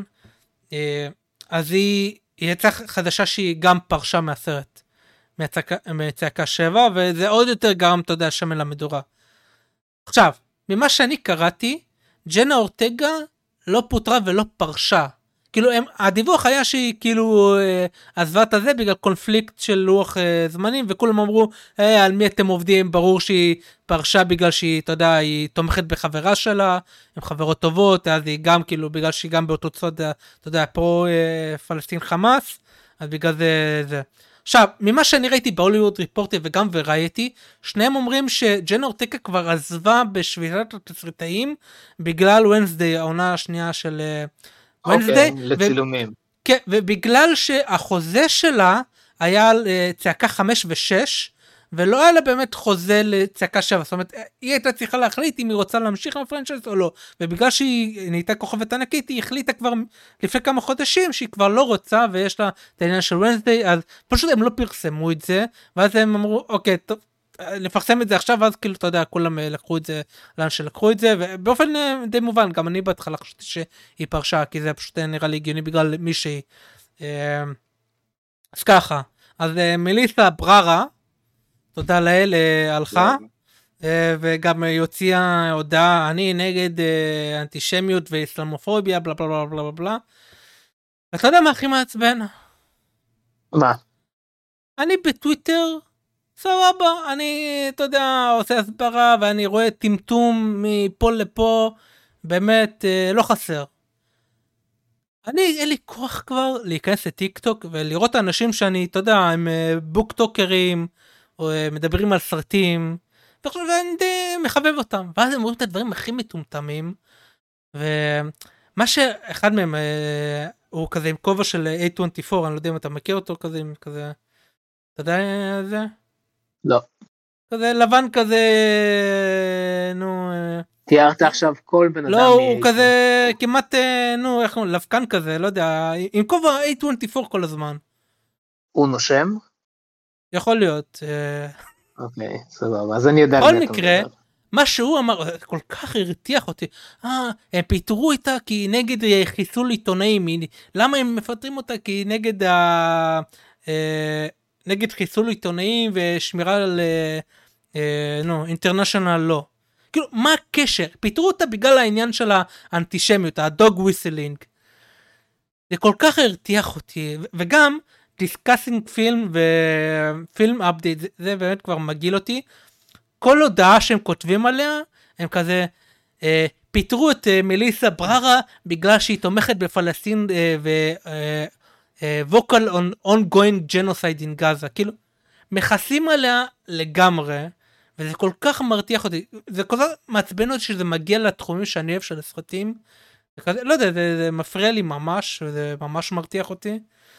C: אז היא, היא יצאה חדשה שהיא גם פרשה מהסרט, מצעקה שבע, וזה עוד יותר גרם, אתה יודע, שמן למדורה. עכשיו, ממה שאני קראתי, ג'נה אורטגה לא פוטרה ולא פרשה. כאילו, הם, הדיווח היה שהיא כאילו אה, עזבה את זה בגלל קונפליקט של לוח אה, זמנים, וכולם אמרו, אה, על מי אתם עובדים? ברור שהיא פרשה בגלל שהיא, אתה יודע, היא תומכת בחברה שלה, הן חברות טובות, אז היא גם כאילו, בגלל שהיא גם באותו צוד, אתה יודע, פרו אה, פלסטין חמאס, אז בגלל זה זה. עכשיו, ממה שאני ראיתי בהוליווד ריפורטר וגם וראיתי, שניהם אומרים שג'נה אורטגה כבר עזבה בשביתת התסריטאים, בגלל ונסדיי, העונה השנייה של ונסדיי.
A: אוקיי, לצילומים.
C: כן, ובגלל שהחוזה שלה היה על צעקה חמש ושש, ולא היה לה באמת חוזה לצעקה שבע, זאת אומרת, היא הייתה צריכה להחליט אם היא רוצה להמשיך לפרנצ'ייז או לא, ובגלל שהיא נהייתה כוכבת ענקית, היא החליטה כבר לפני כמה חודשים שהיא כבר לא רוצה, ויש לה את העניין של ונסדיי, אז פשוט הם לא פרסמו את זה, ואז הם אמרו, אוקיי, טוב, לפרסם את זה עכשיו, ואז כאילו, אתה יודע, כולם לקחו את זה, לאן שלקחו את זה, ובאופן די מובן, גם אני בהתחלה חשבתי שהיא פרשה, כי זה פשוט נראה לי הגיוני בגלל מישהי. אז ככה, אז מליסה בררה, תודה לאל, הלכה, וגם היא הוציאה הודעה, אני נגד אנטישמיות ואיסלאמופוביה, בלה בלה בלה בלה בלה. אתה יודע מה הכי מעצבן?
A: מה?
C: אני בטוויטר, סבבה, אני, אתה יודע, עושה הסברה, ואני רואה טמטום מפה לפה, באמת לא חסר. אני, אין לי כוח כבר להיכנס לטיק טוק, ולראות האנשים שאני, אתה יודע, הם בוקטוקרים, או מדברים על סרטים, ואני די מחבב אותם, ואז הם רואים את הדברים הכי מטומטמים, ומה שאחד מהם, הוא כזה עם כובע של איי עשרים וארבע, אני לא יודע אם אתה מכיר אותו כזה, כזה, אתה יודע זה?
A: לא.
C: כזה לבן כזה, נו...
A: תיארת עכשיו כל בן אדם.
C: לא, הוא כזה כמעט, נו, איך הוא, לבקן כזה, לא יודע, עם כובע איי עשרים וארבע כל הזמן.
A: הוא נושם?
C: יכול להיות.
A: אוקיי, סבבה, אז אני יודע.
C: בכל מקרה, מה שהוא אמר, כל כך הרתיח אותי, אה, הם פיתרו איתה כי נגד חיסול עיתונאים, למה הם מפטרים אותה? כי נגד ה... נגד חיסול עיתונאים ושמירה על, נו, אינטרנשיונל לא. כאילו, מה הקשר? פיתרו אותה בגלל העניין של האנטישמיות, הדוג וויסלינג. זה כל כך הרתיח אותי, וגם, דיסקאסינג פילם ופילם אפדייט, זה באמת כבר מגיל אותי, כל הודעה שהם כותבים עליה, הם כזה, אה, פיתרו את אה, מליסה בררה, בגלל שהיא תומכת בפלסטין, אה, ו... אה, vocal on ongoing genocide in Gaza, כאילו, מכסים עליה לגמרי, וזה כל כך מרתיח אותי, זה כל כך מעצבן אותי שזה מגיע לתחומים שאני אוהב של הסרטים, וכזה, לא יודע, זה, זה מפריע לי ממש, וזה ממש מרתיח אותי.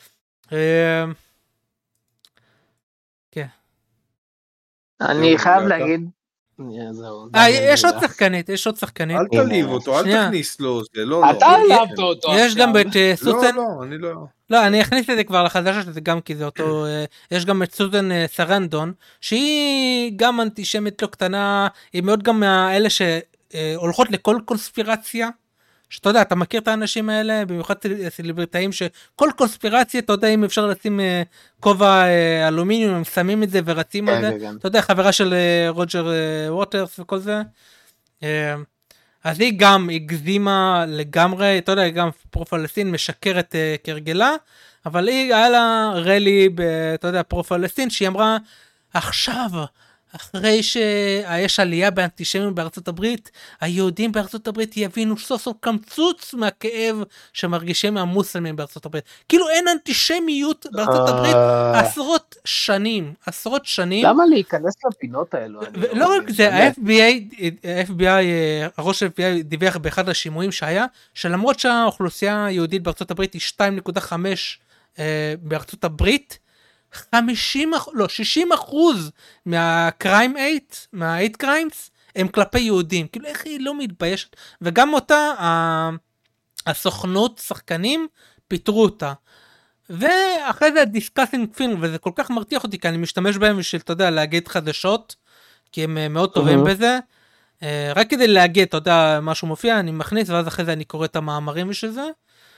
C: כן.
A: אני חייב להגיד,
C: יש עוד שחקנית, יש עוד שחקנית.
B: אל תליב אותו, אל תכניס לו, זה לא, לא.
A: אתה עלבת אותו.
C: יש גם את סוזן.
B: לא, לא, אני לא.
C: לא, אני אכניס את זה כבר לחדשה שזה גם כי זה אותו, יש גם את סוזן סרנדון, שהיא גם אנטישמית לא קטנה, היא מאוד גם מהאלה שהולכות לכל קונספירציה, שאתה יודע, אתה מכיר את האנשים האלה, במיוחד סלבריטאים, שכל קונספירציה, אתה יודע, אם אפשר לשים כובע אלומיניום, הם שמים את זה ורצים על זה, אתה יודע, חברה של רוג'ר ווטרס וכל זה, אז היא גם הגזימה לגמרי, אתה יודע, גם פרו-פלסטין משקרת כרגלה, אבל היא היה לה רלי, אתה יודע, פרו-פלסטין, שהיא אמרה, עכשיו, אחרי שיש עלייה באנטישמיות בארצות הברית, היהודים בארצות הברית יבינו סוף סוף קמצוץ מהכאב שמרגישים מהמוסלמים בארצות הברית. כאילו אין אנטישמיות בארצות הברית עשרות שנים, עשרות שנים.
A: למה להיכנס לפינות האלו?
C: לא רק זה, ה-אף בי איי, ה-אף בי איי, הראש ה-אף בי איי דיווח באחד השימועים שהיה, שלמרות שהאוכלוסייה היהודית בארצות הברית היא שתיים נקודה חמש בארצות הברית, חמישים, לא, שישים אחוז מהקריים אייט, מהאייט קריימס, הם כלפי יהודים. כאילו, איך היא לא מתביישת? וגם אותה, הסוכנות שחקנים, פיתרו אותה. ואחרי זה דיסקאסינג פילם, וזה כל כך מרתיח אותי, כי אני משתמש בהם בשביל, אתה יודע, להגיד חדשות, כי הם מאוד טובים בזה. רק כדי להגיד, אתה יודע, משהו מופיע, אני מכניס, ואז אחרי זה אני קורא את המאמרים בשביל זה.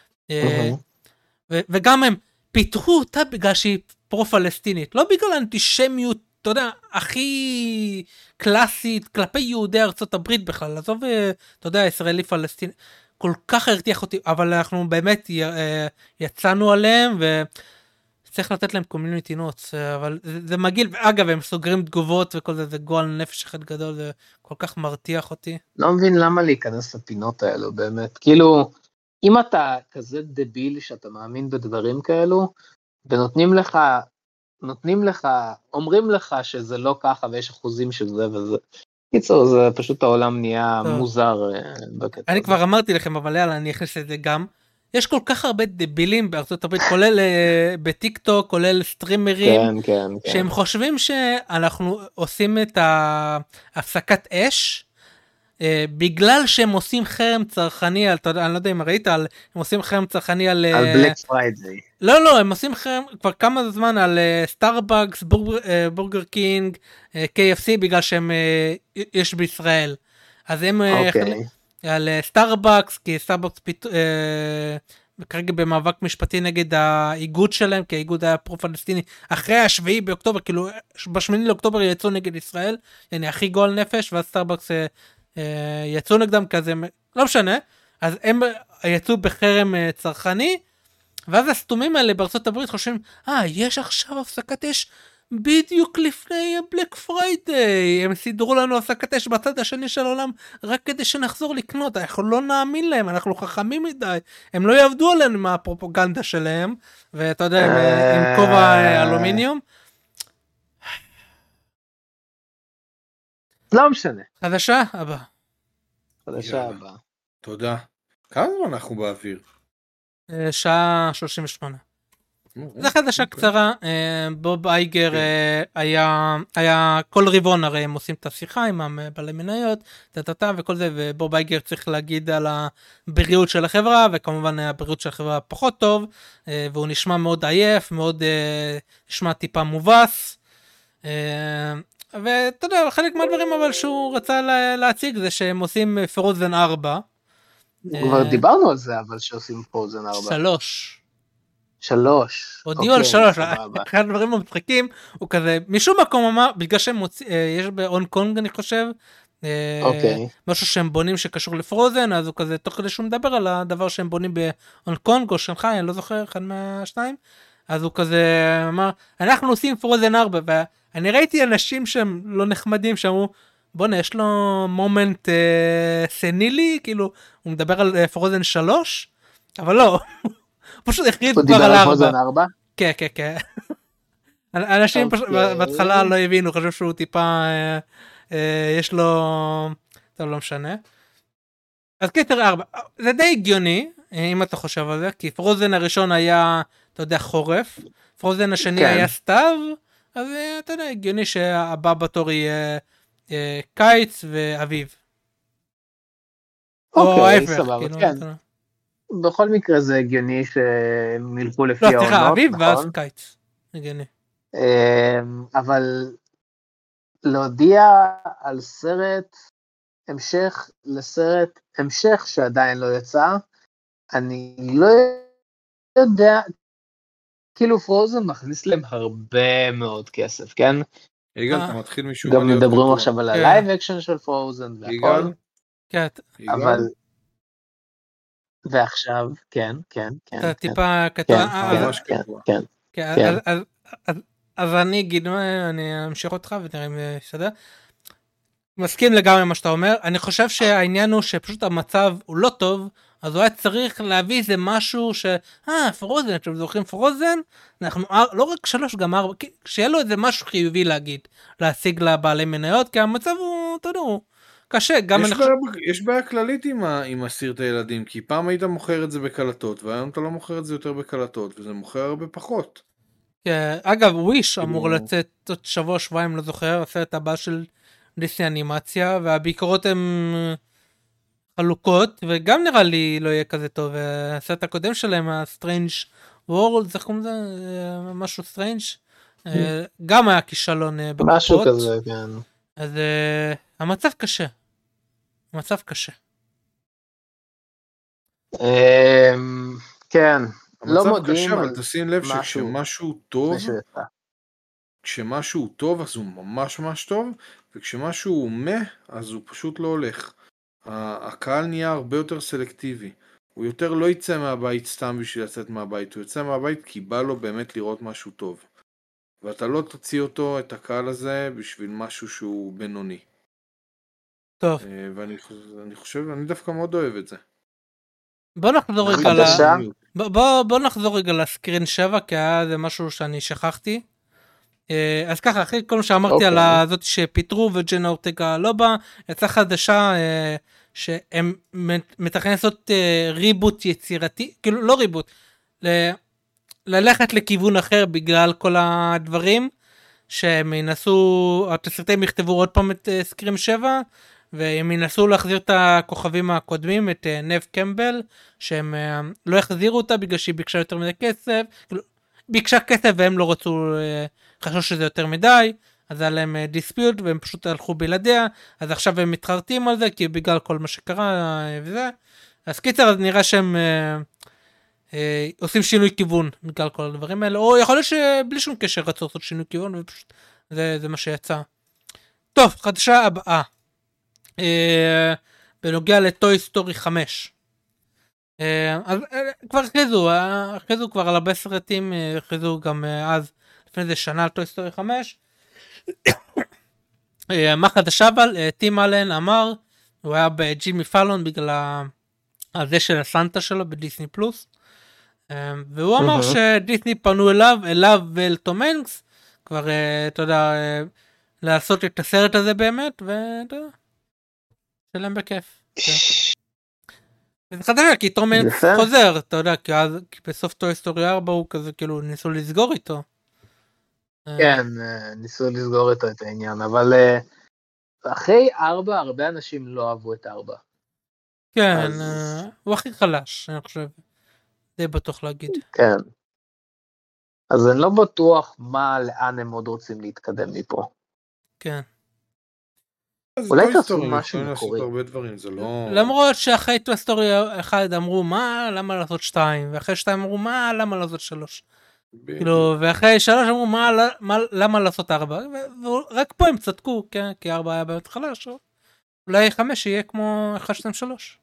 C: וגם הם פיתרו אותה בגלל שהיא פרו-פלסטינית, לא בגלל אנטישמיות, אתה יודע, הכי קלאסית, כלפי יהודי ארצות הברית בכלל, עזוב, אתה יודע, ישראלי פלסטיני, כל כך הרתיח אותי, אבל אנחנו באמת יצאנו עליהם, וצריך לתת להם קומיוניטי נוטס, אבל זה, זה מגעיל, ואגב, הם סוגרים תגובות וכל זה, זה גועל נפש אחד גדול, זה כל כך מרתיח אותי.
A: לא מבין למה להיכנס לפינות האלו, באמת, כאילו, אם אתה כזה דביל שאתה מאמין בדברים כאלו, ונותנים לך, נותנים לך, אומרים לך שזה לא ככה, ויש אחוזים של זה וזה. קיצור, זה פשוט העולם נהיה מוזר בקטע.
C: אני כבר אמרתי לכם, אבל יאללה, אני אכניס את זה גם. יש כל כך הרבה דבילים בארצות הברית, כולל בטיק טוק, כולל סטרימרים,
A: כן, כן, כן.
C: שהם חושבים שאנחנו עושים את ההפסקת אש, בגלל שהם עושים חרם צרכני על, אני לא יודע אם ראית, הם עושים חרם צרכני על...
A: על בלק פריידיי.
C: לא, לא, הם עושים חרם כבר כמה זמן על סטארבקס, בורגר קינג, קיי אף סי, בגלל שהם יש בישראל. אז הם על סטארבקס, כי סטארבקס כרגע במאבק משפטי נגד האיגוד שלהם, כי האיגוד היה פרו-פלסטיני, אחרי השביעי באוקטובר, כאילו בשמיני לאוקטובר יצאו נגד ישראל, yani הכי גועל נפש, ואז סטארבקס יצאו נגדם כזה, לא משנה, אז הם יצאו בחרם צרכני, ואז הסתומים האלה בארצות הברית חושבים, אה, יש עכשיו הפסקת אש בדיוק לפני הבלק פריידיי, הם סידרו לנו הפסקת אש בצד השני של העולם, רק כדי שנחזור לקנות, אנחנו לא נאמין להם, אנחנו חכמים מדי, הם לא יעבדו עלינו מהפרופוגנדה שלהם, ואתה יודע, עם כובע אלומיניום.
A: לא משנה.
C: חדשה הבאה.
A: חדשה הבאה.
B: תודה. כמה זמן אנחנו באוויר?
C: שעה שלושים ושמונה. זו חדשה קצרה, בוב אייגר היה, היה כל רבעון הרי הם עושים את השיחה עם בעלי מניות, טטטה וכל זה, ובוב אייגר צריך להגיד על הבריאות של החברה, וכמובן הבריאות של החברה פחות טוב, והוא נשמע מאוד עייף, מאוד נשמע טיפה מובס, ואתה יודע, חלק מהדברים אבל שהוא רצה להציג זה שהם עושים פרוזן ארבע.
A: כבר דיברנו על זה, אבל שעושים פרוזן ארבע.
C: שלוש.
A: שלוש.
C: הודיעו על שלוש, אחד הדברים המצחיקים, הוא כזה, משום מקום אמר, בגלל שהם מוצאים, יש בהונג קונג אני חושב, משהו שהם בונים שקשור לפרוזן, אז הוא כזה, תוך כדי שהוא מדבר על הדבר שהם בונים בהונג קונג או שנגחאי, אני לא זוכר, אחד מהשניים, אז הוא כזה אמר, אנחנו עושים פרוזן ארבע, ואני ראיתי אנשים שהם לא נחמדים, שאמרו, בוא'נה, יש לו מומנט סנילי, כאילו, הוא מדבר על פרוזן שלוש, אבל לא, פשוט הכריז כבר על ארבע.
A: ארבע?
C: כן, כן, כן. אנשים בהתחלה לא הבינו, חשוב שהוא טיפה, יש לו, טוב לא משנה. אז קיצר ארבע, זה די הגיוני, אם אתה חושב על זה, כי פרוזן הראשון היה, אתה יודע, חורף, פרוזן השני היה סתיו, אז אתה יודע, הגיוני שהבא בתור יהיה קיץ ואביב.
A: אוקיי, סבבה, כן. בכל מקרה זה הגיוני שהם ילכו לפי העונות,
C: נכון? לא, סליחה, אביב ואז קיץ, הגיוני.
A: אבל להודיע על סרט המשך לסרט המשך שעדיין לא יצא, אני לא יודע, כאילו פרוזן מכניס להם הרבה מאוד כסף, כן?
B: יגאל, אתה מתחיל משום
A: גם מדברים עכשיו על הלייב אקשן של פרוזן והכל, אבל ועכשיו, כן, כן, כן.
C: אתה טיפה
A: קטוע, כן, כן.
C: אז אני אגיד, אני אמשיך אותך ותראה אם יסדר. מסכים לגמרי מה שאתה אומר, אני חושב שהעניין הוא שפשוט המצב הוא לא טוב, אז הוא היה צריך להביא איזה משהו ש... אה, פרוזן, אתם זוכרים פרוזן? אנחנו לא רק שלוש, גם ארבע, שיהיה לו איזה משהו חיובי להגיד, להשיג לבעלי מניות, כי המצב הוא, אתה יודע, הוא קשה. גם
B: יש, אני... בעיה, יש בעיה כללית עם, ה... עם הסרט הילדים, כי פעם היית מוכר את זה בקלטות, והיום אתה לא מוכר את זה יותר בקלטות, וזה מוכר הרבה פחות.
C: כן, אגב, וויש אמור לצאת עוד שבוע, שבועיים, לא זוכר, הסרט הבא של... דיסני אנימציה, והביקורות הן חלוקות, וגם נראה לי לא יהיה כזה טוב. הסרט הקודם שלהם, הסטרנג' וורלד, זה קוראים לזה? משהו סטרנג', גם היה כישלון בקופות.
A: משהו כזה, כן.
C: אז המצב קשה. המצב קשה.
A: כן,
B: לא מודיעים. אבל תשים לב שכשמשהו טוב, כשמשהו טוב אז הוא ממש ממש טוב, וכשמשהו הוא מה, אז הוא פשוט לא הולך. הקהל נהיה הרבה יותר סלקטיבי. הוא יותר לא יצא מהבית סתם בשביל לצאת מהבית, הוא יצא מהבית כי בא לו באמת לראות משהו טוב. ואתה לא תוציא אותו, את הקהל הזה, בשביל משהו שהוא בינוני.
C: טוב.
B: ואני אני חושב, אני דווקא מאוד אוהב את זה.
C: בוא נחזור רגע ל... בוא, בוא נחזור רגע לסקרין שבע, כי היה זה משהו שאני שכחתי. אז ככה, אחרי כל מה שאמרתי על הזאת שפיטרו וג'נה אורטגה לא בא, יצאה חדשה שהם מתכננים לעשות ריבוט יצירתי, כאילו לא ריבוט, ללכת לכיוון אחר בגלל כל הדברים, שהם ינסו, התסריטים יכתבו עוד פעם את סקרים שבע, והם ינסו להחזיר את הכוכבים הקודמים, את נב קמבל, שהם לא יחזירו אותה בגלל שהיא ביקשה יותר מדי כסף, ביקשה כסף והם לא רצו, חשבו שזה יותר מדי, אז היה להם דיספיוט והם פשוט הלכו בלעדיה, אז עכשיו הם מתחרטים על זה, כי בגלל כל מה שקרה וזה, אז קיצר, אז נראה שהם אה, אה, עושים שינוי כיוון בגלל כל הדברים האלה, או יכול להיות שבלי שום קשר רצו לעשות שינוי כיוון, ופשוט זה, זה מה שיצא. טוב, חדשה הבאה, אה, בנוגע לטוי סטורי חמש, אה, אז אה, כבר הכריזו, אה, הכריזו כבר על הרבה סרטים, אה, הכריזו גם אה, אז, לפני זה שנה על טוי סטורי חמש, מה חדשה אבל, טים אלן אמר, הוא היה בג'ימי פאלון בגלל הזה של הסנטה שלו בדיסני פלוס, והוא אמר שדיסני פנו אליו, אליו ואל תום הנקס, כבר, אתה יודע, לעשות את הסרט הזה באמת, ואתה יודע, שלם בכיף. וזה חדשה, כי תום הנקס חוזר, אתה יודע, כי בסוף טוי סטורי ארבע הוא כזה, כאילו, ניסו לסגור איתו.
A: כן, ניסו לסגור איתו את העניין, אבל אחרי ארבע, הרבה אנשים לא אהבו את ארבע.
C: כן, הוא הכי חלש, אני חושב. די בטוח להגיד.
A: כן. אז אני לא בטוח מה, לאן הם עוד רוצים להתקדם מפה.
C: כן.
A: אולי תעשו משהו מקורי.
C: למרות שאחרי טוי סטורי אחד אמרו, מה, למה לעשות שתיים? ואחרי שתיים אמרו, מה, למה לעשות שלוש? כאילו, ואחרי שלוש אמרו, מה, מה, למה לעשות ארבע? ורק פה הם צדקו, כן? כי ארבע היה באמת חלש, או אולי חמש יהיה כמו אחד, שתיים, שלוש.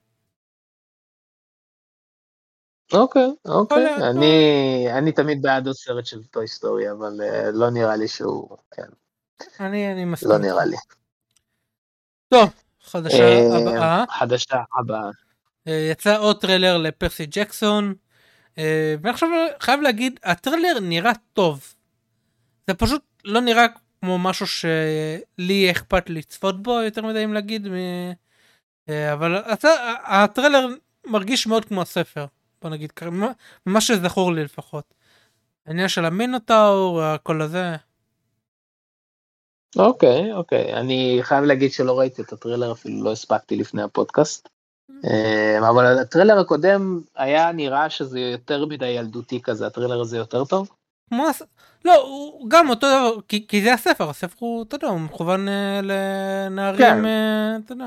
A: אוקיי, אוקיי. אני, אני תמיד בעד עוד סרט של טוי סטורי, אבל לא נראה לי שהוא, כן.
C: אני, אני מסכים.
A: לא נראה לי.
C: טוב, חדשה הבאה.
A: חדשה הבאה.
C: יצא עוד טריילר לפרסי ג'קסון, ואני חייב להגיד, הטריילר נראה טוב, זה פשוט לא נראה כמו משהו שלי אכפת לצפות בו, יותר מדי אם להגיד, אבל הטריילר מרגיש מאוד כמו הספר, בוא נגיד, ממה שזכור לי לפחות. העניין של המינוטאור, הכל הזה.
A: אוקיי, אוקיי. אני חייב להגיד שלא ראיתי את הטריילר, אפילו לא הספקתי לפני הפודקאסט. אבל הטריילר הקודם היה נראה שזה יותר מדי ילדותי כזה, הטריילר הזה יותר טוב?
C: לא, הוא גם אותו דבר, כי זה הספר, הספר הוא, אתה יודע, הוא מכוון לנערים, אתה יודע.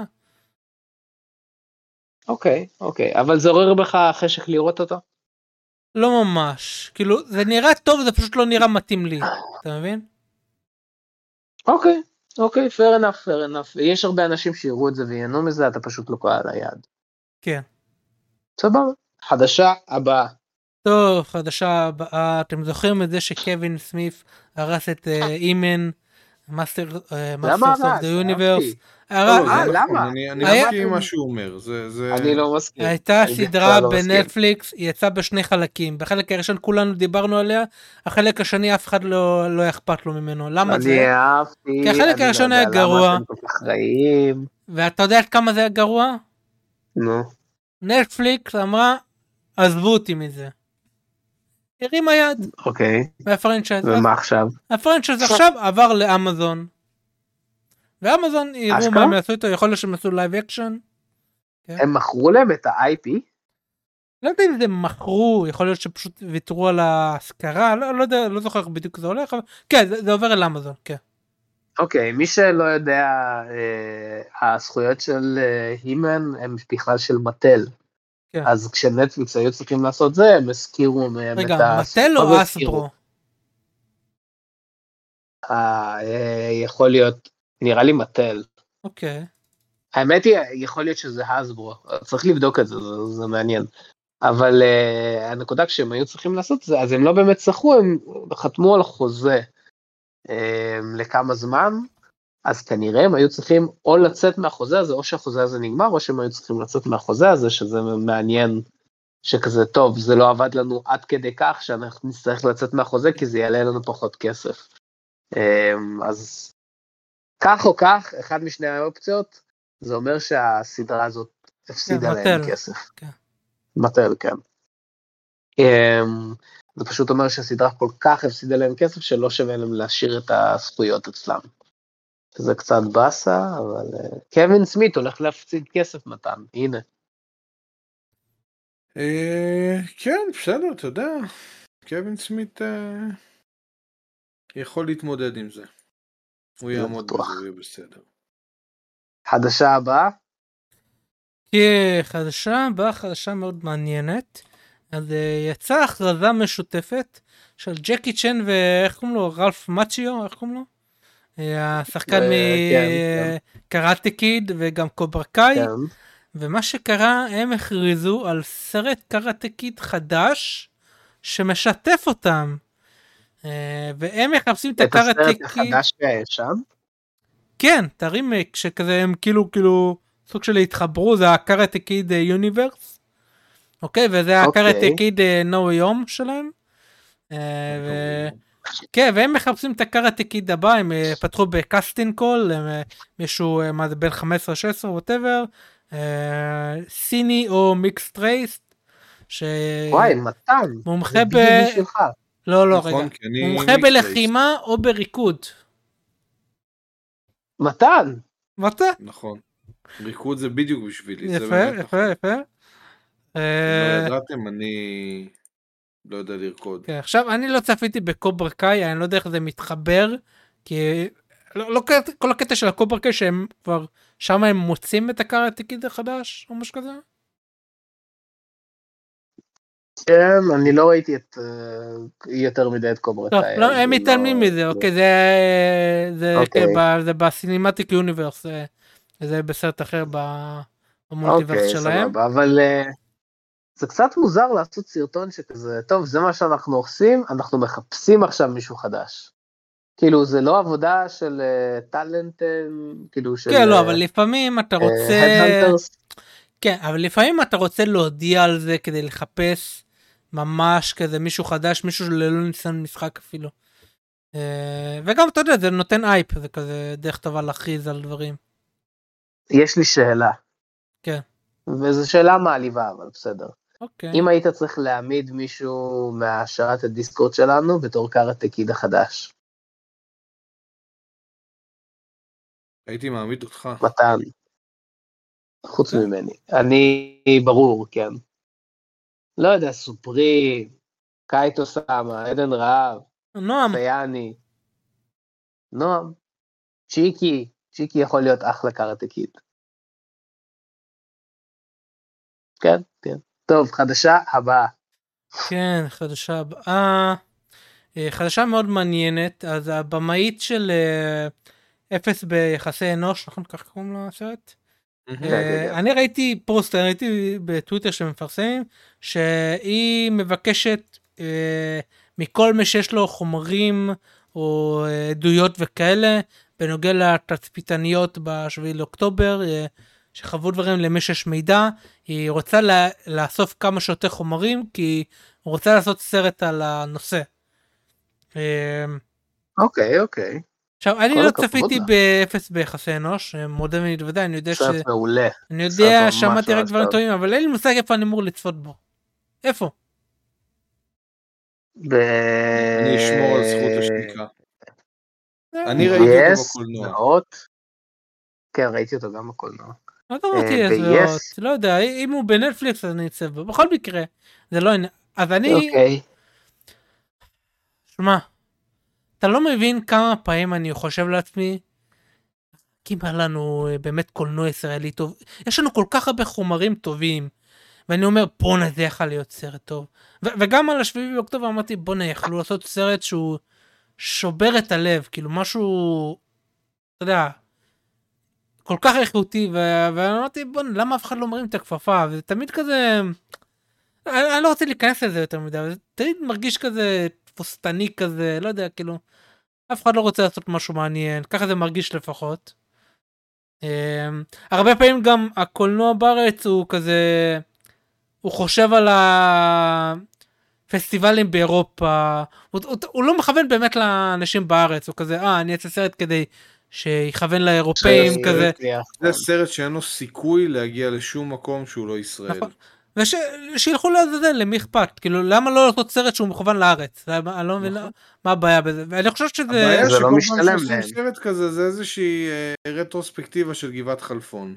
A: אוקיי, אוקיי, אבל זה עורר בך חשק לראות אותו?
C: לא ממש, כאילו, זה נראה טוב, זה פשוט לא נראה מתאים לי, אתה מבין?
A: אוקיי, אוקיי, fair enough, fair enough. יש הרבה אנשים שיראו את זה ויהנו מזה, אתה פשוט לא קורא על היד.
C: כן.
A: סבבה, חדשה הבאה.
C: טוב, חדשה הבאה, אתם זוכרים את זה שקווין סמית הרס את אימן, מאסטר אוף דה יוניברס?
A: למה?
B: אני מסכים מה שהוא אומר.
A: אני לא מסכים.
C: הייתה סדרה בנטפליקס, היא יצאה בשני חלקים. בחלק הראשון כולנו דיברנו עליה, החלק השני אף אחד לא אכפת לו ממנו. למה זה?
A: אני אהבתי.
C: כי החלק הראשון היה גרוע. ואתה יודע כמה זה היה גרוע?
A: נו.
C: נטפליקס אמרה, עזבו אותי מזה. הרים היד.
A: אוקיי.
C: והפרנצ'ייז.
A: ומה עכשיו?
C: הפרנצ'ייז עכשיו עבר לאמזון. ואמזון יראו מה הם יעשו איתו, יכול להיות שהם עשו לייב אקשן.
A: הם מכרו להם את ה-איי פי?
C: לא יודע אם זה מכרו, יכול להיות שפשוט ויתרו על ההשכרה, לא יודע, לא זוכר בדיוק זה הולך, אבל כן, זה עובר אל אמזון, כן.
A: אוקיי, מי שלא יודע, הזכויות של הימן הם בכלל של מטל. אז כשנטפליקס היו צריכים לעשות זה, הם הזכירו מהם את ה...
C: רגע, מטל או אסברו?
A: יכול להיות, נראה לי מטל.
C: אוקיי.
A: האמת היא, יכול להיות שזה אסברו, צריך לבדוק את זה, זה מעניין. אבל הנקודה כשהם היו צריכים לעשות זה, אז הם לא באמת שכרו, הם חתמו על חוזה לכמה זמן, אז כנראה הם היו צריכים או לצאת מהחוזה הזה, או שהחוזה הזה נגמר, או שהם היו צריכים לצאת מהחוזה הזה, שזה מעניין שכזה טוב, זה לא עבד לנו עד כדי כך, שאנחנו נצטרך לצאת מהחוזה, כי זה יעלה לנו פחות כסף. אז כך או כך, אחד משני האופציות, זה אומר שהסדרה הזאת הפסידה להם כסף. מטל, כן. זה פשוט אומר שהסדרה כל כך הפסידה להם כסף, שלא שווה להם להשאיר את הזכויות אצלם. זה קצת בסה, אבל קווין סמית הולך להפסיד כסף מתן, הנה.
B: כן, בסדר, אתה יודע, קווין סמית יכול להתמודד עם זה. הוא יעמוד בזה, הוא יהיה בסדר.
A: חדשה הבאה?
C: כן, חדשה הבאה, חדשה מאוד מעניינת. אז יצאה הכרזה משותפת של ג'קי צ'ן ואיך קוראים לו? רלף מאצ'יו, איך קוראים לו? השחקן מקראטה קיד וגם קוברה קאי, ומה שקרה, הם הכריזו על סרט קראטה קיד חדש שמשתף אותם, והם מחפשים את הקראטה קיד.
A: את הסרט החדש והישן?
C: כן, תארים שכזה הם כאילו כאילו סוג של התחברו, זה הקראטה קיד יוניברס, אוקיי, וזה הקראטה קיד נו יום שלהם, כן, והם מחפשים את הקראטה קיד הבא, הם פתחו בקאסטינג קול, מישהו, מה זה, בין חמש עשרה שש עשרה, whatever, סיני או מיקס טרייסט,
A: וואי, מתן,
C: מומחה ב... לא, לא, רגע, מומחה בלחימה או בריקוד.
A: מתן.
C: מתן.
B: נכון, ריקוד זה בדיוק בשבילי.
C: יפה, יפה, יפה.
B: לא ידעתם, אני... לא יודע לרקוד.
C: כן, עכשיו, אני לא צפיתי בקוברה קאי, אני לא יודע איך זה מתחבר, כי לא, לא כל הקטע של הקוברה קאי שהם כבר, שם הם מוצאים את הקראטה קיד החדש, או משהו כזה?
A: כן, אני לא ראיתי את, יותר מדי את קוברה קאי.
C: לא, הם מתעלמים מזה, אוקיי, זה בסינימטיק יוניברס, זה בסרט אחר במולטיברס שלהם.
A: אוקיי, סבבה, אבל... זה קצת מוזר לעשות סרטון שכזה, טוב, זה מה שאנחנו עושים, אנחנו מחפשים עכשיו מישהו חדש. כאילו, זה לא עבודה של טלנט, כאילו של...
C: כן, לא, אבל לפעמים אתה רוצה... כן, אבל לפעמים אתה רוצה להודיע על זה כדי לחפש ממש כזה מישהו חדש, מישהו שלא ניסיון משחק אפילו. וגם, אתה יודע, זה נותן אייפ, זה כזה דרך טובה להכריז על דברים.
A: יש לי שאלה.
C: כן.
A: וזו שאלה מעליבה, אבל בסדר.
C: אוקיי.
A: אם היית צריך להעמיד מישהו מהשארת הדיסקורד שלנו, בתור קארטה קיד החדש.
B: הייתי מעמיד אותך.
A: מתן. חוץ ממני. אני ברור, כן. לא יודע, סופרי, קייטו סאמה, עדן רעב,
C: נועם.
A: סייאני, נועם, צ'יקי, צ'יקי יכול להיות אחלה קארטה קיד. כן, כן. טוב, חדשה הבאה.
C: כן, חדשה הבאה. חדשה מאוד מעניינת, אז הבמאית של אפס ביחסי אנוש, נכון? כך קוראים לסרט? אני ראיתי פוסט, ראיתי בטוויטר שמפרסמים, שהיא מבקשת מכל מי שיש לו חומרים או עדויות וכאלה, בנוגע לתצפיתניות בשביעי לאוקטובר, שחוו דברים למי שיש מידע, היא רוצה לאסוף כמה שיותר חומרים, כי היא רוצה לעשות סרט על הנושא.
A: אוקיי, אוקיי.
C: עכשיו, אני לא צפיתי באפס ביחסי אנוש, מודה ומתוודא, אני יודע ש...
A: סרט מעולה.
C: אני יודע, שמעתי רק דברים טובים, אבל אין לי מושג איפה אני אמור לצפות בו. איפה?
B: אני אשמור על זכות השתיקה. אני ראיתי אותו בקולנוע.
A: כן, ראיתי אותו גם בקולנוע.
C: מה אתה אמרתי איזה? לא יודע, אם הוא בנטפליקס אז אני אצא בו. בכל מקרה, זה לא... אז אני...
A: אוקיי.
C: שמה, אתה לא מבין כמה פעמים אני חושב לעצמי, כי מה לנו באמת קולנוע ישראלי טוב, יש לנו כל כך הרבה חומרים טובים, ואני אומר, בונה, זה יכול להיות סרט טוב. ו- וגם על השביעי באוקטובר אמרתי, בונה, יכלו לעשות סרט שהוא שובר את הלב, כאילו משהו, אתה יודע, כל כך איכותי, ו- ואמרתי, בונה, למה אף אחד לא מרים את הכפפה? וזה תמיד כזה, אני, אני לא רוצה להיכנס לזה יותר מדי, אבל זה תמיד מרגיש כזה תפוסתני כזה, לא יודע, כאילו, אף אחד לא רוצה לעשות משהו מעניין, ככה זה מרגיש לפחות. הרבה פעמים גם הקולנוע בארץ הוא כזה, הוא חושב על הפסטיבלים באירופה, הוא, הוא, הוא לא מכוון באמת לאנשים בארץ, הוא כזה, אה, אני אעשה סרט כדי שיכוון לאירופאים כזה.
B: זה סרט שאין לו סיכוי להגיע לשום מקום שהוא לא ישראל.
C: נכון. ושילכו לעזאזל, למי אכפת? כאילו, למה לא לעשות סרט שהוא מכוון לארץ? אני לא מבין מה הבעיה בזה. ואני חושב שזה...
B: הבעיה שכל פעם שעושים סרט כזה, זה איזושהי רטרוספקטיבה של גבעת חלפון.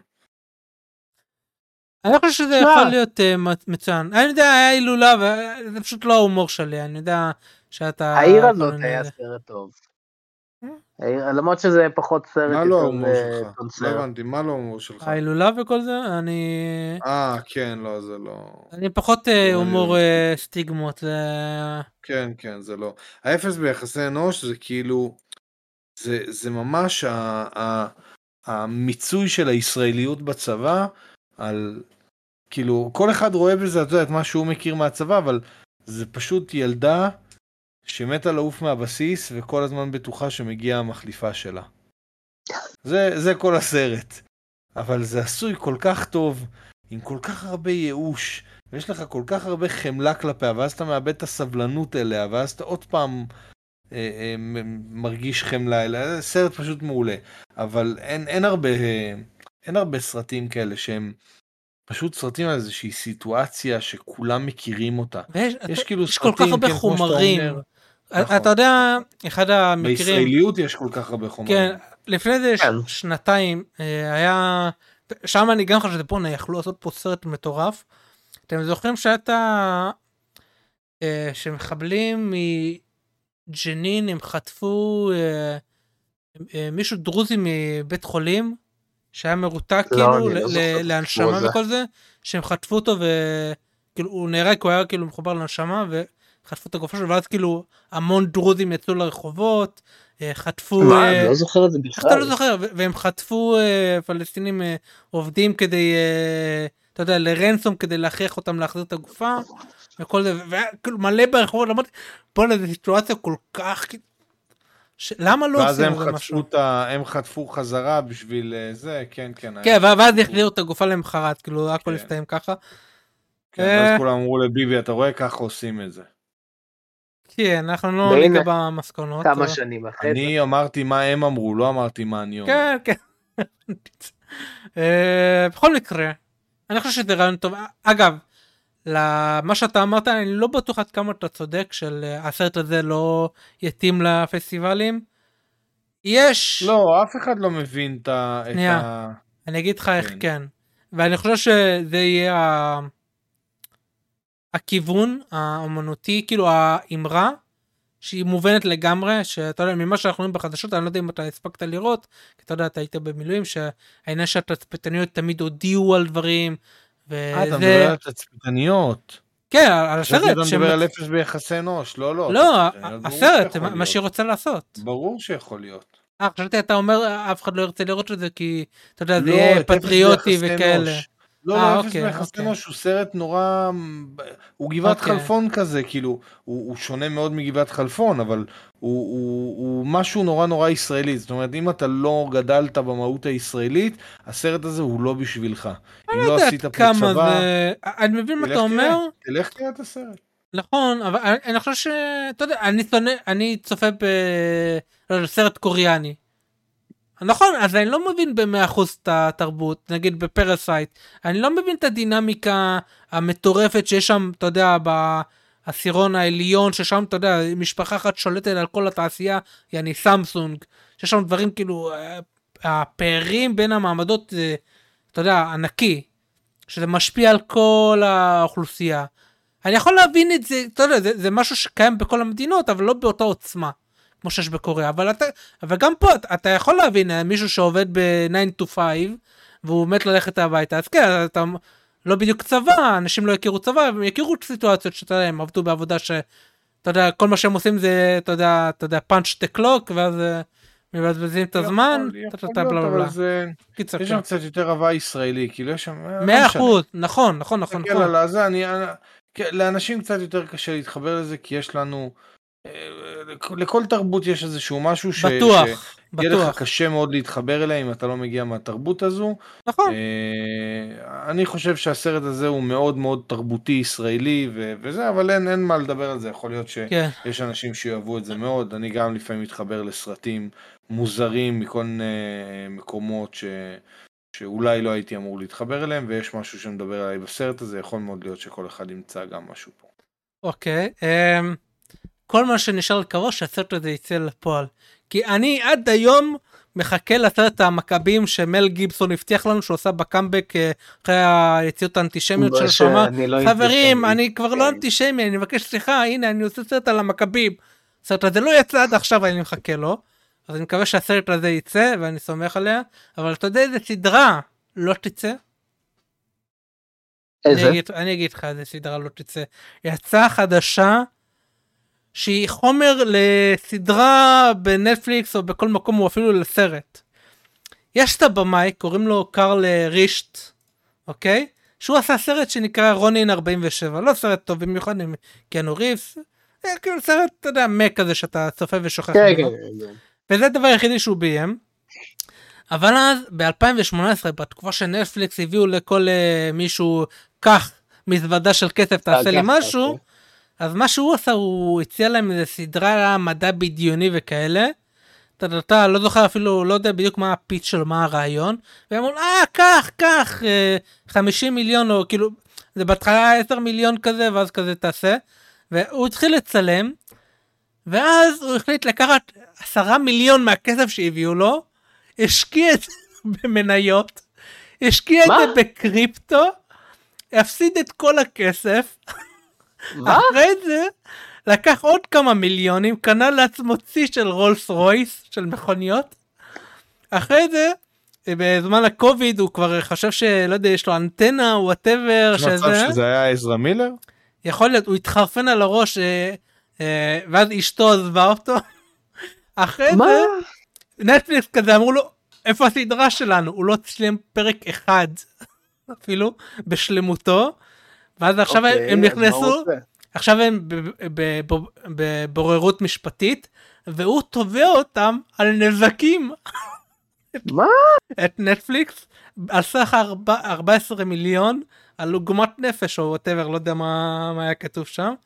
C: אני חושב שזה יכול להיות מצוין. אני יודע, היה הילולה, וזה פשוט לא ההומור שלי. אני יודע שאתה...
A: העיר הזאת היה סרט טוב. למרות שזה פחות סרט.
B: מה לא ההומור שלך? לא הבנתי, מה לא ההומור שלך?
C: ההילולה וכל זה, אני...
B: אה, כן, לא, זה לא...
C: אני פחות הומור סטיגמות.
B: כן, כן, זה לא. האפס ביחסי אנוש זה כאילו, זה ממש המיצוי של הישראליות בצבא, על, כאילו, כל אחד רואה בזה, אתה יודע, את מה שהוא מכיר מהצבא, אבל זה פשוט ילדה שמתה לעוף מהבסיס, וכל הזמן בטוחה שמגיעה המחליפה שלה. זה, זה כל הסרט. אבל זה עשוי כל כך טוב, עם כל כך הרבה ייאוש, ויש לך כל כך הרבה חמלה כלפיה, ואז אתה מאבד את הסבלנות אליה, ואז אתה עוד פעם אה, אה, מרגיש חמלה אליה. זה סרט פשוט מעולה. אבל אין, אין הרבה, אין הרבה סרטים כאלה שהם פשוט סרטים על איזושהי סיטואציה שכולם מכירים אותה.
C: ויש,
B: יש
C: אתה,
B: כאילו
C: יש
B: סרטים,
C: כל כך הרבה
B: כן,
C: חומרים.
B: נכון.
C: אתה יודע, אחד המקרים...
B: בישראליות יש כל כך הרבה חומרים.
C: כן, לפני זה ש... שנתיים היה... שם אני גם חושב שזה פה, יכלו לעשות פה סרט מטורף. אתם זוכרים שאתה... שמחבלים מג'נין, הם חטפו מישהו דרוזי מבית חולים, שהיה מרותק כאילו להנשמה וכל זה, שהם חטפו אותו וכאילו הוא נהרג, הוא היה כאילו מחובר להנשמה וחטפו את הגופה שלו, ואז כאילו המון דרוזים יצאו לרחובות, חטפו...
A: מה? אני לא זוכר את זה בכלל.
C: אתה לא זוכר, והם חטפו פלסטינים עובדים כדי, אתה יודע, לרנסום כדי להכריח אותם להחזיר את הגופה, וכל זה, וכאילו מלא ברחובות, אמרתי, בוא לזה סיטואציה כל כך... למה לא עושים את זה משהו?
B: הם חטפו חזרה בשביל זה, כן, כן.
C: כן, ואז יחזירו את הגופה למחרת, כאילו, הכל יסתיים ככה.
B: כן, ואז כולם אמרו לביבי, אתה רואה ככה עושים את זה.
C: כן, אנחנו לא ניגע במסקנות.
A: כמה שנים אחרי.
B: אני אמרתי מה הם אמרו, לא אמרתי מה אני אומר.
C: כן, כן. בכל מקרה, אני חושב שזה רעיון טוב. אגב, למה שאתה אמרת, אני לא בטוח עד כמה אתה צודק של הסרט הזה לא יתאים לפסטיבלים. יש...
B: לא, אף אחד לא מבין את ה...
C: שנייה, אני אגיד לך איך כן. ואני חושב שזה יהיה הכיוון האמנותי, כאילו האמרה, שהיא מובנת לגמרי, שאתה יודע, ממה שאנחנו רואים בחדשות, אני לא יודע אם אתה הספקת לראות, כי אתה יודע, אתה היית במילואים, שהעניין שהתצפיתניות תמיד הודיעו על דברים,
B: אה, אתה מדבר על תצפיתניות.
C: כן, על הסרט.
B: אתה מדבר על אפס ביחסי אנוש, לא, לא.
C: לא, הסרט, מה שהיא רוצה לעשות.
B: ברור שיכול להיות.
C: אה, חשבתי, אתה אומר, אף אחד לא ירצה לראות את זה, כי, אתה יודע, זה יהיה פטריוטי וכאלה.
B: לא, לא, אפס ביחסי אנוש הוא סרט נורא, הוא גבעת חלפון כזה, כאילו, הוא שונה מאוד מגבעת חלפון, אבל הוא משהו נורא נורא ישראלי, זאת אומרת, אם אתה לא גדלת במהות הישראלית, הסרט הזה הוא לא בשבילך. אם לא עשית פה צבא,
C: אני מבין מה אתה אומר.
B: תלך תראה את הסרט.
C: נכון, אבל אני חושב ש... אתה יודע, אני צופה בסרט קוריאני. נכון, אז אני לא מבין ב-מאה אחוז את התרבות, נגיד בפרסייט, אני לא מבין את הדינמיקה המטורפת שיש שם, אתה יודע, בעשירון העליון, ששם, אתה יודע, משפחה אחת שולטת על כל התעשייה, יעני סמסונג, שיש שם דברים כאילו, הפערים בין המעמדות, זה, אתה יודע, ענקי, שזה משפיע על כל האוכלוסייה. אני יכול להבין את זה, אתה יודע, זה, זה משהו שקיים בכל המדינות, אבל לא באותה עוצמה. כמו שיש בקוריאה, אבל אתה, אבל גם פה, אתה, אתה יכול להבין, מישהו שעובד ב-nine to five, והוא מת ללכת הביתה, אז כן, אתה לא בדיוק צבא, אנשים לא יכירו צבא, הם יכירו את סיטואציות שאתה יודע, הם עבדו בעבודה ש, אתה יודע, כל מה שהם עושים זה, אתה יודע, אתה יודע, punch the clock, ואז מבזבזים את הזמן,
B: אתה יודע, בלה בלה. יש שם קצת יותר הווה ישראלי, כאילו יש שם...
C: מאה אחוז, נכון, נכון, נכון.
B: לאנשים קצת יותר קשה להתחבר לזה, כי יש לנו... לכל תרבות יש איזשהו משהו ש...
C: בטוח,
B: שיהיה לך קשה מאוד להתחבר אליה אם אתה לא מגיע מהתרבות הזו.
C: נכון.
B: אני חושב שהסרט הזה הוא מאוד מאוד תרבותי ישראלי וזה, אבל אין, אין מה לדבר על זה. יכול להיות שיש אנשים שיאהבו את זה מאוד. אני גם לפעמים מתחבר לסרטים מוזרים מכל מקומות ש... שאולי לא הייתי אמור להתחבר אליהם, ויש משהו שמדבר עליי בסרט הזה. יכול מאוד להיות שכל אחד ימצא גם משהו פה.
C: אוקיי, אמ... כל מה שנשאר לקרוא שהסרט הזה יצא לפועל. כי אני עד היום מחכה לסרט המכבים שמל גיבסון הבטיח לנו שהוא עושה בקאמבק אחרי היציאות האנטישמיות של שמה. חברים, אני כבר לא אנטישמי, אני מבקש סליחה, הנה אני עושה סרט על המכבים. הסרט הזה לא יצא עד עכשיו, אני מחכה לו. אז אני מקווה שהסרט הזה יצא ואני סומך עליה. אבל אתה יודע איזה סדרה לא תצא?
A: איזה?
C: אני אגיד, אני אגיד לך איזה סדרה לא תצא. יצאה חדשה שהיא חומר לסדרה בנטפליקס או בכל מקום או אפילו לסרט. יש את הבמאי, קוראים לו קרל רישט, אוקיי? שהוא עשה סרט שנקרא רונין ארבעים ושבע, לא סרט טוב במיוחד עם קיאנו ריבס, כאילו סרט, אתה יודע, מק כזה שאתה צופה ושוכח ממנו. וזה הדבר היחידי שהוא ביים. אבל אז ב-אלפיים שמונה עשרה, בתקופה שנטפליקס הביאו לכל uh, מישהו, כך מזוודה של כסף, תעשה לי משהו, אז מה שהוא עשה, הוא הציע להם איזה סדרה מדע בדיוני וכאלה, אתה, אתה לא זוכר אפילו, לא יודע בדיוק מה הפיץ של מה הרעיון, והם אמרו, אה, כך, כך, חמישים מיליון, או כאילו, זה בהתחלה עשר מיליון כזה, ואז כזה תעשה, והוא התחיל לצלם, ואז הוא החליט לקחת עשרה מיליון מהכסף שהביאו לו, השקיע את זה במניות, השקיע את זה בקריפטו, הפסיד את כל הכסף, אחרי זה, לקח עוד כמה מיליונים, קנה לעצמו צי של רולס רויס, של מכוניות. אחרי זה, בזמן הקוביד, הוא כבר חשב שלא יודע, יש לו אנטנה, או whatever,
B: שזה... מצב שזה היה עזרא מילר?
C: יכול להיות, הוא התחרפן על הראש, ואז אשתו עזבה אותו. אחרי זה, נטפליקס כזה, אמרו לו, איפה הסדרה שלנו? הוא לא צילם פרק אחד, אפילו, בשלמותו. ואז עכשיו הם נכנסו, עכשיו הם בבוררות משפטית, והוא תובע אותם על נזקים.
A: מה?
C: את נטפליקס, על סך ארבעה עשר מיליון, על עוגמת נפש או whatever, לא יודע מה היה כתוב שם.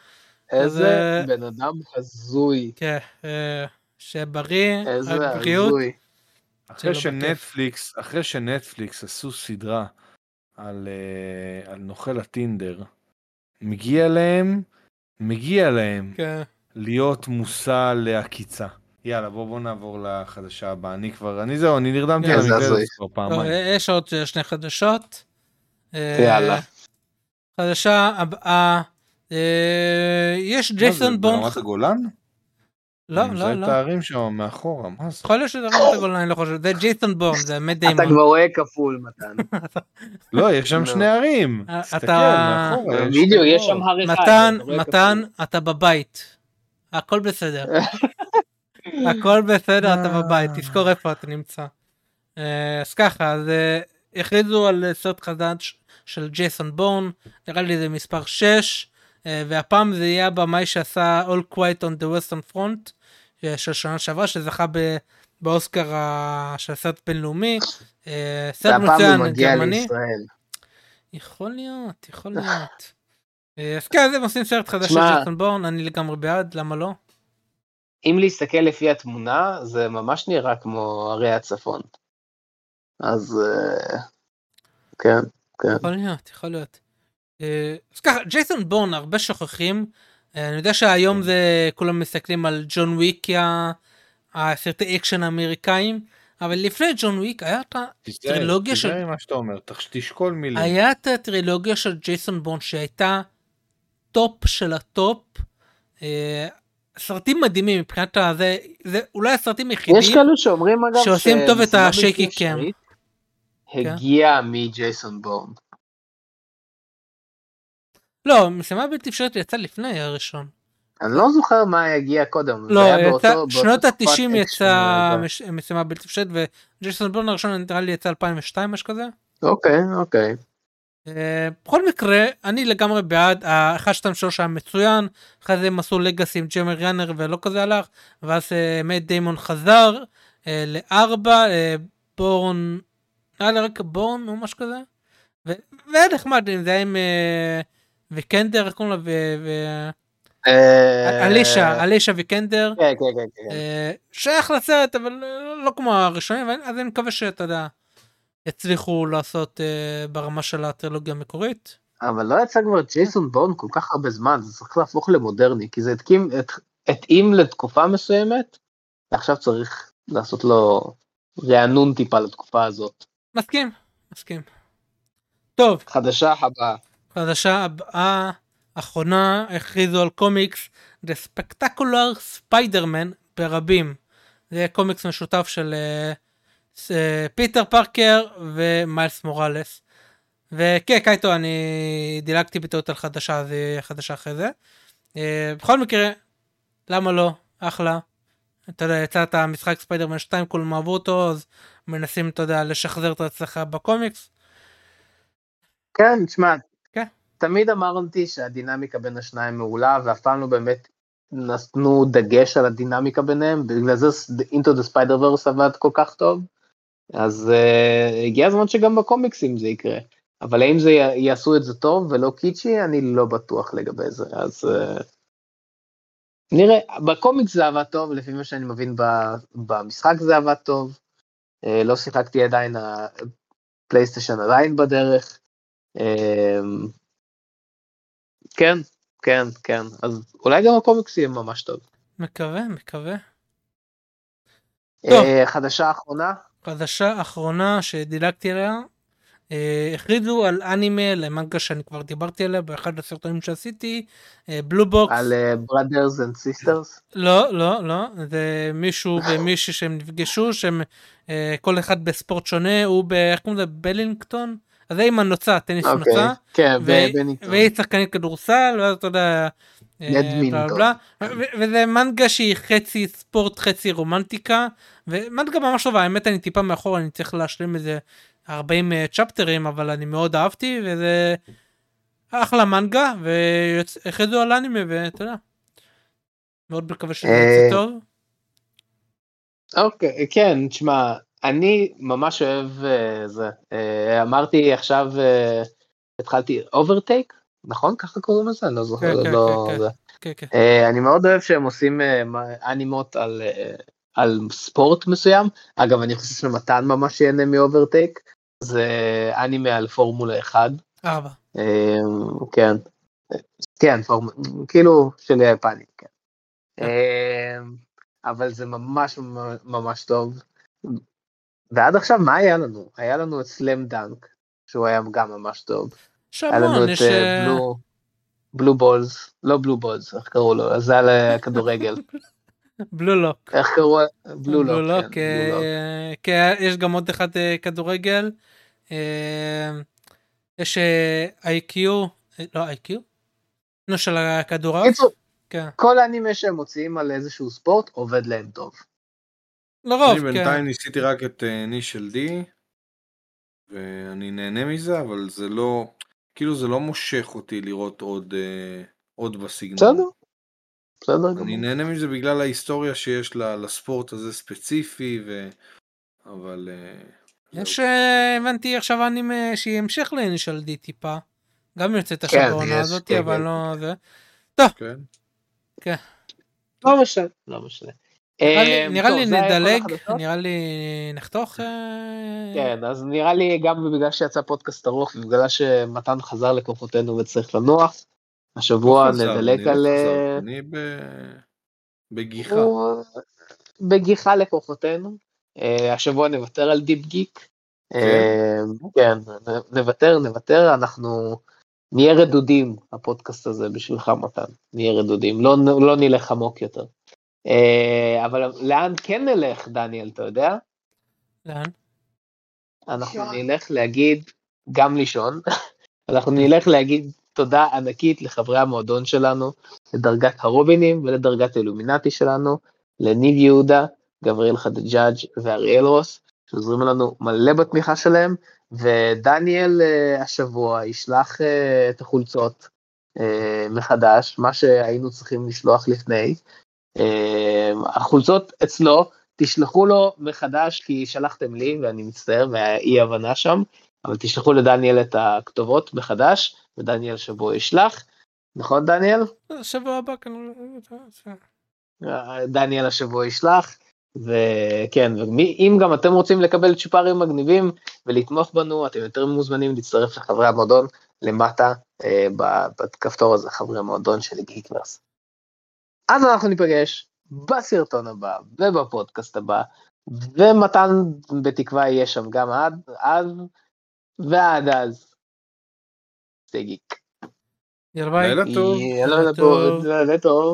A: איזה בן אדם הזוי.
C: כן, שבריא,
A: איזה
C: הבריאות.
A: הזוי.
B: אחרי שנטפליקס, אחרי שנטפליקס עשו סדרה על, על נוכל הטינדר, מגיע להם, מגיע להם
C: כן.
B: להיות מושא להקיצה. יאללה, בוא בוא נעבור לחדשה הבאה. אני כבר, אני זהו, אני נרדמתי על המקרה הזה כבר פעמיים.
C: יש עוד שני חדשות.
A: יאללה.
C: חדשה הבאה, יש ג'ייסון בורן.
B: ברמת הגולן?
C: לא,
B: אני
C: לא,
B: מזהה
C: לא.
B: את הערים שם מאחורה, מה זה?
C: יכול להיות שזה רמת הגולן, אני לא חושב. זה ג'ייסון בורן, זה מאט דיימון.
A: אתה כבר רואה כפול, מתן.
B: לא, יש שם שני ערים. תסתכל, מאחורה.
A: בדיוק, יש שם הר אחד.
C: מתן, מתן, אתה בבית. הכל בסדר. הכל בסדר, אתה בבית. תזכור איפה אתה נמצא. אז ככה, אז הכריזו על סרט חדש של ג'ייסון בורן, נראה לי זה מספר שש, והפעם זה יהיה הבמאי שעשה All Quiet on the Western Front, של שנה שעברה, שזכה באוסקר של סרט בינלאומי, סרט מצוין גרמני. יכול להיות, יכול להיות. אז כן, הם עושים סרט חדש של ג'ייסון בורן, אני לגמרי בעד, למה לא?
A: אם להסתכל לפי התמונה, זה ממש נראה כמו ערי הצפון. אז כן, כן.
C: יכול להיות, יכול להיות. אז ככה, ג'ייסון בורן הרבה שוכחים, אני יודע שהיום זה, כולם מסתכלים על ג'ון וויק, הסרטי אקשן האמריקאים, אבל לפני ג'ון וויק היה את הטרילוגיה של...
B: תזהה מה שאתה אומר, תשקול מילים.
C: היה את הטרילוגיה של ג'ייסון בורן שהייתה טופ של הטופ, סרטים מדהימים מבחינת הזה, זה אולי הסרטים היחידים.
A: יש כאלו שאומרים אגב
C: שעושים טוב את השייקי קאם.
A: הגיע מג'ייסון בורן.
C: לא, משימה בלתי אפשרית יצא לפני הראשון.
A: אני לא זוכר מה יגיע קודם.
C: לא, שנות ה-תשעים יצא משימה בלתי אפשרית, וג'ייסון בורן הראשון נראה לי יצא אלפיים ושתיים, משהו כזה.
A: אוקיי, אוקיי.
C: בכל מקרה, אני לגמרי בעד, ה-אחת שתיים שלוש היה מצוין, אחרי זה הם עשו לגאסי עם ג'יימי ריאנר ולא כזה הלך, ואז מאט דיימון חזר לארבע, בורן, היה לי רק בורן או משהו כזה, והיה נחמד, זה היה עם וקנדר, איך קוראים לה, אלישה, אלישה וקנדר, שייך לסרט, אבל לא כמו הראשונים, אז אני מקווה שאתה יודע, יצליחו לעשות ברמה של הטרילוגיה המקורית.
A: אבל לא יצא כבר ג'ייסון בורן כל כך הרבה זמן, זה צריך להפוך למודרני, כי זה התאים לתקופה מסוימת, ועכשיו צריך לעשות לו רענון טיפה לתקופה הזאת.
C: מסכים, מסכים. טוב.
A: חדשה הבאה.
C: חדשה הבאה, אחרונה, הכריזו על קומיקס, The Spectacular Spider-Man ברבים. זה קומיקס משותף של uh, פיטר פארקר ומיילס מוראלס. וכן, קייטו, אני דילגתי בטעות על חדשה, זה חדשה אחרי זה. Uh, בכל מקרה, למה לא? אחלה. אתה יודע, יצא את המשחק ספיידרמן שתיים, כולם אהבו אותו, אז מנסים, אתה יודע, לשחזר את ההצלחה בקומיקס.
A: כן, תשמע,
C: כן.
A: תמיד אמרתי שהדינמיקה בין השניים מעולה, ואף פעם לא באמת נתנו דגש על הדינמיקה ביניהם, בגלל זה Into the Spider-Verse עבד כל כך טוב, אז uh, הגיע הזמן שגם בקומיקסים זה יקרה, אבל האם זה י- יעשו את זה טוב ולא קיצ'י, אני לא בטוח לגבי זה, אז uh, נראה, בקומיקס זה עבד טוב, לפי מה שאני מבין במשחק זה עבד טוב, uh, לא שיחקתי עדיין, הפלייסטיישן עדיין בדרך, uh, כן, כן, כן, אז אולי גם הקומיקס יהיה ממש טוב.
C: מקווה, מקווה.
A: טוב. חדשה אחרונה?
C: חדשה אחרונה שדילגתי עליה, הכריזו על אנימה למנגה שאני כבר דיברתי עליה באחד הסרטונים שעשיתי, בלו בוקס.
A: על brothers and sisters?
C: לא, לא, לא, זה מישהו ומישהי שהם נפגשו, שהם כל אחד בספורט שונה, הוא ב... איך קוראים לזה? בלינגטון? אז זה עם הנוצה, טניס נוצה.
A: כן, בבלינגטון.
C: והיא שחקנית כדורסל, ואז אתה יודע... וזה מנגה שהיא חצי ספורט, חצי רומנטיקה, ומנגה ממש טובה, האמת אני טיפה מאחור, אני צריך להשלים איזה ארבעים צ'פטרים, אבל אני מאוד אהבתי, וזה אחלה מנגה, והחזו על אנימה, ואתה יודע, מאוד מקווה שזה יצא טוב.
A: אוקיי, כן, תשמע, אני ממש אוהב זה, אמרתי עכשיו, התחלתי אוברטייק, נכון? ככה קוראים לזה? אני לא זוכר,
C: כן, כן.
A: אני מאוד אוהב שהם עושים אנימות על, על ספורט מסוים, אגב אני חושב שמתן ממש ייהנה מאוברטייק, זה אנימה על פורמולה אחד.
C: ארבע.
A: כן, כן, פורמולה, כאילו של יפנים, כן. אבל זה ממש ממש טוב. ועד עכשיו מה היה לנו? היה לנו את סלאם דנק, שהוא היה גם ממש טוב. היה לנו את בלו, בלו בולס, לא בלו בולס, איך קראו לו? זה על הכדורגל.
C: בלו לוק.
A: איך קראו? בלו לוק,
C: כן. יש גם עוד אחד כדורגל. יש איי קיו, לא איי קיו? נו של הכדורעף.
A: כל האנימה שהם מוציאים על איזשהו ספורט עובד להם טוב.
C: לרוב,
B: אני בינתיים ניסיתי רק את נישל די, ואני נהנה מזה, אבל זה לא, כאילו זה לא מושך אותי לראות עוד, עוד בסגנון.
A: בסדר, בסדר גמור.
B: אני נהנה מזה בגלל ההיסטוריה שיש לספורט הזה ספציפי, ו... אבל...
C: יש, הבנתי עכשיו אנימה שימשך לנישל די טיפה, גם יוצאת השבועונה הזאת, אבל לא זה. טוב.
B: כן.
C: כן.
A: לא משנה, לא משנה.
C: נראה לי נדלג, נראה לי נחתוך.
A: כן, אז נראה לי גם בגלל שיצא פודקאסט ארוך, ובגלל שמתן חזר לכוחותינו וצריך לנוח, השבוע נדלג על...
B: אני בגיחה.
A: בגיחה לכוחותינו, השבוע נוותר על דיפ גיק. כן, נוותר, נוותר, אנחנו נהיה רדודים, הפודקאסט הזה בשבילך מתן, נהיה רדודים, לא נלך עמוק יותר. אבל לאן כן נלך, דניאל, אתה יודע?
C: לאן?
A: אנחנו נלך להגיד, גם לישון, אנחנו נלך להגיד תודה ענקית לחברי המועדון שלנו, לדרגת הרובינים ולדרגת האילומינטי שלנו, לניב יהודה, גבריאל חדג'אג' ואריאל רוס, שעוזרים לנו מלא בתמיכה שלהם, ודניאל השבוע ישלח את החולצות מחדש, מה שהיינו צריכים לשלוח לפני, החולצות אצלו, תשלחו לו מחדש כי שלחתם לי ואני מצטער והאי הבנה שם, אבל תשלחו לדניאל את הכתובות מחדש, ודניאל שבוע ישלח, נכון דניאל?
C: שבוע הבא
A: דניאל השבוע ישלח, וכן, ואם גם אתם רוצים לקבל צ'ופרים מגניבים ולתמוך בנו, אתם יותר מוזמנים להצטרף לחברי המועדון למטה בכפתור הזה, חברי המועדון של גיקוורס. אז אנחנו ניפגש בסרטון הבא ובפודקאסט הבא, ומתן בתקווה יהיה שם גם עד אז, ועד אז, סגיק.
C: יאללה ביי.
B: לילה טוב.
A: לילה טוב. לילה טוב.